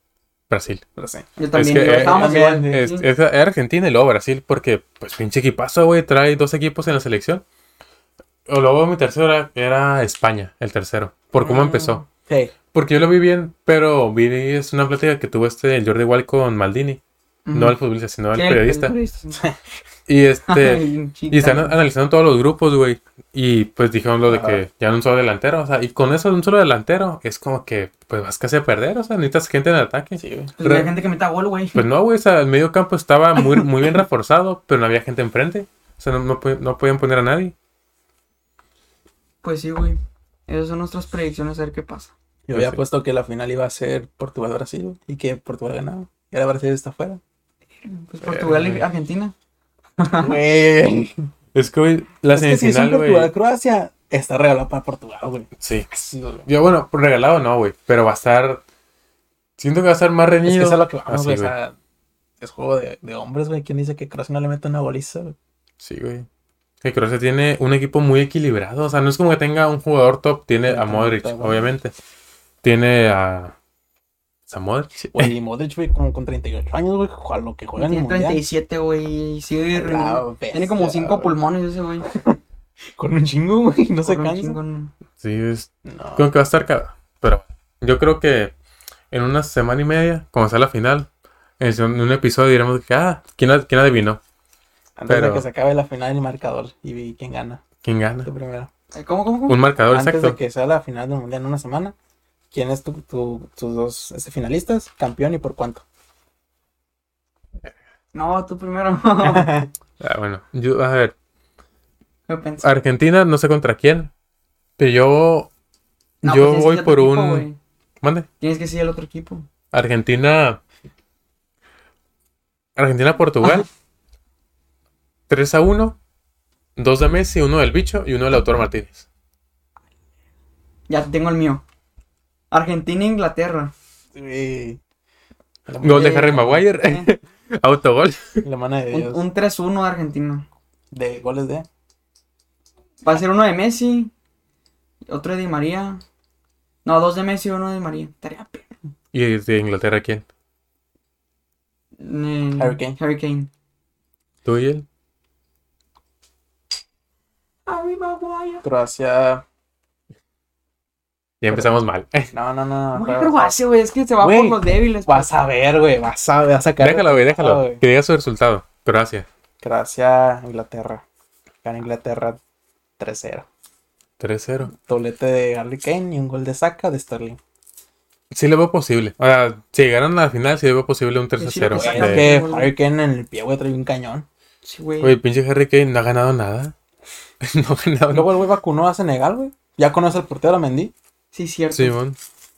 S1: Brasil.
S3: Pero sí.
S2: Yo también,
S1: que,
S2: yo
S1: eh,
S2: estábamos
S3: también,
S2: igual.
S1: Es,
S2: Sí.
S1: es- era Argentina y luego Brasil, porque, pues, pinche equipazo, güey. Trae dos equipos en la selección. O luego mi tercero era, era España, el tercero. Por cómo
S3: Mm,
S1: empezó.
S3: Sí.
S1: Porque yo lo vi bien, pero vi es una plática que tuvo este el Jordi Wild con Maldini.
S2: Ujú.
S1: No al futbolista, sino al
S2: Sí, el
S1: periodista.
S2: periodista, sí.
S1: Y este.
S2: Ay, un
S1: Y están
S2: chingado.
S1: analizando todos los grupos, güey. Y pues dijeron lo de
S3: Ajá.
S1: que ya un solo delantero. O sea, y con eso de un solo delantero, es como que pues vas casi a perder. O sea, necesitas gente en el ataque.
S3: Sí, güey.
S2: Pues hay gente que meta gol, güey.
S1: Pues no, güey. O sea, el medio campo estaba muy, muy bien reforzado, pero no había gente enfrente. O sea, no, no, pod- no podían poner a nadie.
S2: Pues sí, güey. Esas son nuestras predicciones, a ver qué pasa.
S3: Yo
S1: Pues
S3: había
S1: sí.
S3: puesto que la final iba a ser Portugal-Brasil, güey, y que Portugal ganaba. Y ahora Brasil está afuera.
S2: Pues Portugal y
S1: Eh.
S2: Argentina.
S3: Güey.
S1: Es que, güey, la
S3: Es que si es un
S1: semifinal, güey.
S3: Portugal-Croacia, está regalado para Portugal, güey.
S1: Sí.
S3: Sí, güey.
S1: Yo, bueno, regalado no, güey. Pero va a estar. Siento que va a estar más
S3: Es
S1: reñido.
S3: que eso es lo que vamos,
S1: Así,
S3: güey. O
S1: güey.
S3: sea, es juego de, de hombres, güey. ¿Quién dice que Croacia no le mete una goliza, güey?
S1: Sí, güey. Que Croacia tiene un equipo muy equilibrado. O sea, no es como que tenga un jugador top. Tiene
S3: Sí,
S1: a Modric,
S3: está bueno.
S1: obviamente. Tiene a. ¿A Modric?
S3: Güey, y Modric, güey, como con treinta y ocho años, güey, a lo que juega en el
S2: Tiene
S3: mundial.
S2: treinta y siete, güey. Y sigue
S3: A la
S2: rindiendo. Tiene como
S3: bestia,
S2: cinco
S3: güey.
S2: pulmones ese, güey.
S3: Con un chingo, güey, no se
S2: Corre un
S3: cansa.
S2: chingo, no.
S1: Sí, es.
S3: No.
S1: Creo que va a estar cada. Pero yo creo que en una semana y media, cuando sea la final, en un un episodio diremos que, ah, ¿quién, ad- quién adivinó?
S3: Antes
S1: pero-
S3: de que se acabe la final, el marcador. Y vi quién gana.
S1: ¿Quién gana?
S3: Tú primero.
S2: Eh, ¿Cómo, cómo, cómo?
S1: Un marcador
S3: Antes
S1: exacto.
S3: de que sea la final del mundial en una semana, ¿quién es tu, tu- tus dos este, finalistas? Campeón y por cuánto.
S2: No, tú primero.
S1: Ah, bueno, yo, a ver,
S2: Yo pensé.
S1: Argentina, no sé contra quién, pero yo,
S2: No,
S1: yo
S2: pues tienes que
S1: voy
S2: ser
S1: por
S2: otro equipo,
S1: un,
S2: güey.
S1: mande,
S2: Tienes que ser el otro equipo.
S1: Argentina, Argentina-Portugal, tres a uno, dos de Messi, uno del Bicho y uno del Lautaro Martínez.
S2: Ya tengo el mío. Argentina e Inglaterra.
S3: Sí.
S1: Gol de
S2: Eh,
S1: Harry Maguire,
S2: eh,
S1: autogol.
S3: La mano de
S2: un,
S3: Dios.
S2: un tres uno de Argentina.
S3: De goles de.
S2: Va a ser uno de Messi. Otro de Di María. No, dos de Messi y uno de Di María. Estaría pe-
S1: ¿Y de Inglaterra quién?
S2: eh,
S3: Harry Kane.
S2: Harry Kane.
S1: ¿Tú y él?
S2: Harry Maguire.
S3: Croacia.
S1: Ya empezamos mal.
S3: No, no, no.
S2: Muy
S3: pero-
S2: Croacia, güey. Es que se va
S3: Güey,
S2: por los débiles.
S3: Vas a ver, güey. Vas a ver. Vas a sacar.
S1: Déjalo, güey,
S3: Ah,
S1: déjalo.
S3: güey.
S1: Que diga su resultado. Croacia,
S3: Croacia, Inglaterra. Gana Inglaterra tres cero.
S1: tres cero.
S3: Doblete de Harry Kane y un gol de Saka de Sterling.
S1: Sí le veo posible. O sea, si llegaran a la final, sí le veo posible un tres a
S2: Sí,
S1: cero.
S2: lo que
S3: Güey,
S2: saca.
S3: es
S1: de-
S3: que Harry Kane en el pie, güey, trae un cañón.
S2: Sí, güey.
S1: Oye, pinche Harry Kane no ha ganado nada. no ha ganado
S3: Luego el güey vacunó a Senegal, güey. Ya conoce al portero a Mendy.
S2: Sí, cierto.
S1: Simón.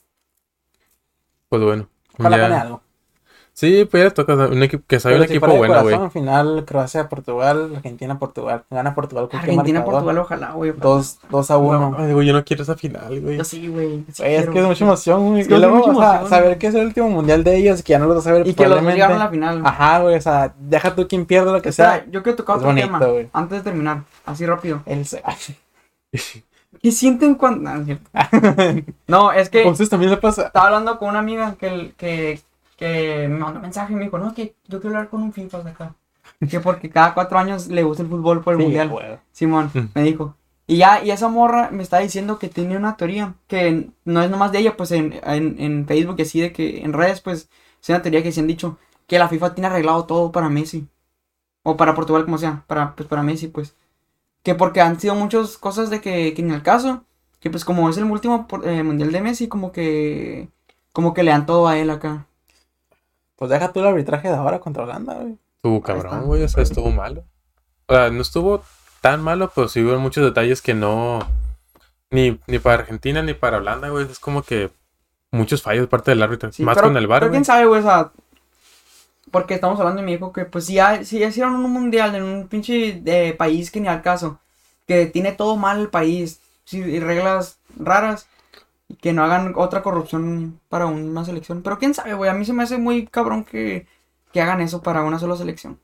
S1: Pues bueno.
S3: Ojalá
S1: ya-
S3: gane algo.
S1: Sí, pues ya toca un equipo que sabe un
S3: Pero si
S1: equipo
S3: fuera de
S1: bueno, güey.
S3: corazón, final Croacia-Portugal, Argentina-Portugal. Gana Portugal con qué
S2: Argentina,
S3: marcador.
S2: Portugal, ojalá, güey.
S3: dos a uno.
S1: No, ay, güey, yo no quiero esa final, güey.
S2: Yo sí, güey. sí
S3: Güey, es
S2: quiero.
S3: que es mucha emoción, güey.
S2: Es
S3: Y
S2: que es
S3: luego,
S2: mucha
S3: o sea,
S2: emoción.
S3: saber que es el último mundial de ellos, que ya no lo vas a ver
S2: Y que los dos
S3: probablemente.
S2: llegaron a la final.
S3: Ajá, güey, o sea, deja tú quien pierda lo que
S2: Espera,
S3: sea.
S2: yo quiero tocar
S3: es
S2: otro
S3: bonito,
S2: tema.
S3: güey.
S2: Antes de terminar, así rápido.
S3: El se-
S2: ¿Qué sienten cuando.? No, es cierto. No, es que
S3: ¿A ustedes también le pasa?
S2: estaba hablando con una amiga que, el- que, que me mandó un mensaje y me dijo: No, que yo quiero hablar con un FIFA de acá. Que porque cada cuatro años le gusta el fútbol por el
S3: Sí,
S2: mundial.
S3: güey.
S2: Simón,
S1: Mm.
S2: me dijo. Y ya, y esa morra me está diciendo que tiene una teoría, que no es nomás de ella, pues en, en, en Facebook y así, de que en redes, pues, es una teoría que se han dicho que la FIFA tiene arreglado todo para Messi. O para Portugal, como sea, para, pues, para Messi, pues. Que porque han sido muchas cosas de que, que ni al caso, que pues como es el último por- eh, mundial de Messi, como que, como que le dan todo a él acá.
S3: Pues deja tú el arbitraje de ahora contra Holanda, güey.
S1: Estuvo
S2: Ahí está.
S1: cabrón, güey. O sea, estuvo malo. O sea, no estuvo tan malo, pero sí hubo muchos detalles que no. Ni, ni para Argentina ni para Holanda, güey. Es como que muchos fallos de parte del árbitro.
S2: Sí,
S1: Más
S2: pero-
S1: con el VAR,
S2: pero
S1: güey.
S2: quién sabe, güey, o sea, porque estamos hablando y me dijo que pues si ya, si ya hicieron un mundial en un pinche eh, país que ni al caso, que tiene todo mal el país, sí, y reglas raras, y que no hagan otra corrupción para una selección. Pero quién sabe, güey, a mí se me hace muy cabrón que, que hagan eso para una sola selección.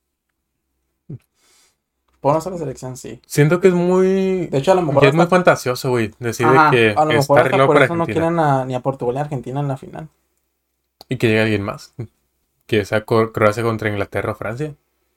S3: Por una sola selección, sí.
S1: Siento que es muy.
S3: De hecho, a lo mejor.
S1: Ya es muy
S3: hasta-
S1: fantasioso, güey. Decir
S2: Ajá,
S1: de que
S3: a lo
S1: está
S3: mejor hasta
S1: arreglado
S3: por
S1: para
S3: eso no
S1: Argentina.
S3: quieren a- ni a Portugal ni a Argentina en la final.
S1: Y que llegue alguien más. Que sea Cro- Croacia contra Inglaterra o Francia.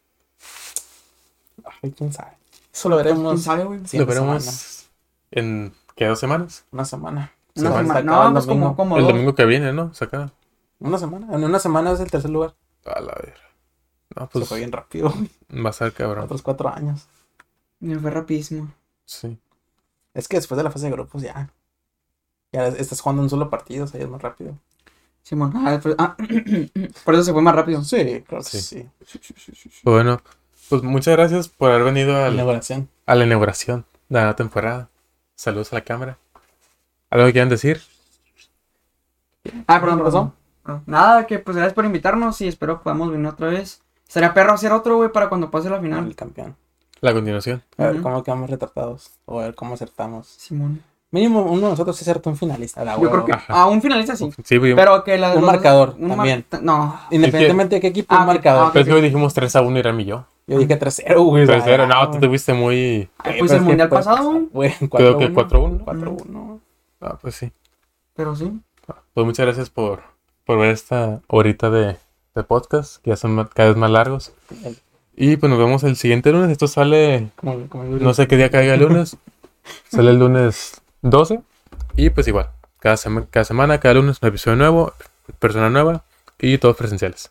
S3: Ay, quién sabe. Eso lo veremos.
S2: ¿Quién sabe, güey?
S1: Lo
S3: siguiente
S1: veremos
S3: semana.
S1: en, ¿qué? ¿Dos semanas?
S3: Una semana.
S2: Una
S1: Se
S2: semana.
S3: acaba
S2: No,
S3: el
S2: pues como,
S3: domingo.
S2: como
S1: El
S2: dos.
S1: domingo que viene, ¿no? Saca.
S3: Una semana. En una semana es el tercer lugar.
S1: A la ver. No,
S3: Se
S1: pues
S3: fue bien rápido, güey.
S1: va a ser cabrón.
S3: Otros cuatro años.
S2: Me fue rapidísimo.
S1: Sí.
S3: Es que después de la fase de grupos ya. Ya estás jugando un solo partido, o sea, ya es más rápido.
S2: Simón. Ah, después- ah, por eso se fue más rápido.
S3: Sí, claro que
S1: Sí.
S3: sí.
S1: Bueno, pues muchas gracias por haber venido
S3: La
S1: al-
S3: inauguración.
S1: a la inauguración de la nueva temporada. Saludos a la cámara. ¿Algo que quieran decir?
S2: Ah, perdón,
S3: ¿Qué pasó?
S2: perdón. Ah, Nada, que pues gracias por invitarnos y espero que podamos venir otra vez. Sería perro hacer otro, güey, para cuando pase la
S3: El
S2: final.
S3: campeón.
S1: La continuación.
S3: A ver
S2: Ujú.
S3: cómo quedamos retratados. O a ver cómo acertamos.
S2: Simón.
S3: Mínimo uno de nosotros sí acertó un finalista. La
S2: Yo creo que
S1: Ajá.
S2: a un finalista sí.
S1: Sí, güey.
S2: Pero que la
S3: Un
S2: los-
S3: marcador
S2: un mar-
S3: también.
S2: No.
S3: Independientemente de qué equipo,
S2: Ah,
S3: un
S2: ok.
S3: marcador.
S2: Ah, ok.
S1: Pero es que hoy dijimos tres a uno y Rami y yo.
S3: Yo dije tres cero, güey. o sea,
S1: tres cero. No,
S3: ya,
S1: tú tuviste muy...
S2: Ay,
S3: Eh,
S2: pues
S3: pero
S2: el
S3: es que
S2: mundial
S3: puede
S2: pasado,
S3: pasar,
S2: güey.
S3: güey.
S1: Creo que cuatro uno.
S3: cuatro uno.
S1: Ah, pues sí.
S2: Pero sí.
S1: Pues muchas gracias por, por ver esta horita de, de podcast, que ya son ma- cada vez más largos. Y pues nos vemos el siguiente lunes. Esto sale,
S3: Como, como
S1: no sé qué día caiga el lunes. Sale el lunes doce. Y pues igual, cada, sema- cada semana, cada lunes un episodio nuevo, persona nueva y todos presenciales.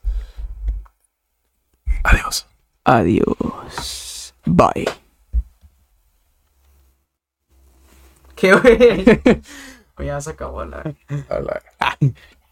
S1: Adiós.
S2: Adiós. Bye. ¿Qué, güey? Pues ya se acabó la...
S1: A la-